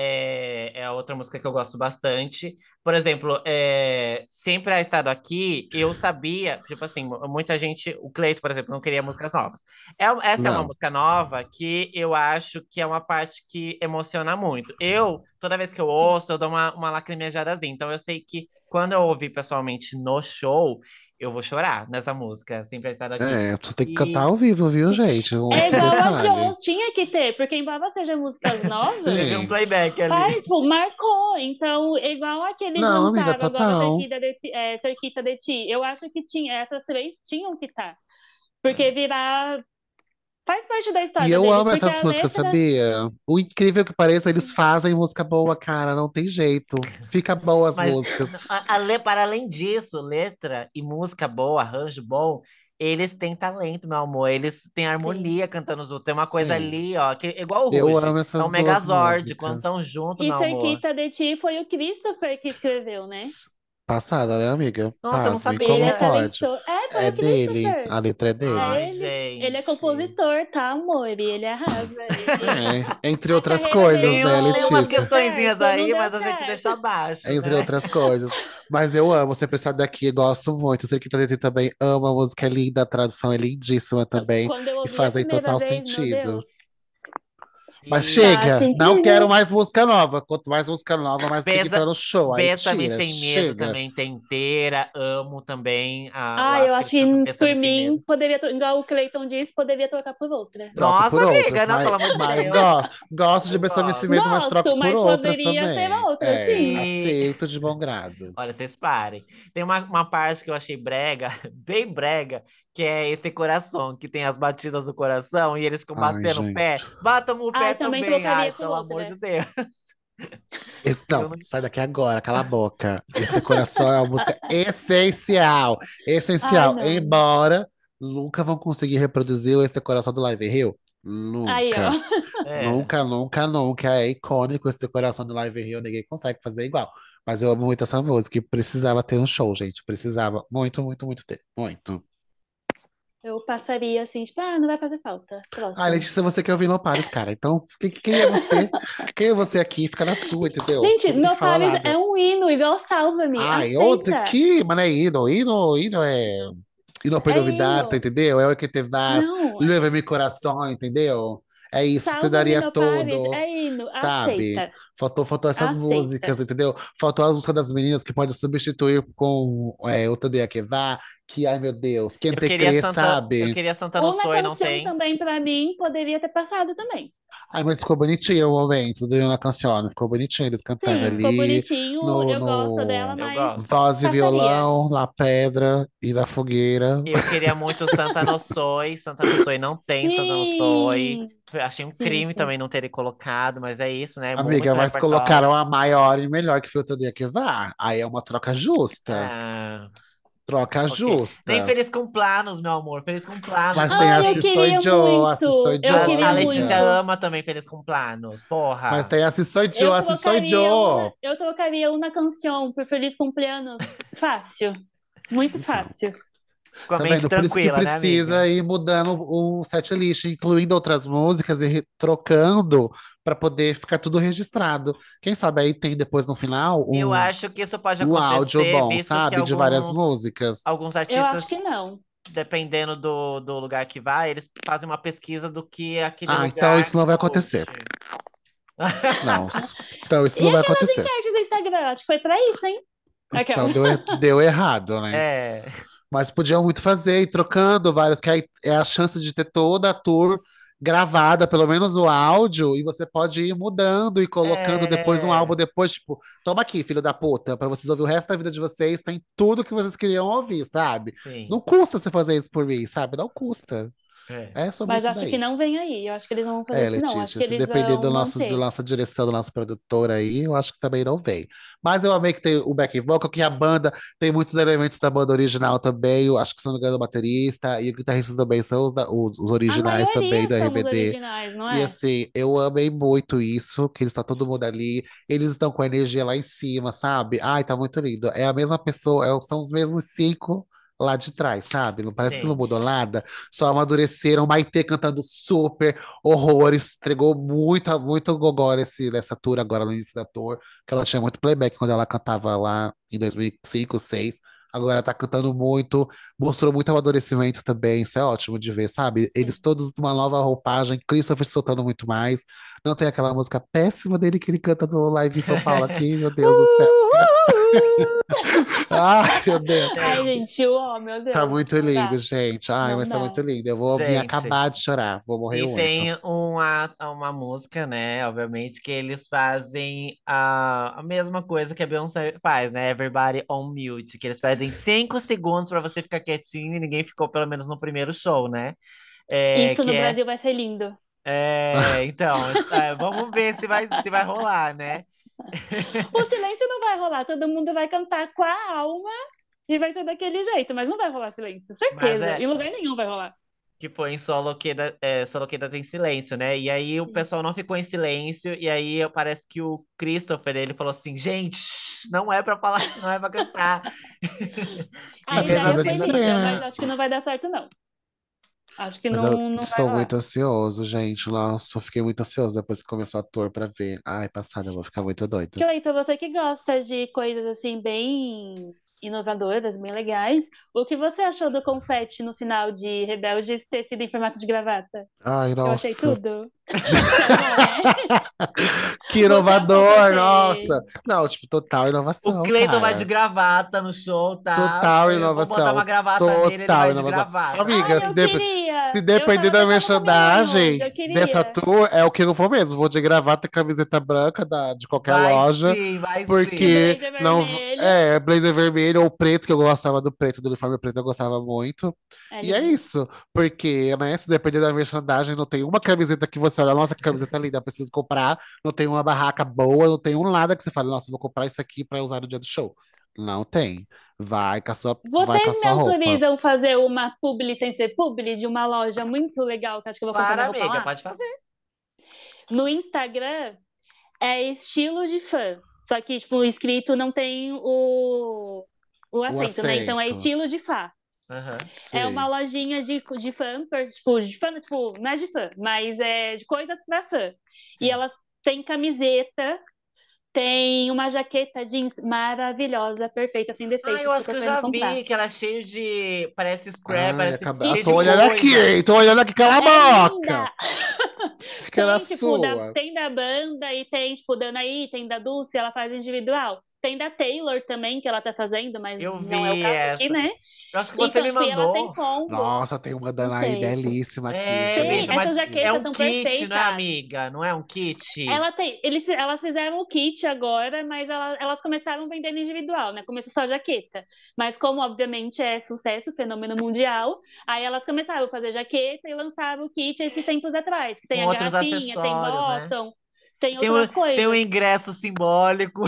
[SPEAKER 2] É a outra música que eu gosto bastante. Por exemplo, Sempre Ha Estado Aqui, eu sabia, tipo assim, muita gente, o Cleito, por exemplo, não queria músicas novas. Essa é uma
[SPEAKER 1] Não.
[SPEAKER 2] música nova que eu acho que é uma parte que emociona muito. Toda vez que eu ouço, eu dou uma lacrimejadazinha. Então eu sei que quando eu ouvir pessoalmente no show, eu vou chorar nessa música, Sempre Ha Estado Aqui.
[SPEAKER 1] É, tu tem que cantar
[SPEAKER 2] E
[SPEAKER 1] ao vivo, viu, gente?
[SPEAKER 3] É
[SPEAKER 1] Outro
[SPEAKER 3] igual a
[SPEAKER 1] detalhe.
[SPEAKER 3] Joss, tinha que ter, porque embora sejam músicas novas,
[SPEAKER 2] teve um
[SPEAKER 1] Sim.
[SPEAKER 2] playback ali.
[SPEAKER 3] faz, tipo, marcou. Então, é igual a que eles
[SPEAKER 1] Não, amiga,
[SPEAKER 3] lançavam agora,
[SPEAKER 1] total.
[SPEAKER 3] Cerquita de Ti. Eu acho que tinha, essas três tinham que estar. Porque virar. Faz parte da
[SPEAKER 1] E
[SPEAKER 3] história
[SPEAKER 1] eu
[SPEAKER 3] deles,
[SPEAKER 1] amo
[SPEAKER 3] porque
[SPEAKER 1] essas
[SPEAKER 3] a
[SPEAKER 1] músicas,
[SPEAKER 3] letra.
[SPEAKER 1] sabia? O incrível que pareça, eles fazem música boa, cara, não tem jeito. Fica boa as
[SPEAKER 2] Mas
[SPEAKER 1] músicas.
[SPEAKER 2] para além disso, letra e música boa, arranjo bom, eles têm talento, meu amor. Eles têm
[SPEAKER 3] Sim.
[SPEAKER 2] harmonia cantando os outros. Tem uma coisa
[SPEAKER 1] Sim,
[SPEAKER 2] ali, ó, que é igual o
[SPEAKER 1] eu
[SPEAKER 2] Ruge.
[SPEAKER 1] amo
[SPEAKER 2] É um
[SPEAKER 1] essas duas
[SPEAKER 2] Megazord. Quando
[SPEAKER 1] músicas.
[SPEAKER 2] estão junto,
[SPEAKER 3] E
[SPEAKER 2] meu amor.
[SPEAKER 3] Cerquita de Ti foi o Christopher que escreveu, né?
[SPEAKER 1] Passada, né, amiga?
[SPEAKER 2] Nossa, eu não
[SPEAKER 1] Pasmem,
[SPEAKER 3] Ele
[SPEAKER 1] como
[SPEAKER 3] é
[SPEAKER 2] sabia.
[SPEAKER 1] pode?
[SPEAKER 3] talentoso. É, por
[SPEAKER 1] É
[SPEAKER 3] acredita,
[SPEAKER 1] dele,
[SPEAKER 3] Fer.
[SPEAKER 1] a letra é
[SPEAKER 3] É
[SPEAKER 1] dele.
[SPEAKER 2] Ai,
[SPEAKER 3] ele. Ele é
[SPEAKER 2] gente.
[SPEAKER 3] compositor, tá, amor? E ele arrasa. Ele...
[SPEAKER 1] Entre
[SPEAKER 3] A
[SPEAKER 1] outras
[SPEAKER 3] carreira
[SPEAKER 1] coisas,
[SPEAKER 3] dele
[SPEAKER 2] Tem,
[SPEAKER 1] né,
[SPEAKER 3] não
[SPEAKER 2] tem
[SPEAKER 3] deu
[SPEAKER 2] umas
[SPEAKER 3] muito
[SPEAKER 1] Letícia?
[SPEAKER 2] questõezinhas
[SPEAKER 3] certo, não
[SPEAKER 2] aí,
[SPEAKER 3] deu
[SPEAKER 2] mas a gente
[SPEAKER 3] certo.
[SPEAKER 2] deixa abaixo,
[SPEAKER 1] Entre
[SPEAKER 2] né?
[SPEAKER 1] outras coisas. Mas eu amo Sempre Sabe Daqui, gosto muito. Sei que o TDT também ama, a música é linda, a tradução é lindíssima também,
[SPEAKER 3] Quando eu
[SPEAKER 1] e
[SPEAKER 3] ouvi a
[SPEAKER 1] fazem
[SPEAKER 3] primeira
[SPEAKER 1] total
[SPEAKER 3] vez, meu
[SPEAKER 1] sentido.
[SPEAKER 3] Deus,
[SPEAKER 1] Mas
[SPEAKER 3] tá
[SPEAKER 2] E
[SPEAKER 1] chega,
[SPEAKER 3] assim
[SPEAKER 1] não quero
[SPEAKER 3] incrível.
[SPEAKER 1] mais música nova. Quanto mais música nova, mais tem que entrar
[SPEAKER 2] Besa,
[SPEAKER 1] no show. Aí
[SPEAKER 2] Bessa-me
[SPEAKER 1] tira,
[SPEAKER 2] Sem Medo
[SPEAKER 1] chega.
[SPEAKER 2] também tem inteira. Amo também o
[SPEAKER 3] Ah, eu
[SPEAKER 2] ato que
[SPEAKER 3] acho
[SPEAKER 2] eles cantam
[SPEAKER 3] que
[SPEAKER 2] Bessa-me
[SPEAKER 3] por
[SPEAKER 2] Sem
[SPEAKER 3] mim,
[SPEAKER 2] Medo.
[SPEAKER 3] poderia, igual o Clayton disse, poderia trocar por outra.
[SPEAKER 1] Troco
[SPEAKER 2] Nossa,
[SPEAKER 1] por outras,
[SPEAKER 2] amiga, não, pelo amor de
[SPEAKER 1] mas
[SPEAKER 2] Deus.
[SPEAKER 1] gosto de
[SPEAKER 2] Eu
[SPEAKER 1] Besame
[SPEAKER 2] gosto.
[SPEAKER 1] Nascimento, mas troco
[SPEAKER 3] Gosto,
[SPEAKER 1] por
[SPEAKER 3] mas
[SPEAKER 1] outras
[SPEAKER 3] poderia ser
[SPEAKER 1] também.
[SPEAKER 3] outra,
[SPEAKER 1] É,
[SPEAKER 3] sim.
[SPEAKER 2] E
[SPEAKER 1] aceito de bom grado.
[SPEAKER 2] olha, vocês parem. Tem uma parte que eu achei brega, bem brega, que é esse coração, que tem as batidas do coração e eles ficam
[SPEAKER 1] Ai,
[SPEAKER 2] batendo o
[SPEAKER 1] gente.
[SPEAKER 2] pé. Batam o pé
[SPEAKER 3] Ai, também
[SPEAKER 2] também. Ai,
[SPEAKER 3] trocaria por
[SPEAKER 2] pelo amor de
[SPEAKER 3] outra.
[SPEAKER 2] Deus. Eu
[SPEAKER 1] Não,
[SPEAKER 2] não...
[SPEAKER 1] sai daqui agora, cala a boca. Este coração é uma música essencial.
[SPEAKER 3] Ai,
[SPEAKER 1] Essencial.
[SPEAKER 3] não.
[SPEAKER 1] Embora nunca vão conseguir reproduzir o Este Coração do Live in Rio.
[SPEAKER 3] Aí, ó.
[SPEAKER 1] Nunca.
[SPEAKER 2] É.
[SPEAKER 1] Nunca, nunca, nunca. É icônico esse Coração do Live in Rio. Ninguém consegue fazer igual. Mas eu amo muito essa música e precisava ter um show, gente. Precisava muito, muito, muito ter. Muito.
[SPEAKER 3] Eu passaria assim, tipo, ah, não vai fazer falta.
[SPEAKER 1] Ah,
[SPEAKER 3] Próximo.
[SPEAKER 1] Letícia, você quer ouvir No Pares, cara. Então, quem é você? Quem é você aqui? Fica na sua, entendeu?
[SPEAKER 3] Gente,
[SPEAKER 1] Você não tem que
[SPEAKER 3] No
[SPEAKER 1] falar
[SPEAKER 3] Paris é
[SPEAKER 1] nada.
[SPEAKER 3] um hino, igual Salva-me.
[SPEAKER 1] Ai, outra
[SPEAKER 3] Aceita.
[SPEAKER 1] aqui, mas não é hino. Hino é. Hino per
[SPEAKER 3] É
[SPEAKER 1] novidade,
[SPEAKER 3] hino.
[SPEAKER 1] entendeu? É o que teve das.
[SPEAKER 3] Não,
[SPEAKER 1] Leva meu coração, entendeu? É isso, te
[SPEAKER 3] Salva-me
[SPEAKER 1] daria
[SPEAKER 3] No Paris
[SPEAKER 1] tudo,
[SPEAKER 3] é hino.
[SPEAKER 1] sabe?
[SPEAKER 3] Aceita.
[SPEAKER 1] Faltou essas
[SPEAKER 3] Aceita.
[SPEAKER 1] músicas, entendeu? Faltou as músicas das meninas que pode substituir com o Todo Dia Que Vá, que, ai meu Deus, quem te crê,
[SPEAKER 2] Eu
[SPEAKER 1] sabe?
[SPEAKER 2] queria Santa no
[SPEAKER 3] Uma
[SPEAKER 2] Soy, não
[SPEAKER 3] canção
[SPEAKER 2] tem.
[SPEAKER 3] também, pra mim, poderia ter passado também.
[SPEAKER 1] Ai, mas ficou bonitinho o momento do Na Canção, ficou bonitinho eles cantando
[SPEAKER 3] Sim, ficou
[SPEAKER 1] ali
[SPEAKER 3] bonitinho.
[SPEAKER 1] no,
[SPEAKER 3] Eu gosto dela,
[SPEAKER 1] no
[SPEAKER 2] Eu
[SPEAKER 3] mas
[SPEAKER 2] gosto.
[SPEAKER 1] voz e
[SPEAKER 3] passaria.
[SPEAKER 1] violão, na pedra e na fogueira.
[SPEAKER 2] Eu queria muito Santa no Soy. Santa no Soy não tem Santa no Soy.
[SPEAKER 3] Sim,
[SPEAKER 2] Achei um
[SPEAKER 3] sim,
[SPEAKER 2] crime
[SPEAKER 3] sim.
[SPEAKER 2] também não terem colocado, mas é isso, né?
[SPEAKER 1] Amiga,
[SPEAKER 2] Muito
[SPEAKER 1] mas
[SPEAKER 2] repertório.
[SPEAKER 1] colocaram a maior e melhor que foi o Todo Dia Que Vá. Aí é uma troca justa.
[SPEAKER 2] Ah,
[SPEAKER 1] Troca
[SPEAKER 2] ok. Nem
[SPEAKER 1] justa.
[SPEAKER 2] Feliz com Planos, meu amor. Feliz com Planos
[SPEAKER 1] Mas tem a
[SPEAKER 3] Ai,
[SPEAKER 2] também.
[SPEAKER 3] eu
[SPEAKER 1] Se Sou
[SPEAKER 3] queria
[SPEAKER 1] Joe, a Se Sou
[SPEAKER 3] muito. Eu
[SPEAKER 1] Joe,
[SPEAKER 2] A
[SPEAKER 3] queria
[SPEAKER 2] Letícia
[SPEAKER 1] amiga.
[SPEAKER 3] muito.
[SPEAKER 2] ama também Feliz com Planos.
[SPEAKER 1] Mas
[SPEAKER 2] Porra.
[SPEAKER 1] tem a Se Sou Joe,
[SPEAKER 3] Eu
[SPEAKER 1] a Se Sou
[SPEAKER 3] trocaria
[SPEAKER 1] Joe.
[SPEAKER 3] uma canção por Feliz Cumpleaños. Fácil. Muito
[SPEAKER 1] Então.
[SPEAKER 3] fácil.
[SPEAKER 2] Ficou a
[SPEAKER 1] Tá
[SPEAKER 2] mente
[SPEAKER 1] vendo? Por isso que
[SPEAKER 2] tranquila, né,
[SPEAKER 1] precisa
[SPEAKER 2] amiga?
[SPEAKER 1] ir mudando o setlist, incluindo outras músicas e trocando para poder ficar tudo registrado. Quem sabe aí tem depois no final
[SPEAKER 2] Eu acho que isso pode
[SPEAKER 1] um áudio
[SPEAKER 2] acontecer,
[SPEAKER 1] bom,
[SPEAKER 2] visto que
[SPEAKER 1] sabe? De várias músicas.
[SPEAKER 2] alguns
[SPEAKER 3] Eu acho que
[SPEAKER 2] artistas,
[SPEAKER 3] não.
[SPEAKER 2] dependendo do lugar que vai, eles fazem uma pesquisa do que aquele
[SPEAKER 1] Ah, então
[SPEAKER 2] lugar
[SPEAKER 1] isso não vai acontecer.
[SPEAKER 2] curte.
[SPEAKER 1] Não. Então isso
[SPEAKER 3] E
[SPEAKER 1] não vai
[SPEAKER 3] aquelas
[SPEAKER 1] acontecer.
[SPEAKER 3] enquetes do Instagram? Acho que foi pra isso, hein?
[SPEAKER 1] Então
[SPEAKER 3] Aquela.
[SPEAKER 1] deu errado, né?
[SPEAKER 2] É,
[SPEAKER 1] Mas podiam muito fazer, ir trocando vários, que aí é a chance de ter toda a tour gravada, pelo menos o áudio, e você pode ir mudando e colocando depois um álbum
[SPEAKER 2] é,
[SPEAKER 1] depois, tipo, toma aqui, filho da puta, pra vocês ouvir o resto da vida de vocês, tem tudo que vocês queriam ouvir, sabe? Não
[SPEAKER 2] sim,
[SPEAKER 1] custa você fazer isso por mim, sabe? Não custa.
[SPEAKER 2] é.
[SPEAKER 1] É sobre
[SPEAKER 3] Mas
[SPEAKER 1] isso
[SPEAKER 3] acho que
[SPEAKER 1] daí.
[SPEAKER 3] não vem aí. Eu acho que eles não vão fazer
[SPEAKER 1] É,
[SPEAKER 3] isso, não. Acho
[SPEAKER 1] Letícia,
[SPEAKER 3] que
[SPEAKER 1] se
[SPEAKER 3] eles
[SPEAKER 1] depender
[SPEAKER 3] vão
[SPEAKER 1] da
[SPEAKER 3] manter.
[SPEAKER 1] nossa direção, do nosso produtor aí, eu acho que também não vem. Mas eu amei que tem o back vocal, que a banda tem muitos elementos da banda original também. Eu acho que, se não me engano, o baterista e o guitarrista também são os
[SPEAKER 3] A
[SPEAKER 1] originais também
[SPEAKER 3] maioria
[SPEAKER 1] do
[SPEAKER 3] somos
[SPEAKER 1] RBD.
[SPEAKER 3] originais, não
[SPEAKER 1] E
[SPEAKER 3] é?
[SPEAKER 1] assim, eu amei muito isso, que eles estão todo mundo ali, eles estão com a energia lá em cima, sabe? Ai, tá muito lindo. É a mesma pessoa, são os mesmos cinco lá de trás, sabe? Não parece que não
[SPEAKER 2] Sim.
[SPEAKER 1] mudou nada, só amadureceram. Maitê cantando super horrores, entregou muito gogó nessa tour agora, no início da tour, que ela tinha muito playback quando ela cantava lá em 2005, 2006. Agora tá cantando muito, mostrou muito amadurecimento também, isso é ótimo de ver, sabe? Eles
[SPEAKER 3] Sim.
[SPEAKER 1] todos numa nova roupagem, Christopher soltando muito mais. Não tem aquela música péssima dele que ele canta no live em São Paulo aqui, meu Deus do céu. Ai, meu Deus.
[SPEAKER 3] Ai, gente, meu
[SPEAKER 1] Tá
[SPEAKER 3] Deus,
[SPEAKER 1] muito
[SPEAKER 3] não
[SPEAKER 1] lindo,
[SPEAKER 3] dá.
[SPEAKER 1] gente. Ai,
[SPEAKER 3] Não
[SPEAKER 1] mas tá
[SPEAKER 3] dá.
[SPEAKER 1] muito lindo. Eu vou me
[SPEAKER 2] Gente,
[SPEAKER 1] acabar de chorar. Vou morrer
[SPEAKER 2] e
[SPEAKER 1] muito.
[SPEAKER 2] tem uma música, né? Obviamente, que eles fazem a mesma coisa que a Beyoncé faz, né? Everybody on mute, que eles pedem 5 segundos pra você ficar quietinho e ninguém ficou, pelo menos no primeiro show, né? É,
[SPEAKER 3] Isso
[SPEAKER 2] que
[SPEAKER 3] no
[SPEAKER 2] é,
[SPEAKER 3] Brasil vai ser lindo.
[SPEAKER 2] então, vamos ver se vai rolar, né?
[SPEAKER 3] O silêncio não vai rolar, todo mundo vai cantar com a alma e vai ser daquele jeito, mas não vai rolar silêncio,
[SPEAKER 2] Mas
[SPEAKER 3] certeza.
[SPEAKER 2] é,
[SPEAKER 3] Em lugar nenhum vai rolar.
[SPEAKER 2] que foi em Solo Queda em Silêncio, né? E aí o pessoal não ficou em silêncio, e aí parece que o Christopher, ele falou assim, gente, não é pra falar, não é pra cantar. E
[SPEAKER 3] A
[SPEAKER 1] Mas
[SPEAKER 2] mesmo
[SPEAKER 3] ideia
[SPEAKER 1] precisa de
[SPEAKER 3] foi
[SPEAKER 2] assim, não
[SPEAKER 1] ser,
[SPEAKER 3] linda,
[SPEAKER 2] cantou.
[SPEAKER 3] mas
[SPEAKER 1] né?
[SPEAKER 3] acho que não vai dar certo, não. Acho que
[SPEAKER 1] Mas eu
[SPEAKER 3] não vai
[SPEAKER 1] estou
[SPEAKER 3] rolar.
[SPEAKER 1] muito ansioso, gente. Nossa, eu fiquei muito ansioso depois que começou a tour pra ver. Ai, passada, eu vou ficar muito doido.
[SPEAKER 3] Cleiton, você que gosta de coisas assim bem inovadoras, bem legais, o que você achou do confete no final de Rebeldes ter sido em formato de gravata?
[SPEAKER 1] Ai,
[SPEAKER 3] Eu achei
[SPEAKER 1] nossa.
[SPEAKER 3] tudo. Você amou?
[SPEAKER 1] Que
[SPEAKER 3] Você amou
[SPEAKER 1] inovador, nossa.
[SPEAKER 3] porque
[SPEAKER 1] Não, tipo, total
[SPEAKER 2] O
[SPEAKER 1] inovação,
[SPEAKER 2] Cleiton vai de
[SPEAKER 1] cara.
[SPEAKER 2] gravata no show, tá?
[SPEAKER 1] Total
[SPEAKER 2] Eu vou botar uma
[SPEAKER 1] inovação.
[SPEAKER 2] gravata nele, ele
[SPEAKER 1] Total
[SPEAKER 2] vai de
[SPEAKER 1] inovação.
[SPEAKER 2] gravata,
[SPEAKER 1] Amiga,
[SPEAKER 3] ai,
[SPEAKER 2] pronto.
[SPEAKER 3] eu
[SPEAKER 1] se
[SPEAKER 3] queria. Eu
[SPEAKER 1] depender
[SPEAKER 3] tava
[SPEAKER 1] da
[SPEAKER 3] pensando no mesmo hoje,
[SPEAKER 1] merchandising
[SPEAKER 3] eu
[SPEAKER 1] dessa
[SPEAKER 3] queria.
[SPEAKER 1] tour, é o que eu vou mesmo. Vou de gravata e camiseta branca de qualquer
[SPEAKER 2] Vai
[SPEAKER 1] loja,
[SPEAKER 2] sim, vai
[SPEAKER 3] E o
[SPEAKER 2] sim.
[SPEAKER 1] porque
[SPEAKER 3] blazer
[SPEAKER 1] não.
[SPEAKER 3] vermelho
[SPEAKER 1] É, blazer vermelho ou preto, que eu gostava do preto, do uniforme preto, eu gostava muito.
[SPEAKER 3] é
[SPEAKER 1] E é
[SPEAKER 3] lindo.
[SPEAKER 1] isso, porque, né, se depender da merchandising, não tem uma camiseta que você olha, nossa, que camiseta linda, eu preciso comprar. Não tem uma barraca boa, não tem um nada que você fale, nossa, vou comprar isso aqui pra usar no dia do show. Não tem. Vai com a
[SPEAKER 3] Vocês me
[SPEAKER 1] sua roupa.
[SPEAKER 3] autorizam fazer uma publi sem ser publi de uma loja muito legal que acho que eu vou comprar
[SPEAKER 2] Claro,
[SPEAKER 3] minha roupa
[SPEAKER 2] amiga,
[SPEAKER 3] lá?
[SPEAKER 2] pode fazer.
[SPEAKER 3] No Instagram é estilo de fã. Só que, tipo, o escrito não tem o
[SPEAKER 1] O
[SPEAKER 3] acento, né? Então é
[SPEAKER 1] aceito.
[SPEAKER 3] estilo de fã.
[SPEAKER 2] Aham.
[SPEAKER 3] É uma
[SPEAKER 1] Sei.
[SPEAKER 3] lojinha de fã, tipo, não é de fã, mas é de coisas pra fã. E
[SPEAKER 2] Sim.
[SPEAKER 3] elas têm camiseta, tem uma jaqueta jeans maravilhosa, perfeita, sem
[SPEAKER 2] Ah,
[SPEAKER 3] defeito.
[SPEAKER 2] eu acho que
[SPEAKER 3] Super
[SPEAKER 2] eu
[SPEAKER 3] querendo
[SPEAKER 2] já
[SPEAKER 3] comprar.
[SPEAKER 2] vi que ela é cheio de. Parece scrap,
[SPEAKER 1] Ai,
[SPEAKER 2] parece
[SPEAKER 1] eu
[SPEAKER 3] E
[SPEAKER 2] cheio de
[SPEAKER 1] tô olhando aqui,
[SPEAKER 2] coisa.
[SPEAKER 1] hein? Tô olhando aqui, cala a
[SPEAKER 3] é
[SPEAKER 1] boca!
[SPEAKER 3] linda!
[SPEAKER 1] Fica na
[SPEAKER 3] Tem, tipo,
[SPEAKER 1] sua.
[SPEAKER 3] tem da banda e tem, tipo, da Anaí, tem da Dulce, ela faz individual. Tem da Taylor também, que ela tá fazendo, mas
[SPEAKER 2] Eu
[SPEAKER 3] não é o
[SPEAKER 2] vi
[SPEAKER 3] caso aqui,
[SPEAKER 2] essa.
[SPEAKER 3] né?
[SPEAKER 2] Eu acho que você
[SPEAKER 3] Então,
[SPEAKER 2] me
[SPEAKER 3] tipo, e ela tem
[SPEAKER 2] mandou.
[SPEAKER 3] combo.
[SPEAKER 1] Nossa, tem uma
[SPEAKER 3] Não
[SPEAKER 1] Danaí
[SPEAKER 3] sei.
[SPEAKER 1] belíssima aqui,
[SPEAKER 2] É,
[SPEAKER 3] Tem,
[SPEAKER 2] bicha,
[SPEAKER 3] essas
[SPEAKER 2] mas é
[SPEAKER 3] jaquetas
[SPEAKER 2] um
[SPEAKER 3] são
[SPEAKER 2] kit, não é,
[SPEAKER 3] perfeitas.
[SPEAKER 2] amiga? Não é um kit?
[SPEAKER 3] Elas fizeram o kit agora, mas elas começaram vendendo individual, né? Começou só jaqueta. Mas como, obviamente, é sucesso, fenômeno mundial, aí elas começaram a fazer jaqueta e lançaram o kit esses tempos atrás, que
[SPEAKER 2] Com
[SPEAKER 3] tem a
[SPEAKER 2] outros
[SPEAKER 3] garrafinha, tem
[SPEAKER 2] acessórios, né?
[SPEAKER 3] bottom, tem
[SPEAKER 2] Tem um,
[SPEAKER 3] outras
[SPEAKER 2] tem um
[SPEAKER 3] coisas.
[SPEAKER 2] ingresso simbólico.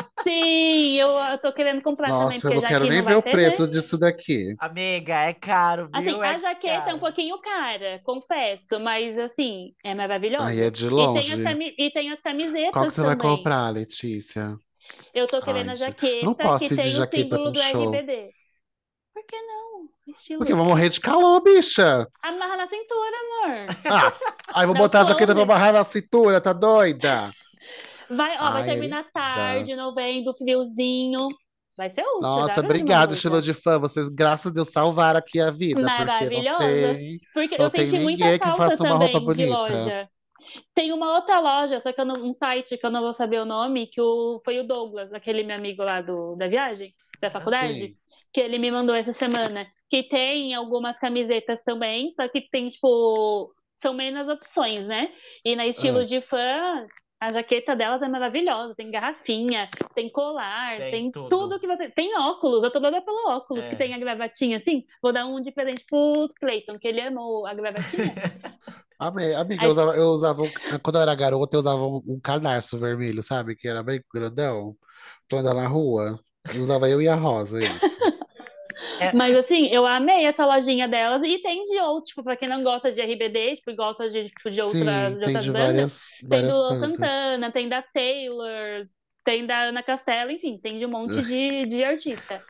[SPEAKER 3] Sim, eu tô querendo comprar também,
[SPEAKER 1] Nossa, eu
[SPEAKER 3] porque
[SPEAKER 1] não
[SPEAKER 3] já
[SPEAKER 1] quero
[SPEAKER 3] que
[SPEAKER 1] nem
[SPEAKER 3] não
[SPEAKER 1] ver
[SPEAKER 3] vai
[SPEAKER 1] o
[SPEAKER 3] ter, né?
[SPEAKER 1] preço disso daqui.
[SPEAKER 2] Amiga, é caro,
[SPEAKER 3] Assim,
[SPEAKER 2] viu?
[SPEAKER 3] a
[SPEAKER 2] É
[SPEAKER 3] jaqueta é um
[SPEAKER 2] caro.
[SPEAKER 3] pouquinho cara, confesso, mas assim, é
[SPEAKER 1] Aí é
[SPEAKER 3] maravilhosa.
[SPEAKER 1] de
[SPEAKER 3] E tem
[SPEAKER 1] longe.
[SPEAKER 3] e tem as
[SPEAKER 1] Qual que
[SPEAKER 3] camisetas
[SPEAKER 1] você vai
[SPEAKER 3] também.
[SPEAKER 1] comprar, Letícia?
[SPEAKER 3] Eu tô querendo
[SPEAKER 1] Ai,
[SPEAKER 3] a
[SPEAKER 1] gente. Eu não
[SPEAKER 3] jaqueta que
[SPEAKER 1] posso ir de
[SPEAKER 3] tem o
[SPEAKER 1] jaqueta
[SPEAKER 3] símbolo
[SPEAKER 1] pro
[SPEAKER 3] do
[SPEAKER 1] show.
[SPEAKER 3] RBD. Por que não?
[SPEAKER 1] Porque eu
[SPEAKER 3] Estilo.
[SPEAKER 1] vou morrer de calor, bicha.
[SPEAKER 3] Amarra na cintura, amor.
[SPEAKER 1] Ah, aí vou
[SPEAKER 3] Dá o
[SPEAKER 1] botar a jaqueta pra
[SPEAKER 3] close.
[SPEAKER 1] barrar na cintura, tá doida?
[SPEAKER 3] Vai, ó, vai
[SPEAKER 1] Ai, é
[SPEAKER 3] terminar
[SPEAKER 1] linda.
[SPEAKER 3] tarde, novembro, friozinho. Vai ser útil,
[SPEAKER 1] Nossa,
[SPEAKER 3] adoro ver uma
[SPEAKER 1] obrigado, estilo
[SPEAKER 3] blusa.
[SPEAKER 1] de fã. Vocês, graças a Deus, salvaram aqui a vida, porque
[SPEAKER 3] Maravilhosa. Porque eu
[SPEAKER 1] não tem
[SPEAKER 3] senti muita
[SPEAKER 1] ninguém que
[SPEAKER 3] falta
[SPEAKER 1] faça uma roupa
[SPEAKER 3] também de
[SPEAKER 1] bonita.
[SPEAKER 3] loja. Tem uma outra loja, só que eu não, um site que eu não vou saber o nome, foi o Douglas, aquele meu amigo lá da viagem, da faculdade,
[SPEAKER 1] Sim.
[SPEAKER 3] que ele me mandou essa semana, que tem algumas camisetas também, só que tem, tipo, são menos opções, né? E na estilo
[SPEAKER 1] Ah,
[SPEAKER 3] de fã, a jaqueta delas é maravilhosa, tem garrafinha, tem colar,
[SPEAKER 2] Tem
[SPEAKER 3] tem tudo
[SPEAKER 2] tudo.
[SPEAKER 3] que você... Tem óculos, eu tô doida pelo óculos, que
[SPEAKER 2] É.
[SPEAKER 3] tem a gravatinha assim, vou dar um de presente pro Clayton, que ele amou a gravatinha.
[SPEAKER 1] amiga,
[SPEAKER 3] Aí
[SPEAKER 1] quando eu era garota, eu usava um cadarço vermelho, sabe? Que era bem grandão, pra andar na rua. Usava eu e a Rosa, isso.
[SPEAKER 2] É,
[SPEAKER 3] mas assim, eu amei essa lojinha delas e tem de outros, tipo, pra quem não gosta de RBD, tipo, e gosta de, tipo,
[SPEAKER 1] Sim,
[SPEAKER 3] de
[SPEAKER 1] tem
[SPEAKER 3] outras
[SPEAKER 1] de
[SPEAKER 3] bandas, tem do
[SPEAKER 1] várias
[SPEAKER 3] Luan
[SPEAKER 1] bandas.
[SPEAKER 3] Santana, tem da Taylor, tem da Ana Castela, enfim, tem de um monte de artista.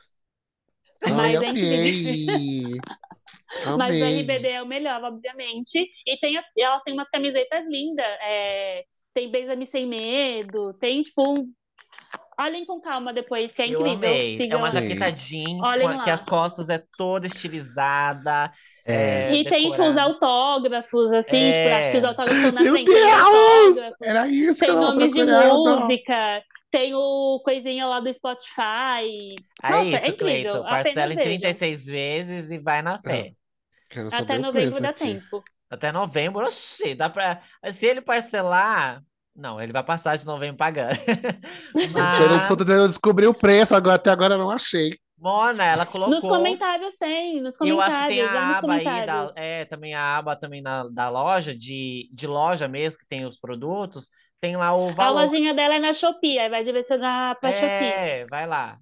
[SPEAKER 1] Ai,
[SPEAKER 3] Mas é incrível.
[SPEAKER 1] amei!
[SPEAKER 3] Mas o RBD
[SPEAKER 1] Amei!
[SPEAKER 3] é o melhor, obviamente. E elas têm umas camisetas lindas. Tem Beija-me Sem Medo, tem, tipo, olhem com calma depois, que é
[SPEAKER 2] eu
[SPEAKER 3] incrível.
[SPEAKER 2] amei. É uma
[SPEAKER 3] Sigam,
[SPEAKER 2] jaqueta
[SPEAKER 1] Sim.
[SPEAKER 2] jeans
[SPEAKER 3] olhem
[SPEAKER 2] que
[SPEAKER 3] lá.
[SPEAKER 2] as costas é toda estilizada,
[SPEAKER 1] É.
[SPEAKER 3] E tem, tipo, os
[SPEAKER 2] decorada.
[SPEAKER 3] autógrafos, assim, tipo, acho que os
[SPEAKER 2] É.
[SPEAKER 3] autógrafos estão na
[SPEAKER 1] Meu
[SPEAKER 3] frente. Tem
[SPEAKER 1] Deus!
[SPEAKER 3] autógrafos,
[SPEAKER 1] Era isso que eu
[SPEAKER 3] tem
[SPEAKER 1] tava
[SPEAKER 3] nomes de
[SPEAKER 1] procurando.
[SPEAKER 3] música, tem o coisinha lá do Spotify.
[SPEAKER 2] É
[SPEAKER 3] Nossa, é
[SPEAKER 2] isso,
[SPEAKER 3] incrível.
[SPEAKER 2] Cleiton. Parcela
[SPEAKER 3] Apenas
[SPEAKER 2] em trinta e
[SPEAKER 3] vejam.
[SPEAKER 2] seis vezes e vai na
[SPEAKER 1] Ah,
[SPEAKER 2] fé.
[SPEAKER 1] quero saber
[SPEAKER 3] Até
[SPEAKER 1] o
[SPEAKER 3] novembro
[SPEAKER 1] preço
[SPEAKER 3] dá
[SPEAKER 1] aqui.
[SPEAKER 3] tempo.
[SPEAKER 2] Até novembro, oxi, dá pra. Se ele parcelar. Não, ele vai passar de novembro pagando.
[SPEAKER 1] Tô
[SPEAKER 2] Mas,
[SPEAKER 1] tentando descobrir o preço, até agora eu não achei.
[SPEAKER 2] Mona, ela
[SPEAKER 3] Nos
[SPEAKER 2] colocou.
[SPEAKER 3] comentários tem, nos
[SPEAKER 2] E eu acho que tem
[SPEAKER 3] comentários, lá nos
[SPEAKER 2] a aba aí
[SPEAKER 3] comentários.
[SPEAKER 2] também a aba também da loja, de loja mesmo, que tem os produtos, tem lá o
[SPEAKER 3] A
[SPEAKER 2] valor.
[SPEAKER 3] lojinha dela é na Shopee, aí vai direcionar pra Shopee.
[SPEAKER 2] É, vai lá.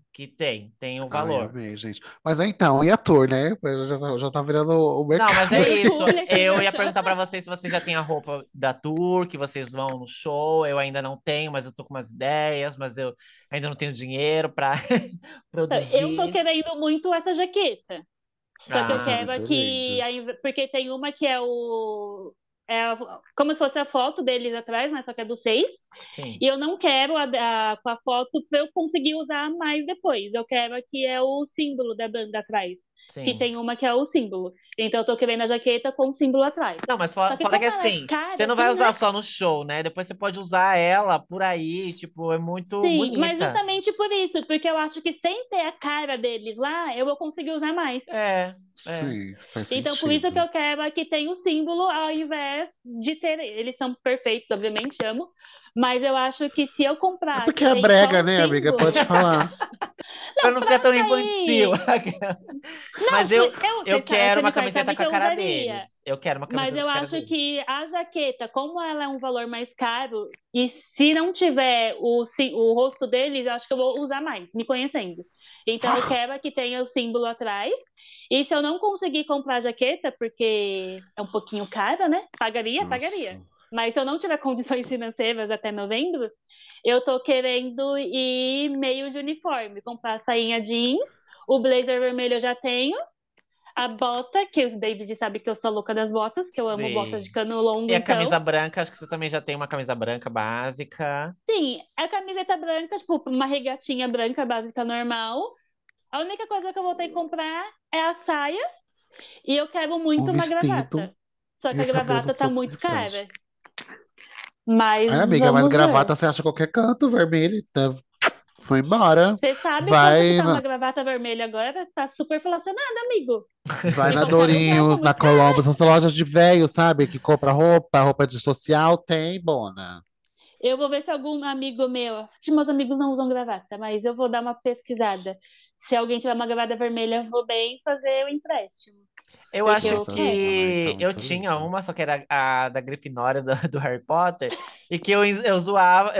[SPEAKER 2] que tem o
[SPEAKER 1] Ai,
[SPEAKER 2] valor.
[SPEAKER 1] amei, gente. Mas então, e a tour, né? Já tá virando o
[SPEAKER 2] Não, mas é
[SPEAKER 1] mercado.
[SPEAKER 2] isso.
[SPEAKER 3] Mercúrio, esse
[SPEAKER 2] Eu ia
[SPEAKER 3] merchan.
[SPEAKER 2] perguntar pra vocês se vocês já têm a roupa da tour, que vocês vão no show. Eu ainda não tenho, mas eu tô com umas ideias, mas eu ainda não tenho dinheiro pra
[SPEAKER 3] Eu tô
[SPEAKER 2] produzir.
[SPEAKER 3] querendo muito essa jaqueta. Só que eu
[SPEAKER 1] Nossa, é
[SPEAKER 2] Ah,
[SPEAKER 3] quero
[SPEAKER 1] muito
[SPEAKER 3] aqui,
[SPEAKER 1] lindo.
[SPEAKER 3] porque tem uma que é como se fosse a foto deles atrás, mas só que é do 6.
[SPEAKER 2] sim,
[SPEAKER 3] E eu não quero com a foto para eu conseguir usar mais depois. Eu quero a que é o símbolo da banda atrás. Que
[SPEAKER 2] sim.
[SPEAKER 3] tem uma que é o símbolo. Então eu tô querendo a jaqueta com o símbolo atrás.
[SPEAKER 2] Não, mas
[SPEAKER 3] Só que
[SPEAKER 2] fora que
[SPEAKER 3] como ela é
[SPEAKER 2] assim, você
[SPEAKER 3] cara,
[SPEAKER 2] não vai
[SPEAKER 3] assim, né?
[SPEAKER 2] usar só no show, né? Depois você pode usar ela por aí, tipo, é muito
[SPEAKER 3] Sim, mas
[SPEAKER 2] bonita.
[SPEAKER 3] justamente por isso, porque eu acho que sem ter a cara deles lá, eu vou conseguir usar mais.
[SPEAKER 2] É, é.
[SPEAKER 1] Sim, faz
[SPEAKER 3] Então, por isso que
[SPEAKER 1] sentido.
[SPEAKER 3] eu quero é que tenha o símbolo ao invés de ter. Eles são perfeitos, obviamente, amo. Mas eu acho que se eu
[SPEAKER 1] É
[SPEAKER 3] comprar
[SPEAKER 1] porque
[SPEAKER 3] que
[SPEAKER 1] é
[SPEAKER 3] tem só
[SPEAKER 1] brega,
[SPEAKER 3] o
[SPEAKER 1] né, amiga? Pode
[SPEAKER 3] símbolo.
[SPEAKER 1] falar.
[SPEAKER 2] Pra
[SPEAKER 3] Não,
[SPEAKER 2] não
[SPEAKER 3] pra
[SPEAKER 2] ficar tão infantil.
[SPEAKER 3] sair. Não,
[SPEAKER 2] Mas eu, eu
[SPEAKER 3] você
[SPEAKER 2] quero uma
[SPEAKER 3] me conhece,
[SPEAKER 2] camiseta
[SPEAKER 3] sabe
[SPEAKER 2] com a
[SPEAKER 3] que eu
[SPEAKER 2] cara
[SPEAKER 3] usaria.
[SPEAKER 2] deles. Eu quero uma
[SPEAKER 3] Mas
[SPEAKER 2] camiseta com
[SPEAKER 3] eu
[SPEAKER 2] a cara
[SPEAKER 3] acho
[SPEAKER 2] deles.
[SPEAKER 3] que a jaqueta, como ela é um valor mais caro, e se não tiver o rosto deles, eu acho que eu vou usar mais, me conhecendo. Então eu quero que tenha o símbolo atrás. E se eu não conseguir comprar a jaqueta, porque é um pouquinho cara, né? Pagaria,
[SPEAKER 1] Nossa.
[SPEAKER 3] pagaria. Mas se eu não tiver condições financeiras até novembro, eu tô querendo ir meio de uniforme, comprar a sainha jeans, o blazer vermelho eu já tenho. A bota, que o David sabe que eu sou louca das botas, que eu amo botas de
[SPEAKER 2] Sim.
[SPEAKER 3] cano longo,
[SPEAKER 2] E a camisa
[SPEAKER 3] então.
[SPEAKER 2] branca, acho que você também já tem uma camisa branca básica.
[SPEAKER 3] Sim, a camiseta branca, tipo, uma regatinha branca básica normal. A única coisa que eu vou ter que comprar é a saia e eu quero
[SPEAKER 1] Um
[SPEAKER 3] muito uma
[SPEAKER 1] vestido
[SPEAKER 3] gravata. Só
[SPEAKER 1] e
[SPEAKER 3] que a
[SPEAKER 1] o cabelo
[SPEAKER 3] gravata tá
[SPEAKER 1] solto de
[SPEAKER 3] muito
[SPEAKER 1] frente.
[SPEAKER 3] cara. Mas
[SPEAKER 1] Ai, amiga, mas
[SPEAKER 3] vamos ver.
[SPEAKER 1] gravata você acha em qualquer canto, vermelho. Tá? Foi embora.
[SPEAKER 3] Você sabe quanto que
[SPEAKER 1] Vai
[SPEAKER 3] tá uma
[SPEAKER 1] na,
[SPEAKER 3] gravata vermelha agora? Tá super inflacionada, amigo.
[SPEAKER 1] vai
[SPEAKER 3] E
[SPEAKER 1] na
[SPEAKER 3] comprar no show tá
[SPEAKER 1] Dourinhos, na
[SPEAKER 3] muito caro.
[SPEAKER 1] Colombo, essas lojas de velho, sabe? Que compra roupa, roupa de social, tem, bona.
[SPEAKER 3] Eu vou ver se algum amigo meu, acho que meus amigos não usam gravata, mas eu vou dar uma pesquisada. Se alguém tiver uma gravata vermelha, eu vou bem fazer o empréstimo,
[SPEAKER 2] Eu
[SPEAKER 3] porque
[SPEAKER 2] acho
[SPEAKER 3] eu
[SPEAKER 1] Essas
[SPEAKER 3] quero.
[SPEAKER 1] bonas aí tá
[SPEAKER 2] que eu
[SPEAKER 1] muito
[SPEAKER 2] tinha
[SPEAKER 1] linda.
[SPEAKER 2] uma, só que era a da Grifinória do Harry Potter, e que eu zoava,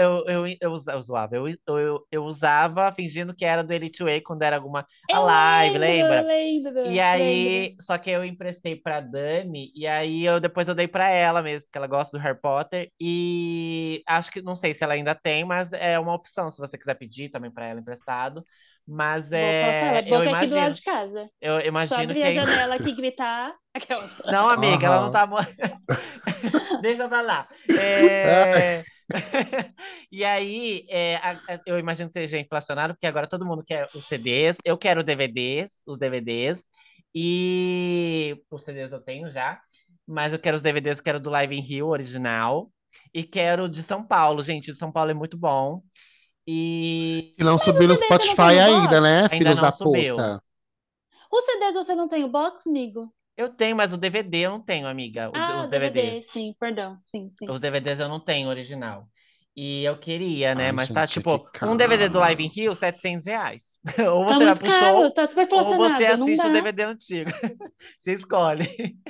[SPEAKER 2] eu usava fingindo que era do Elite Way quando era alguma a
[SPEAKER 3] Eu
[SPEAKER 2] live,
[SPEAKER 3] lembro,
[SPEAKER 2] lembra? E
[SPEAKER 3] lembro, lembro.
[SPEAKER 2] aí, só que eu emprestei pra Dani, e aí depois eu dei pra ela mesmo, porque ela gosta do Harry Potter, e acho que, não sei se ela ainda tem, mas é uma opção, se você quiser pedir também pra ela emprestado, mas
[SPEAKER 3] Vou falar com ela,
[SPEAKER 2] eu
[SPEAKER 3] botei aqui do lado
[SPEAKER 2] imagino,
[SPEAKER 3] de casa.
[SPEAKER 2] eu
[SPEAKER 3] Só
[SPEAKER 2] imagino que
[SPEAKER 3] abrir a
[SPEAKER 2] tem.
[SPEAKER 3] janela aqui e gritar. Aquelas.
[SPEAKER 2] Não, amiga, ela não
[SPEAKER 1] Aham.
[SPEAKER 2] tá. Deixa pra lá.
[SPEAKER 1] Ai,
[SPEAKER 2] E aí, eu imagino que esteja inflacionado, porque agora todo mundo quer os CDs. Eu quero DVDs, os DVDs. E os CDs eu tenho já. Mas eu quero os DVDs, eu quero do Live in Rio, original. E quero de São Paulo, gente. O de São Paulo é muito bom. E
[SPEAKER 1] que não
[SPEAKER 3] Mas o
[SPEAKER 1] subiu no
[SPEAKER 3] CD você não tem
[SPEAKER 1] Spotify
[SPEAKER 3] o
[SPEAKER 1] ainda,
[SPEAKER 3] box?
[SPEAKER 1] né,
[SPEAKER 2] ainda
[SPEAKER 1] filhos
[SPEAKER 2] não
[SPEAKER 1] da
[SPEAKER 2] subiu.
[SPEAKER 1] puta?
[SPEAKER 3] O CD você não tem o box, amigo?
[SPEAKER 2] Eu tenho, mas o DVD eu não tenho, amiga.
[SPEAKER 3] Ah,
[SPEAKER 2] Os
[SPEAKER 3] o DVD,
[SPEAKER 2] DVDs.
[SPEAKER 3] sim, perdão. Sim, sim.
[SPEAKER 2] Os DVDs eu não tenho original. E eu queria, né?
[SPEAKER 1] Ai,
[SPEAKER 2] Mas tá
[SPEAKER 1] gente, que
[SPEAKER 2] tipo, um DVD do Live in
[SPEAKER 1] caro.
[SPEAKER 2] Rio, R$ 700. Ou
[SPEAKER 3] Tá
[SPEAKER 2] você vai
[SPEAKER 3] muito
[SPEAKER 2] pro
[SPEAKER 3] caro,
[SPEAKER 2] show,
[SPEAKER 3] tá super
[SPEAKER 2] ou você
[SPEAKER 3] inflacionado, não
[SPEAKER 2] assiste o
[SPEAKER 3] dá.
[SPEAKER 2] DVD antigo. Você escolhe.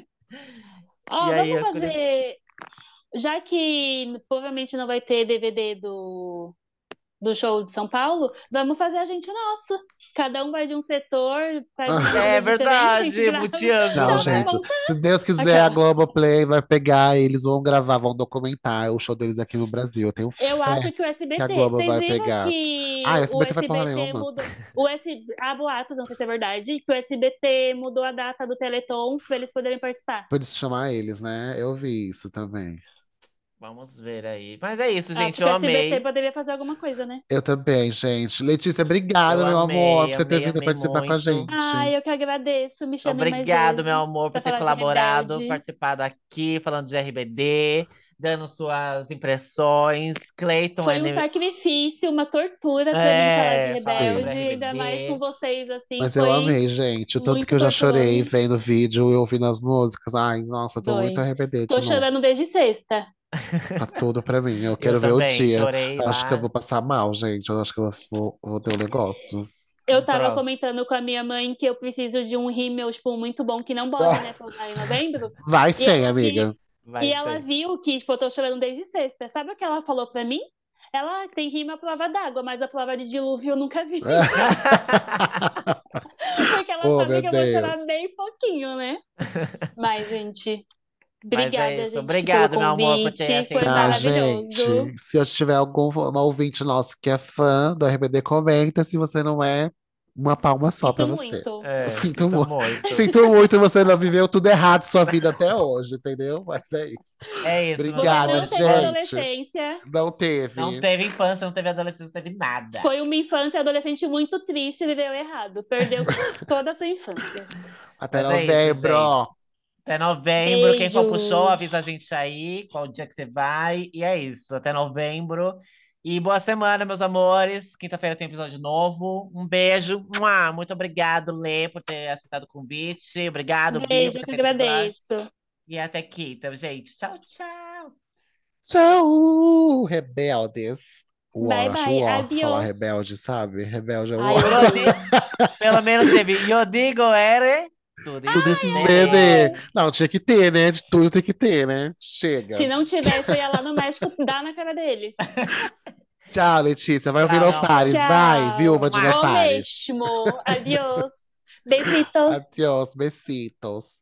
[SPEAKER 2] E
[SPEAKER 3] Ó,
[SPEAKER 2] aí eu
[SPEAKER 3] vamos
[SPEAKER 2] escolhi.
[SPEAKER 3] fazer. Já que provavelmente não vai ter DVD do show de São Paulo, vamos fazer a gente nosso. Cada um vai de um setor, faz um
[SPEAKER 1] Ah,
[SPEAKER 2] É
[SPEAKER 3] DVD diferente, a gente
[SPEAKER 2] verdade,
[SPEAKER 3] grava.
[SPEAKER 1] não,
[SPEAKER 3] Dá
[SPEAKER 2] multiângulo.
[SPEAKER 3] pra
[SPEAKER 1] gente,
[SPEAKER 3] montar
[SPEAKER 1] se Deus quiser, a
[SPEAKER 3] aquela.
[SPEAKER 1] Globoplay vai pegar, e eles vão gravar, vão documentar o show deles aqui no Brasil. Eu tenho
[SPEAKER 3] Eu
[SPEAKER 1] fé
[SPEAKER 3] acho que o
[SPEAKER 1] que a
[SPEAKER 3] SBT.
[SPEAKER 1] Globo
[SPEAKER 3] Vocês
[SPEAKER 1] vai
[SPEAKER 3] viram
[SPEAKER 1] pegar.
[SPEAKER 3] que
[SPEAKER 1] Ah,
[SPEAKER 3] o
[SPEAKER 1] SBT vai porra
[SPEAKER 3] SBT
[SPEAKER 1] nenhuma.
[SPEAKER 3] mudou. Há boatos, não sei se é verdade, que o SBT mudou a data do Teleton para eles poderem participar.
[SPEAKER 1] Por isso chamar eles, né? Eu vi isso também.
[SPEAKER 2] Vamos ver aí. Mas é isso, gente.
[SPEAKER 3] Acho
[SPEAKER 2] Eu
[SPEAKER 3] que o SBT
[SPEAKER 2] amei.
[SPEAKER 3] poderia fazer alguma coisa, né?
[SPEAKER 1] Eu também, gente. Letícia,
[SPEAKER 2] Eu
[SPEAKER 1] obrigada, meu amor,
[SPEAKER 2] amei,
[SPEAKER 1] por você ter
[SPEAKER 2] amei,
[SPEAKER 1] vindo
[SPEAKER 2] amei
[SPEAKER 1] participar com a
[SPEAKER 2] muito.
[SPEAKER 3] Ai,
[SPEAKER 1] gente.
[SPEAKER 3] eu que agradeço. Me chamem mais
[SPEAKER 2] Obrigado, meu
[SPEAKER 3] vezes
[SPEAKER 2] amor, por
[SPEAKER 3] para
[SPEAKER 2] ter
[SPEAKER 3] falar de
[SPEAKER 2] colaborado,
[SPEAKER 3] Rebelde.
[SPEAKER 2] participado aqui, falando de RBD, dando suas impressões. Clayton
[SPEAKER 3] Foi um sacrifício, uma tortura para mim falar de
[SPEAKER 2] falar sobre
[SPEAKER 3] Rebelde, ainda mais com
[SPEAKER 2] RBD.
[SPEAKER 3] vocês, assim,
[SPEAKER 1] Mas eu
[SPEAKER 3] foi
[SPEAKER 1] amei, gente. O tanto que
[SPEAKER 3] muito
[SPEAKER 1] eu já chorei
[SPEAKER 3] torturoso.
[SPEAKER 1] vendo o vídeo e ouvindo as músicas. Ai, nossa, eu tô muito
[SPEAKER 3] Dói.
[SPEAKER 1] arrependido
[SPEAKER 3] Tô
[SPEAKER 1] de novo.
[SPEAKER 3] chorando desde sexta.
[SPEAKER 1] Tá tudo pra mim. Eu
[SPEAKER 2] Eu
[SPEAKER 1] quero ver o
[SPEAKER 2] também
[SPEAKER 1] dia.
[SPEAKER 2] chorei
[SPEAKER 1] Eu acho que eu
[SPEAKER 2] lá.
[SPEAKER 1] vou passar mal, gente. Eu acho que eu vou ter um negócio.
[SPEAKER 3] Eu tava
[SPEAKER 2] Próximo.
[SPEAKER 3] comentando com a minha mãe que eu preciso de um rímel, tipo, muito bom, que não bogue, né,
[SPEAKER 1] Ah,
[SPEAKER 3] pra usar em novembro.
[SPEAKER 1] vai
[SPEAKER 3] E
[SPEAKER 1] sem,
[SPEAKER 3] ela viu,
[SPEAKER 1] amiga.
[SPEAKER 2] Vai
[SPEAKER 3] e ela
[SPEAKER 2] ser.
[SPEAKER 3] viu que, tipo, eu tô chorando desde sexta. Sabe o que ela falou pra mim? Ela tem rima à prova d'água, mas a prova de dilúvio eu nunca vi. Porque ela
[SPEAKER 1] Oh,
[SPEAKER 3] sabe
[SPEAKER 1] meu
[SPEAKER 3] que eu vou chorar
[SPEAKER 1] Deus.
[SPEAKER 3] bem pouquinho, né? Mas, gente,
[SPEAKER 2] Mas é
[SPEAKER 3] obrigada,
[SPEAKER 2] isso.
[SPEAKER 3] gente, pelo
[SPEAKER 2] Obrigado, meu amor, por ter
[SPEAKER 3] convite. Foi
[SPEAKER 2] aceitado.
[SPEAKER 1] Ah,
[SPEAKER 3] maravilhoso.
[SPEAKER 1] gente, se eu tiver algum ouvinte nosso que é fã do RBD, comenta. Se você não é, uma palma só pra
[SPEAKER 3] Sinto
[SPEAKER 1] você.
[SPEAKER 3] muito.
[SPEAKER 2] É,
[SPEAKER 1] Sinto
[SPEAKER 2] sinto
[SPEAKER 1] muito.
[SPEAKER 2] muito.
[SPEAKER 1] Sinto muito, você não viveu tudo errado sua vida até hoje, entendeu? Mas é isso.
[SPEAKER 2] É isso, meus
[SPEAKER 3] Você
[SPEAKER 1] Obrigado,
[SPEAKER 3] não
[SPEAKER 2] amores.
[SPEAKER 3] teve
[SPEAKER 1] gente.
[SPEAKER 3] adolescência.
[SPEAKER 1] Não
[SPEAKER 2] Não
[SPEAKER 1] teve.
[SPEAKER 2] teve infância, não teve adolescência, não teve nada.
[SPEAKER 3] Foi uma infância e adolescente muito triste, viveu errado. Perdeu toda a sua infância.
[SPEAKER 1] Até
[SPEAKER 2] Mas é isso, gente.
[SPEAKER 1] novembro.
[SPEAKER 2] Até novembro. Quem for pro show,
[SPEAKER 3] Beijos.
[SPEAKER 2] avisa a gente aí qual dia que você vai. E é isso. Até novembro. E boa semana, meus amores. Quinta-feira tem episódio novo. Um beijo. Mua! Muito obrigado, Lê, por ter aceitado o convite. Obrigado, Bi,
[SPEAKER 3] Beijo,
[SPEAKER 2] por
[SPEAKER 3] eu
[SPEAKER 2] ter
[SPEAKER 3] que
[SPEAKER 2] feito o episódio.
[SPEAKER 3] agradeço.
[SPEAKER 2] E até quinta, gente. Tchau, tchau.
[SPEAKER 1] Tchau, rebeldes.
[SPEAKER 3] Bye,
[SPEAKER 1] Acho
[SPEAKER 3] bye.
[SPEAKER 1] ó falar
[SPEAKER 3] Adiós.
[SPEAKER 1] rebelde, sabe? Rebelde é o
[SPEAKER 3] Ai,
[SPEAKER 1] ó.
[SPEAKER 3] eu
[SPEAKER 2] Yo
[SPEAKER 3] odeio.
[SPEAKER 2] di- Pelo menos teve Yo digo ere, tu
[SPEAKER 1] Tudo
[SPEAKER 2] dizes
[SPEAKER 1] esses
[SPEAKER 3] Eu
[SPEAKER 2] bebê.
[SPEAKER 1] BD.
[SPEAKER 3] amo.
[SPEAKER 1] Não, tinha que ter, né? De tudo tem que ter, né?
[SPEAKER 3] Se
[SPEAKER 1] Chega.
[SPEAKER 3] não tivesse, eu ia lá no México dar na cara deles.
[SPEAKER 1] Tchau, Letícia. Vai ouvir
[SPEAKER 2] Tchau,
[SPEAKER 1] No
[SPEAKER 2] meu amor.
[SPEAKER 1] Pares, vai, viúva
[SPEAKER 3] Tchau.
[SPEAKER 1] de No
[SPEAKER 2] Mua!
[SPEAKER 3] Vou
[SPEAKER 1] Pares.
[SPEAKER 3] mesmo. Adiós. Besitos.
[SPEAKER 1] Adeus, besitos.